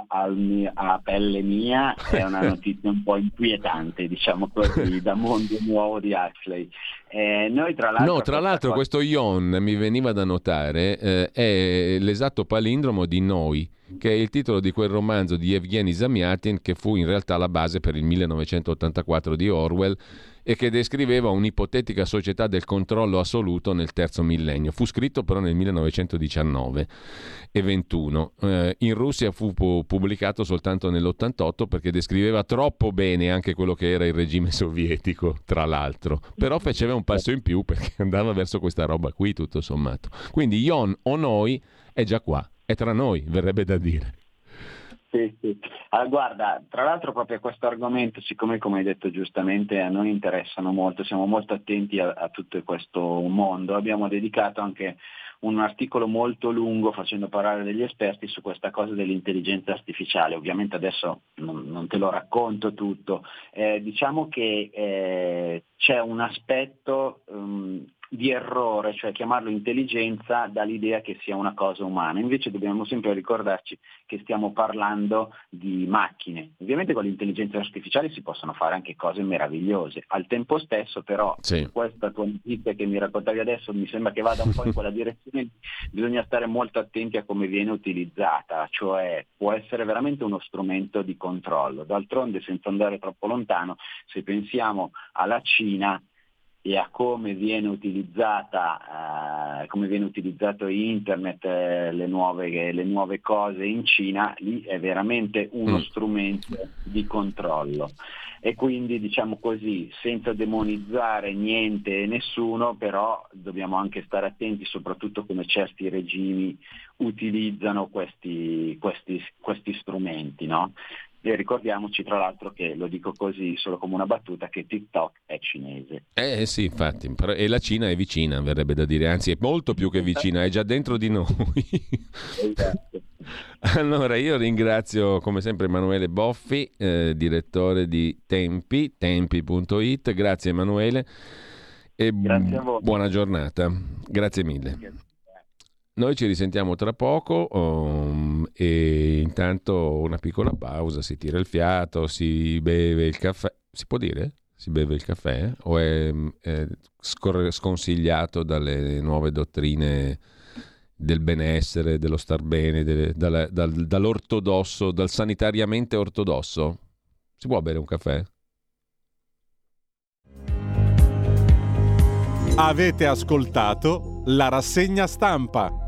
Speaker 11: a pelle mia è una notizia un po' inquietante, diciamo così, da mondo nuovo di Huxley. Noi tra l'altro
Speaker 2: questo Ion, mi veniva da notare, è l'esatto palindromo di Noi, che è il titolo di quel romanzo di Evgeny Zamyatin che fu in realtà la base per il 1984 di Orwell e che descriveva un'ipotetica società del controllo assoluto nel terzo millennio. Fu scritto però nel 1919 e 21. In Russia fu pubblicato soltanto nell'88 perché descriveva troppo bene anche quello che era il regime sovietico, tra l'altro. Però faceva un passo in più perché andava verso questa roba qui, tutto sommato. Quindi Ion o Noi è già qua, è tra noi, verrebbe da dire.
Speaker 11: Sì. Allora, guarda, tra l'altro proprio a questo argomento, siccome come hai detto giustamente a noi interessano molto, siamo molto attenti a tutto questo mondo, abbiamo dedicato anche un articolo molto lungo facendo parlare degli esperti su questa cosa dell'intelligenza artificiale. Ovviamente adesso non te lo racconto tutto, diciamo che c'è un aspetto di errore, cioè chiamarlo intelligenza dà l'idea che sia una cosa umana, invece dobbiamo sempre ricordarci che stiamo parlando di macchine. Ovviamente con l'intelligenza artificiale si possono fare anche cose meravigliose, al tempo stesso però
Speaker 2: sì.
Speaker 11: Questa tua notizia che mi raccontavi adesso mi sembra che vada un po' in quella direzione, bisogna stare molto attenti a come viene utilizzata, cioè può essere veramente uno strumento di controllo. D'altronde, senza andare troppo lontano, se pensiamo alla Cina e a come viene utilizzato internet, le nuove cose in Cina, lì è veramente uno strumento di controllo. E quindi, diciamo così, senza demonizzare niente e nessuno, però dobbiamo anche stare attenti soprattutto come certi regimi utilizzano questi strumenti, no? E ricordiamoci tra l'altro che, lo dico così solo come una battuta, che TikTok è cinese.
Speaker 2: Sì, infatti, e la Cina è vicina, verrebbe da dire, anzi è molto più che vicina, è già dentro di noi.
Speaker 11: Esatto.
Speaker 2: Allora, io ringrazio come sempre Emanuele Boffi, direttore di tempi.it. Grazie Emanuele e
Speaker 11: Grazie a voi.
Speaker 2: Buona giornata. Grazie mille. Noi ci risentiamo tra poco e intanto una piccola pausa, si tira il fiato, si beve il caffè. Si può dire? Si beve il caffè? O è sconsigliato dalle nuove dottrine del benessere, dello star bene, dall'ortodosso, dal sanitariamente ortodosso? Si può bere un caffè?
Speaker 1: Avete ascoltato la rassegna stampa.